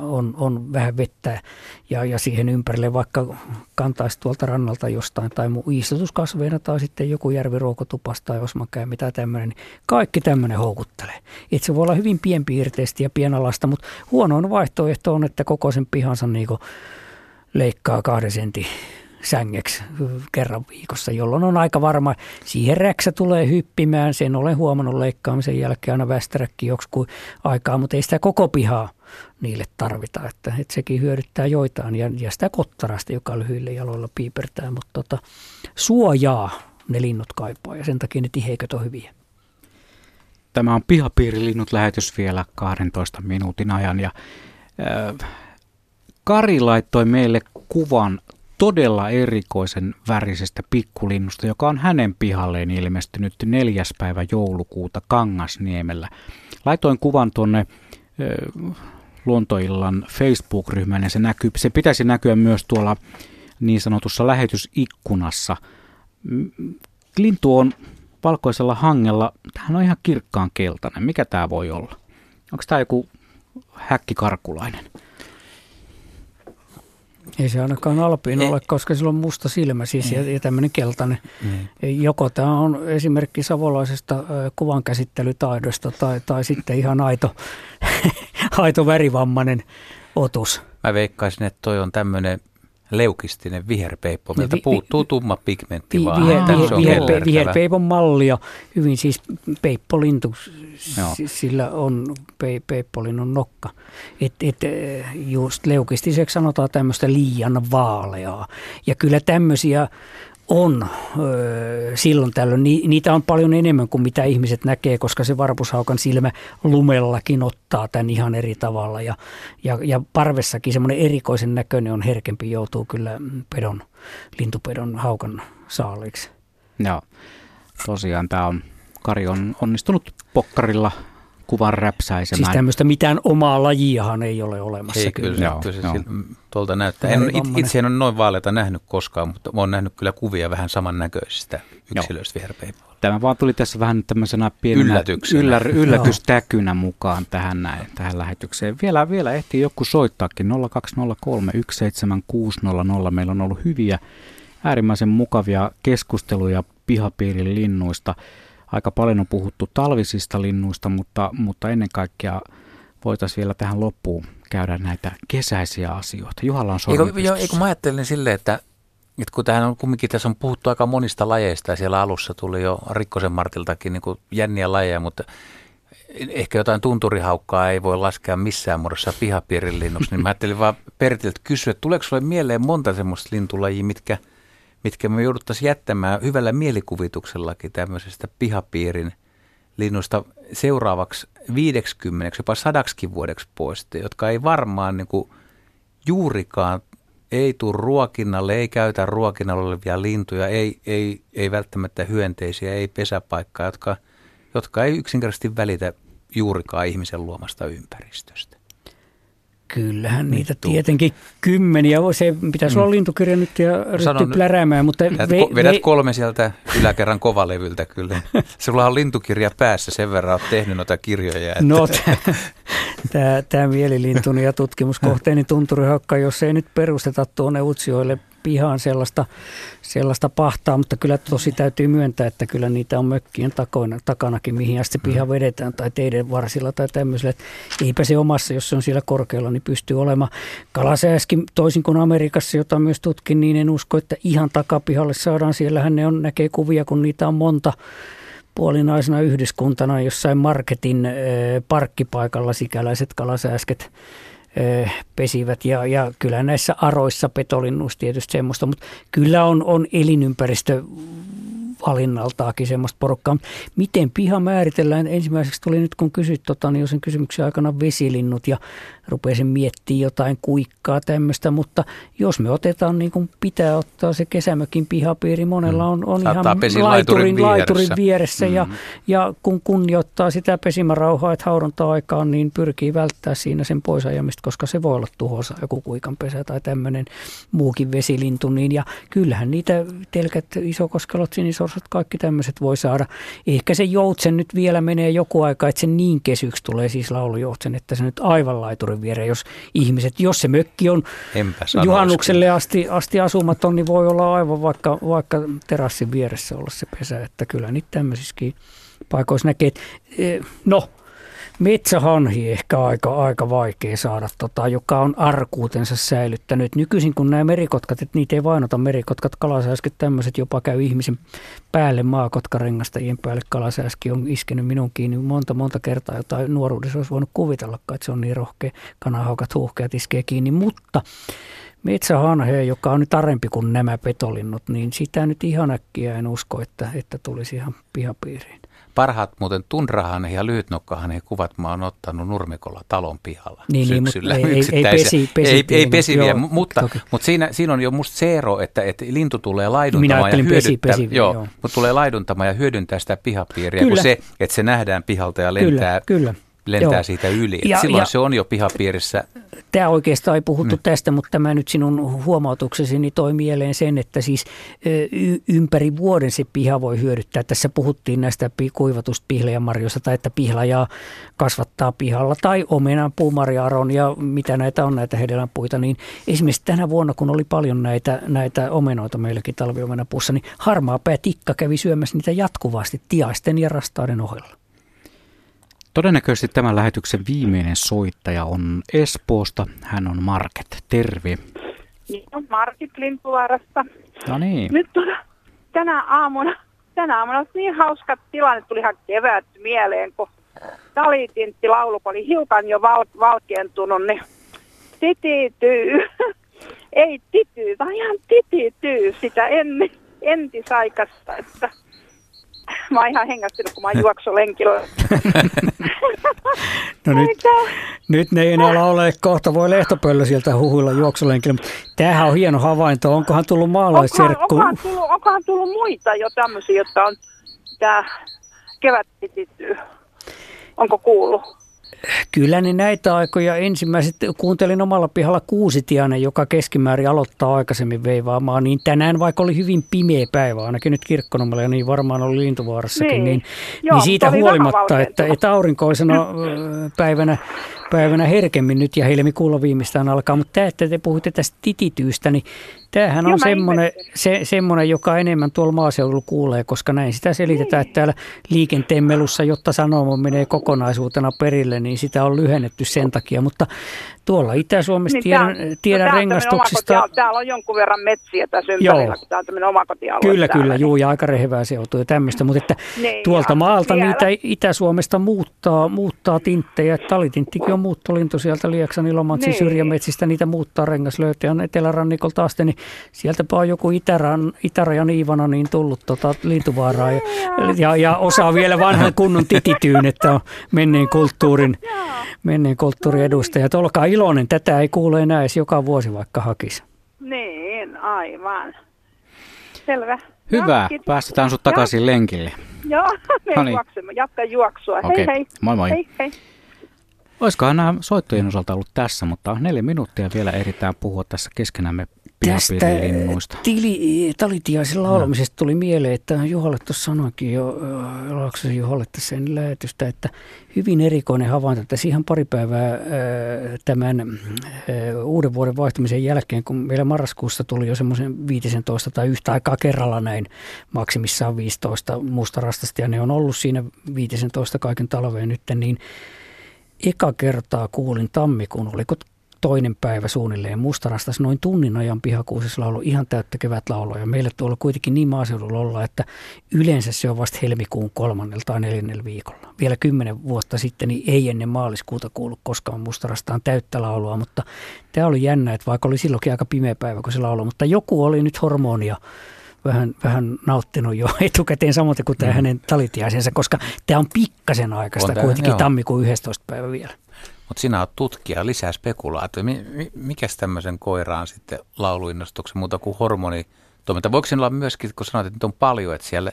on vähän vettä ja siihen ympärille vaikka kantaisi tuolta rannalta jostain tai istutuskasveina tai sitten joku järviruokotupas tai osmakäy, mitä tämmöinen, niin kaikki tämmöinen houkuttelee. Et se voi olla hyvin pienpiirteistä ja pienalasta, mutta huonoin vaihtoehto on, että koko sen pihansa niinku leikkaa 2 sentin sängeksi kerran viikossa, jolloin on aika varma. Siihen räksä tulee hyppimään, sen olen huomannut leikkaamisen jälkeen aina västäräkki joksikin aikaa, mutta ei sitä koko pihaa niille tarvita, että sekin hyödyttää joitain ja sitä kottarasta, joka lyhyille jaloilla piipertää, mutta suojaa ne linnut kaipaa ja sen takia ne tiheiköt on hyviä.
Tämä on Pihapiirilinnut lähetys vielä 12 minuutin ajan ja Kari laittoi meille kuvan todella erikoisen värisestä pikkulinnusta, joka on hänen pihalleen ilmestynyt 4. päivä joulukuuta Kangasniemellä. Laitoin kuvan tuonne Luontoillan Facebook-ryhmään ja se pitäisi näkyä myös tuolla niin sanotussa lähetysikkunassa. Lintu on valkoisella hangella, tämähän on ihan kirkkaan keltainen. Mikä tämä voi olla? Onko tämä joku häkkikarkulainen?
Ei se ainakaan alpiin ole, koska sillä on musta silmä siis ja tämmöinen keltainen. Joko tämä on esimerkki savolaisesta kuvankäsittelytaidosta tai sitten ihan aito värivammainen otus.
Mä veikkaisin, että toi on tämmöinen leukistinen viherpeippo, miltä puuttuu tumma pigmentti vaan.
Viherpeipon mallia, hyvin siis peippolintu, sillä on peippolinnun nokka. Just leukistiseksi sanotaan tämmöistä liian vaaleaa. Ja kyllä tämmöisiä on silloin tällöin. Niitä on paljon enemmän kuin mitä ihmiset näkee, koska se varpushaukan silmä lumellakin ottaa tämän ihan eri tavalla. Ja parvessakin semmoinen erikoisen näköinen on herkempi, joutuu kyllä lintupedon haukan saaliiksi.
Joo, tosiaan Kari on onnistunut pokkarilla nuukkuvan räpsäisemään.
Siis tämmöistä mitään omaa lajiahan ei ole olemassa.
Ei, kyllä se tuolta näyttää. En itse en ole noin vaaleita nähnyt koskaan, mutta olen nähnyt kyllä kuvia vähän samannäköisistä yksilöistä viherpeipoilla.
Tämä vaan tuli tässä vähän tämmöisenä pienenä yllätystäkynä mukaan tähän lähetykseen. Vielä ehtii joku soittaakin 0203 17600. Meillä on ollut hyviä, äärimmäisen mukavia keskusteluja pihapiirin linnuista. Aika paljon on puhuttu talvisista linnuista, mutta ennen kaikkea voitaisiin vielä tähän loppuun käydä näitä kesäisiä asioita. Juhalla on sormipistys.
Eikö mä ajattelin silleen, että kun tähän on kumminkin, tässä on puhuttu aika monista lajeista ja siellä alussa tuli jo Rikkosen Martiltakin niin kuin jänniä lajeja, mutta ehkä jotain tunturihaukkaa ei voi laskea missään muodossa pihapiirin linnuksi, niin mä ajattelin vaan Pertiltä kysyä, että tuleeko sulle mieleen monta semmoista lintulajia, mitkä me jouduttaisiin jättämään hyvällä mielikuvituksellakin tämmöisestä pihapiirin linnusta seuraavaksi 50, jopa 100 vuodeksi pois, jotka ei varmaan niin kuin juurikaan ei tule ruokinnalle, ei käytä ruokinnalla olevia lintuja, ei välttämättä hyönteisiä, ei pesäpaikkaa, jotka ei yksinkertaisesti välitä juurikaan ihmisen luomasta ympäristöstä.
Kyllähän niitä tietenkin kymmeniä. Se pitäisi olla lintukirja nyt ja ryhtyä pläräämään. Mutta
vedät 3 sieltä yläkerran kovalevyltä kyllä. Sulla on lintukirja päässä, sen verran olet tehnyt noita kirjoja. Että.
No tämä mielilintuni ja tutkimuskohteeni tunturihaukka, jos ei nyt perusteta tuonne Utsjoelle pihaan sellaista pahtaa, mutta kyllä tosi täytyy myöntää, että kyllä niitä on mökkien takanakin, mihin asti piha vedetään tai teiden varsilla tai tämmöisellä. Eipä se omassa, jos se on siellä korkealla, niin pystyy olemaan. Kalasääskin toisin kuin Amerikassa, jota myös tutkin, niin en usko, että ihan takapihalle saadaan. Siellähän ne näkee kuvia, kun niitä on monta puolinaisena yhdyskuntana jossain marketin parkkipaikalla sikäläiset kalasääsket pesivät ja kyllä näissä aroissa petolinnuissa tietysti semmoista, mutta kyllä on elinympäristö valinnaltaakin semmoista porukkaa. Miten piha määritellään? Ensimmäiseksi tuli nyt, kun kysyt niin jo sen kysymyksen aikana vesilinnut ja rupesin miettimään jotain kuikkaa tämmöistä, mutta jos me otetaan niin kuin pitää ottaa se kesämökin pihapiiri, monella on ihan laiturin vieressä ja kun kunnioittaa sitä pesimärauhaa, että haudonta-aikaan, niin pyrkii välttää siinä sen poisajamista, koska se voi olla tuhoisa joku kuikanpesä tai tämmöinen muukin vesilintu, niin ja kyllähän niitä telkät, isokoskelot, sinisorsat, kaikki tämmöiset voi saada. Ehkä se joutsen nyt vielä menee joku aika, että se niin kesyksi tulee siis laulujoutsen, että se nyt aivan laiturin viereen, jos se mökki on juhannukselle asti asumaton, niin voi olla aivan vaikka terassin vieressä olla se pesä, että kyllä niitä tämmöisissäkin paikoissa näkee. No, metsähanhi ehkä aika vaikea saada, joka on arkuutensa säilyttänyt. Nykyisin kun nämä merikotkat, että niitä ei vainota merikotkat, kalasääsket tämmöiset jopa käy ihmisen päälle maakotka-rengastajien päälle. Kalasääski on iskenyt minun kiinni monta kertaa, jota nuoruudessa olisi voinut kuvitellakaan, että se on niin rohkea. Kanahaukat, huuhkeat iskee kiinni, mutta metsähanhe, joka on nyt arempi kuin nämä petolinnut, niin sitä nyt ihan äkkiä en usko, että tulisi ihan pihapiiriin.
Parhaat muuten tundrahanhi ja lyhytnokkahanhi kuvat mä oon ottanut Nurmikolla talon pihalla
syksyllä.
Ei pesiviä, mutta siinä on jo musta se ero, että lintu tulee laiduntamaan ja hyödyntää, mutta tulee laiduntamaan ja hyödyntää sitä pihapiiriä, kuin se, että se nähdään pihalta ja lentää siitä yli. Silloin se on jo pihapiirissä.
Tämä oikeastaan ei puhuttu tästä, mutta tämä nyt sinun huomautuksesi niin toi mieleen sen, että siis ympäri vuoden se piha voi hyödyttää. Tässä puhuttiin näistä kuivatusta pihlajanmarjoista tai että pihlajaa kasvattaa pihalla tai omenan, puumarja-aron ja mitä näitä on näitä hedelmänpuita. Niin esimerkiksi tänä vuonna, kun oli paljon näitä omenoita meilläkin talviomenapuussa, niin harmaapää tikka kävi syömässä niitä jatkuvasti tiaisten ja rastaiden ohella.
Todennäköisesti tämän lähetyksen viimeinen soittaja on Espoosta. Hän on Market. Terve.
Niin on Market Lintuvaarasta.
No niin.
Nyt tänä aamuna on niin hauska tilanne, tuli ihan kevät mieleen, kun Talitintti laulu oli hiukan jo valkeentunut, niin titityy. Ei tityy, vaan ihan titityy sitä entisaikasta, että mä oon ihan hengästynyt, kun mä oon juoksulenkillä.
No nyt ne ei enää laule, kohta voi lehtopöllö sieltä huhuilla juoksulenkillä. Tämähän on hieno havainto. Onkohan tullut maalaisserkku?
Onkohan tullut muita jo tämmöisiä, jotka on tää kevät titityy? Onko kuullut?
Kyllä ne näitä aikoja ensimmäiset, kuuntelin omalla pihalla kuusitiainen, joka keskimäärin aloittaa aikaisemmin veivaamaan, niin tänään vaikka oli hyvin pimeä päivä, ainakin nyt Kirkkonummella ja niin varmaan oli Lintuvaarassakin, niin siitä huolimatta, että aurinkoisena päivänä herkemmin nyt ja helmikuulla viimeistään alkaa, mutta tämä, että te puhutte tästä titityystä, niin tämähän on semmoinen, joka enemmän tuolla maaseudulla kuulee, koska näin sitä selitetään, että täällä liikenteen melussa, jotta sanoma menee kokonaisuutena perille, niin sitä on lyhennetty sen takia, mutta tuolla Itä-Suomessa tiedän rengastuksista.
Täällä on jonkun verran metsiä tässä ympärillä, kun tää on tämmöinen omakotialue.
Kyllä, juu, ja aika rehevää seutua ja tämmöistä, mutta että tuolta maalta niitä Itä-Suomesta muuttaa tinttejä. Talitinttikin on muuttolintu sieltä Lieksanin Lomantsin syrjämetsistä, niitä muuttaa rengaslöytäjän etelärannikolta asti, niin sieltäpä on joku itärajan Iivana niin tullut Lintuvaaraa ja osaa vielä vanhan kunnon titityyn, että on menneen kulttuurin edustajat. Olkaa iloinen, tätä ei kuule enää edes joka vuosi vaikka hakisi.
Niin, aivan. Selvä.
Hyvä, päästetään sut takaisin lenkille.
Joo, me juoksemme. Jatka juoksua.
Okay.
Hei.
Moi moi.
Hei.
Olisikohan nämä soittojen osalta ollut tässä, mutta 4 minuuttia vielä ehditään puhua tässä keskenämme pihapiirilinnuista.
Talitiaisen laulamisesta tuli mieleen, että Juhalle tuossa sanoikin jo, Laaksosen Juhalle tässä ennen lähetystä, että hyvin erikoinen havainto, että siihen pari päivää tämän uuden vuoden vaihtumisen jälkeen, kun meillä marraskuussa tuli jo semmoisen 15 tai yhtä aikaa kerralla näin, maksimissaan 15 mustarastasta, ja ne on ollut siinä 15 kaiken talveen nyt, niin eka kertaa kuulin tammikuun, oliko toinen päivä suunnilleen mustarastas, noin tunnin ajan pihakuusessa laulu, ihan täyttä kevätlaulua. Ja meillä tuolla kuitenkin niin maaseudulla olla, että yleensä se on vasta helmikuun 3. tai 4. viikolla. Vielä 10 vuotta sitten niin ei ennen maaliskuuta kuullut koskaan mustarastaan täyttä laulua, mutta tämä oli jännä, että vaikka oli silloinkin aika pimeä päivä, kun se lauloi, mutta joku oli nyt hormonia vähän nauttinut jo etukäteen samoin kuin tämä hänen talitiaisensa, koska tämä on pikkasen aikaista kuitenkin tammikuun 11. päivä vielä.
Mutta sinä olet tutkija, lisää spekulaatio. Mikäs tämmöisen koiraan sitten lauluinnostuksen muuta kuin hormonitoiminta? Voiko siinä olla myöskin, kun sanoit, että nyt on paljon,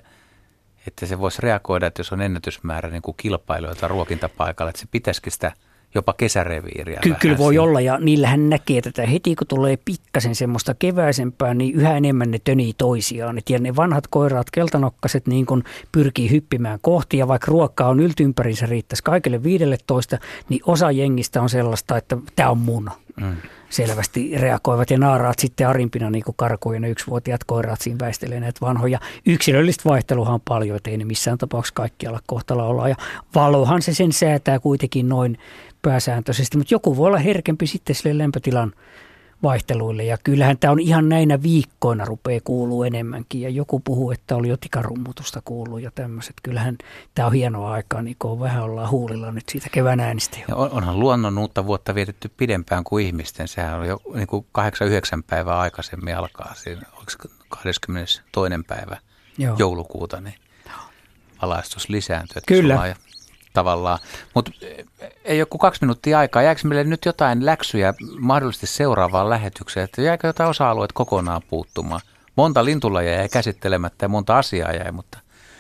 että se voisi reagoida, että jos on ennätysmäärä niin kuin kilpailijoita ruokintapaikalla, että se pitäisikin sitä jopa kesäreviiriä.
Kyllä voi olla, ja niillähän näkee tätä heti, kun tulee pikkasen semmoista keväisempää, niin yhä enemmän ne tönii toisiaan. Ja ne vanhat koiraat, keltanokkaset, niin kun pyrkii hyppimään kohti, ja vaikka ruokaa on yltympärinsä riittäisi kaikille 15, niin osa jengistä on sellaista, että tämä on mun. Selvästi reagoivat ja naaraat sitten arimpina niin kuin karkuja, ne 1-vuotiaat koiraat siinä väistelee näitä vanhoja. Yksilöllistä vaihteluhan on paljon, ettei ne missään tapauksessa kaikkialla kohtalla olla. Ja valohan se sen säätää kuitenkin noin pääsääntöisesti, mutta joku voi olla herkempi sitten sille lämpötilan vaihteluille. Ja kyllähän tämä on ihan näinä viikkoina rupeaa kuuluu enemmänkin. Ja joku puhuu, että oli jo tikarummutusta kuuluu ja tämmöiset. Kyllähän tämä on hienoa aikaa, niin kun vähän ollaan huulilla nyt siitä kevään äänistä jo.
Ja onhan luonnon uutta vuotta vietetty pidempään kuin ihmisten. Sehän on jo niin kuin 8-9 päivää aikaisemmin alkaa. Siinä, oliko 22. päivä joulukuuta, niin valaistus lisääntyy.
Kyllä.
Tavallaan. Mutta ei ole kuin 2 minuuttia aikaa. Jääkö meille nyt jotain läksyjä mahdollisesti seuraavaan lähetykseen? Että jääkö jotain osa-alueet kokonaan puuttumaan? Monta lintulajia jäi käsittelemättä ja monta asiaa jäi, mutta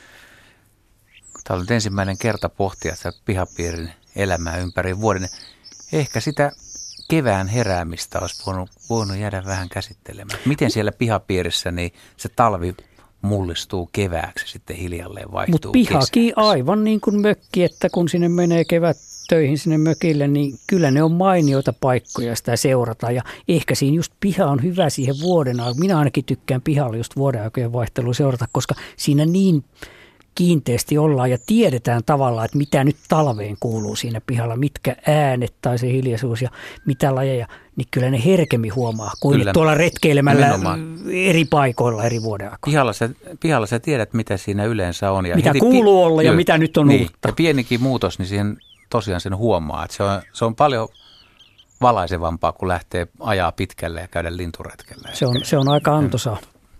tämä on nyt ensimmäinen kerta pohtia sitä pihapiirin elämää ympäri vuoden. Ehkä sitä kevään heräämistä olisi voinut jäädä vähän käsittelemään. Miten siellä pihapiirissä niin se talvi mullistuu kevääksi, sitten hiljalleen vaihtuu
kesäksi. Mutta pihakin aivan niin kuin mökki, että kun sinne menee kevät töihin sinne mökille, niin kyllä ne on mainioita paikkoja sitä seurata. Ja ehkä siinä just piha on hyvä siihen vuoden aikaan. Minä ainakin tykkään pihalla just vuoden aikojen vaihtelua seurata, koska siinä niin kiinteästi ollaan ja tiedetään tavallaan, että mitä nyt talveen kuuluu siinä pihalla, mitkä äänet tai se hiljaisuus ja mitä lajeja, niin kyllä ne herkemmin huomaa kuin kyllä, tuolla retkeilemällä eri paikoilla eri vuoden aikoina.
Pihalla sä tiedät, mitä siinä yleensä on. Ja
mitä kuuluu olla ja mitä nyt on uutta.
Ja pienikin muutos, niin siihen tosiaan sen huomaa, että se on paljon valaisevampaa, kun lähtee ajaa pitkälle ja käydä linturetkellä.
Se on aika antoisaa.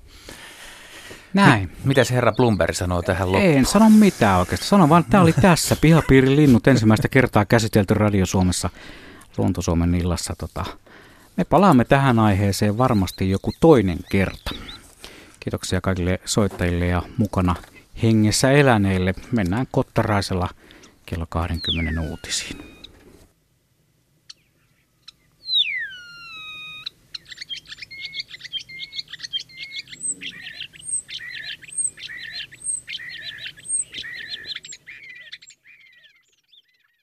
Näin.
Mitäs herra Blomberg sanoo tähän loppuun?
En sano mitään oikeastaan. Sano vaan, että tämä oli tässä. Pihapiirin linnut ensimmäistä kertaa käsitelty Radio Suomessa Luonto-Suomen illassa. Me palaamme tähän aiheeseen varmasti joku toinen kerta. Kiitoksia kaikille soittajille ja mukana hengessä eläneille. Mennään kottaraisella kello 20 uutisiin.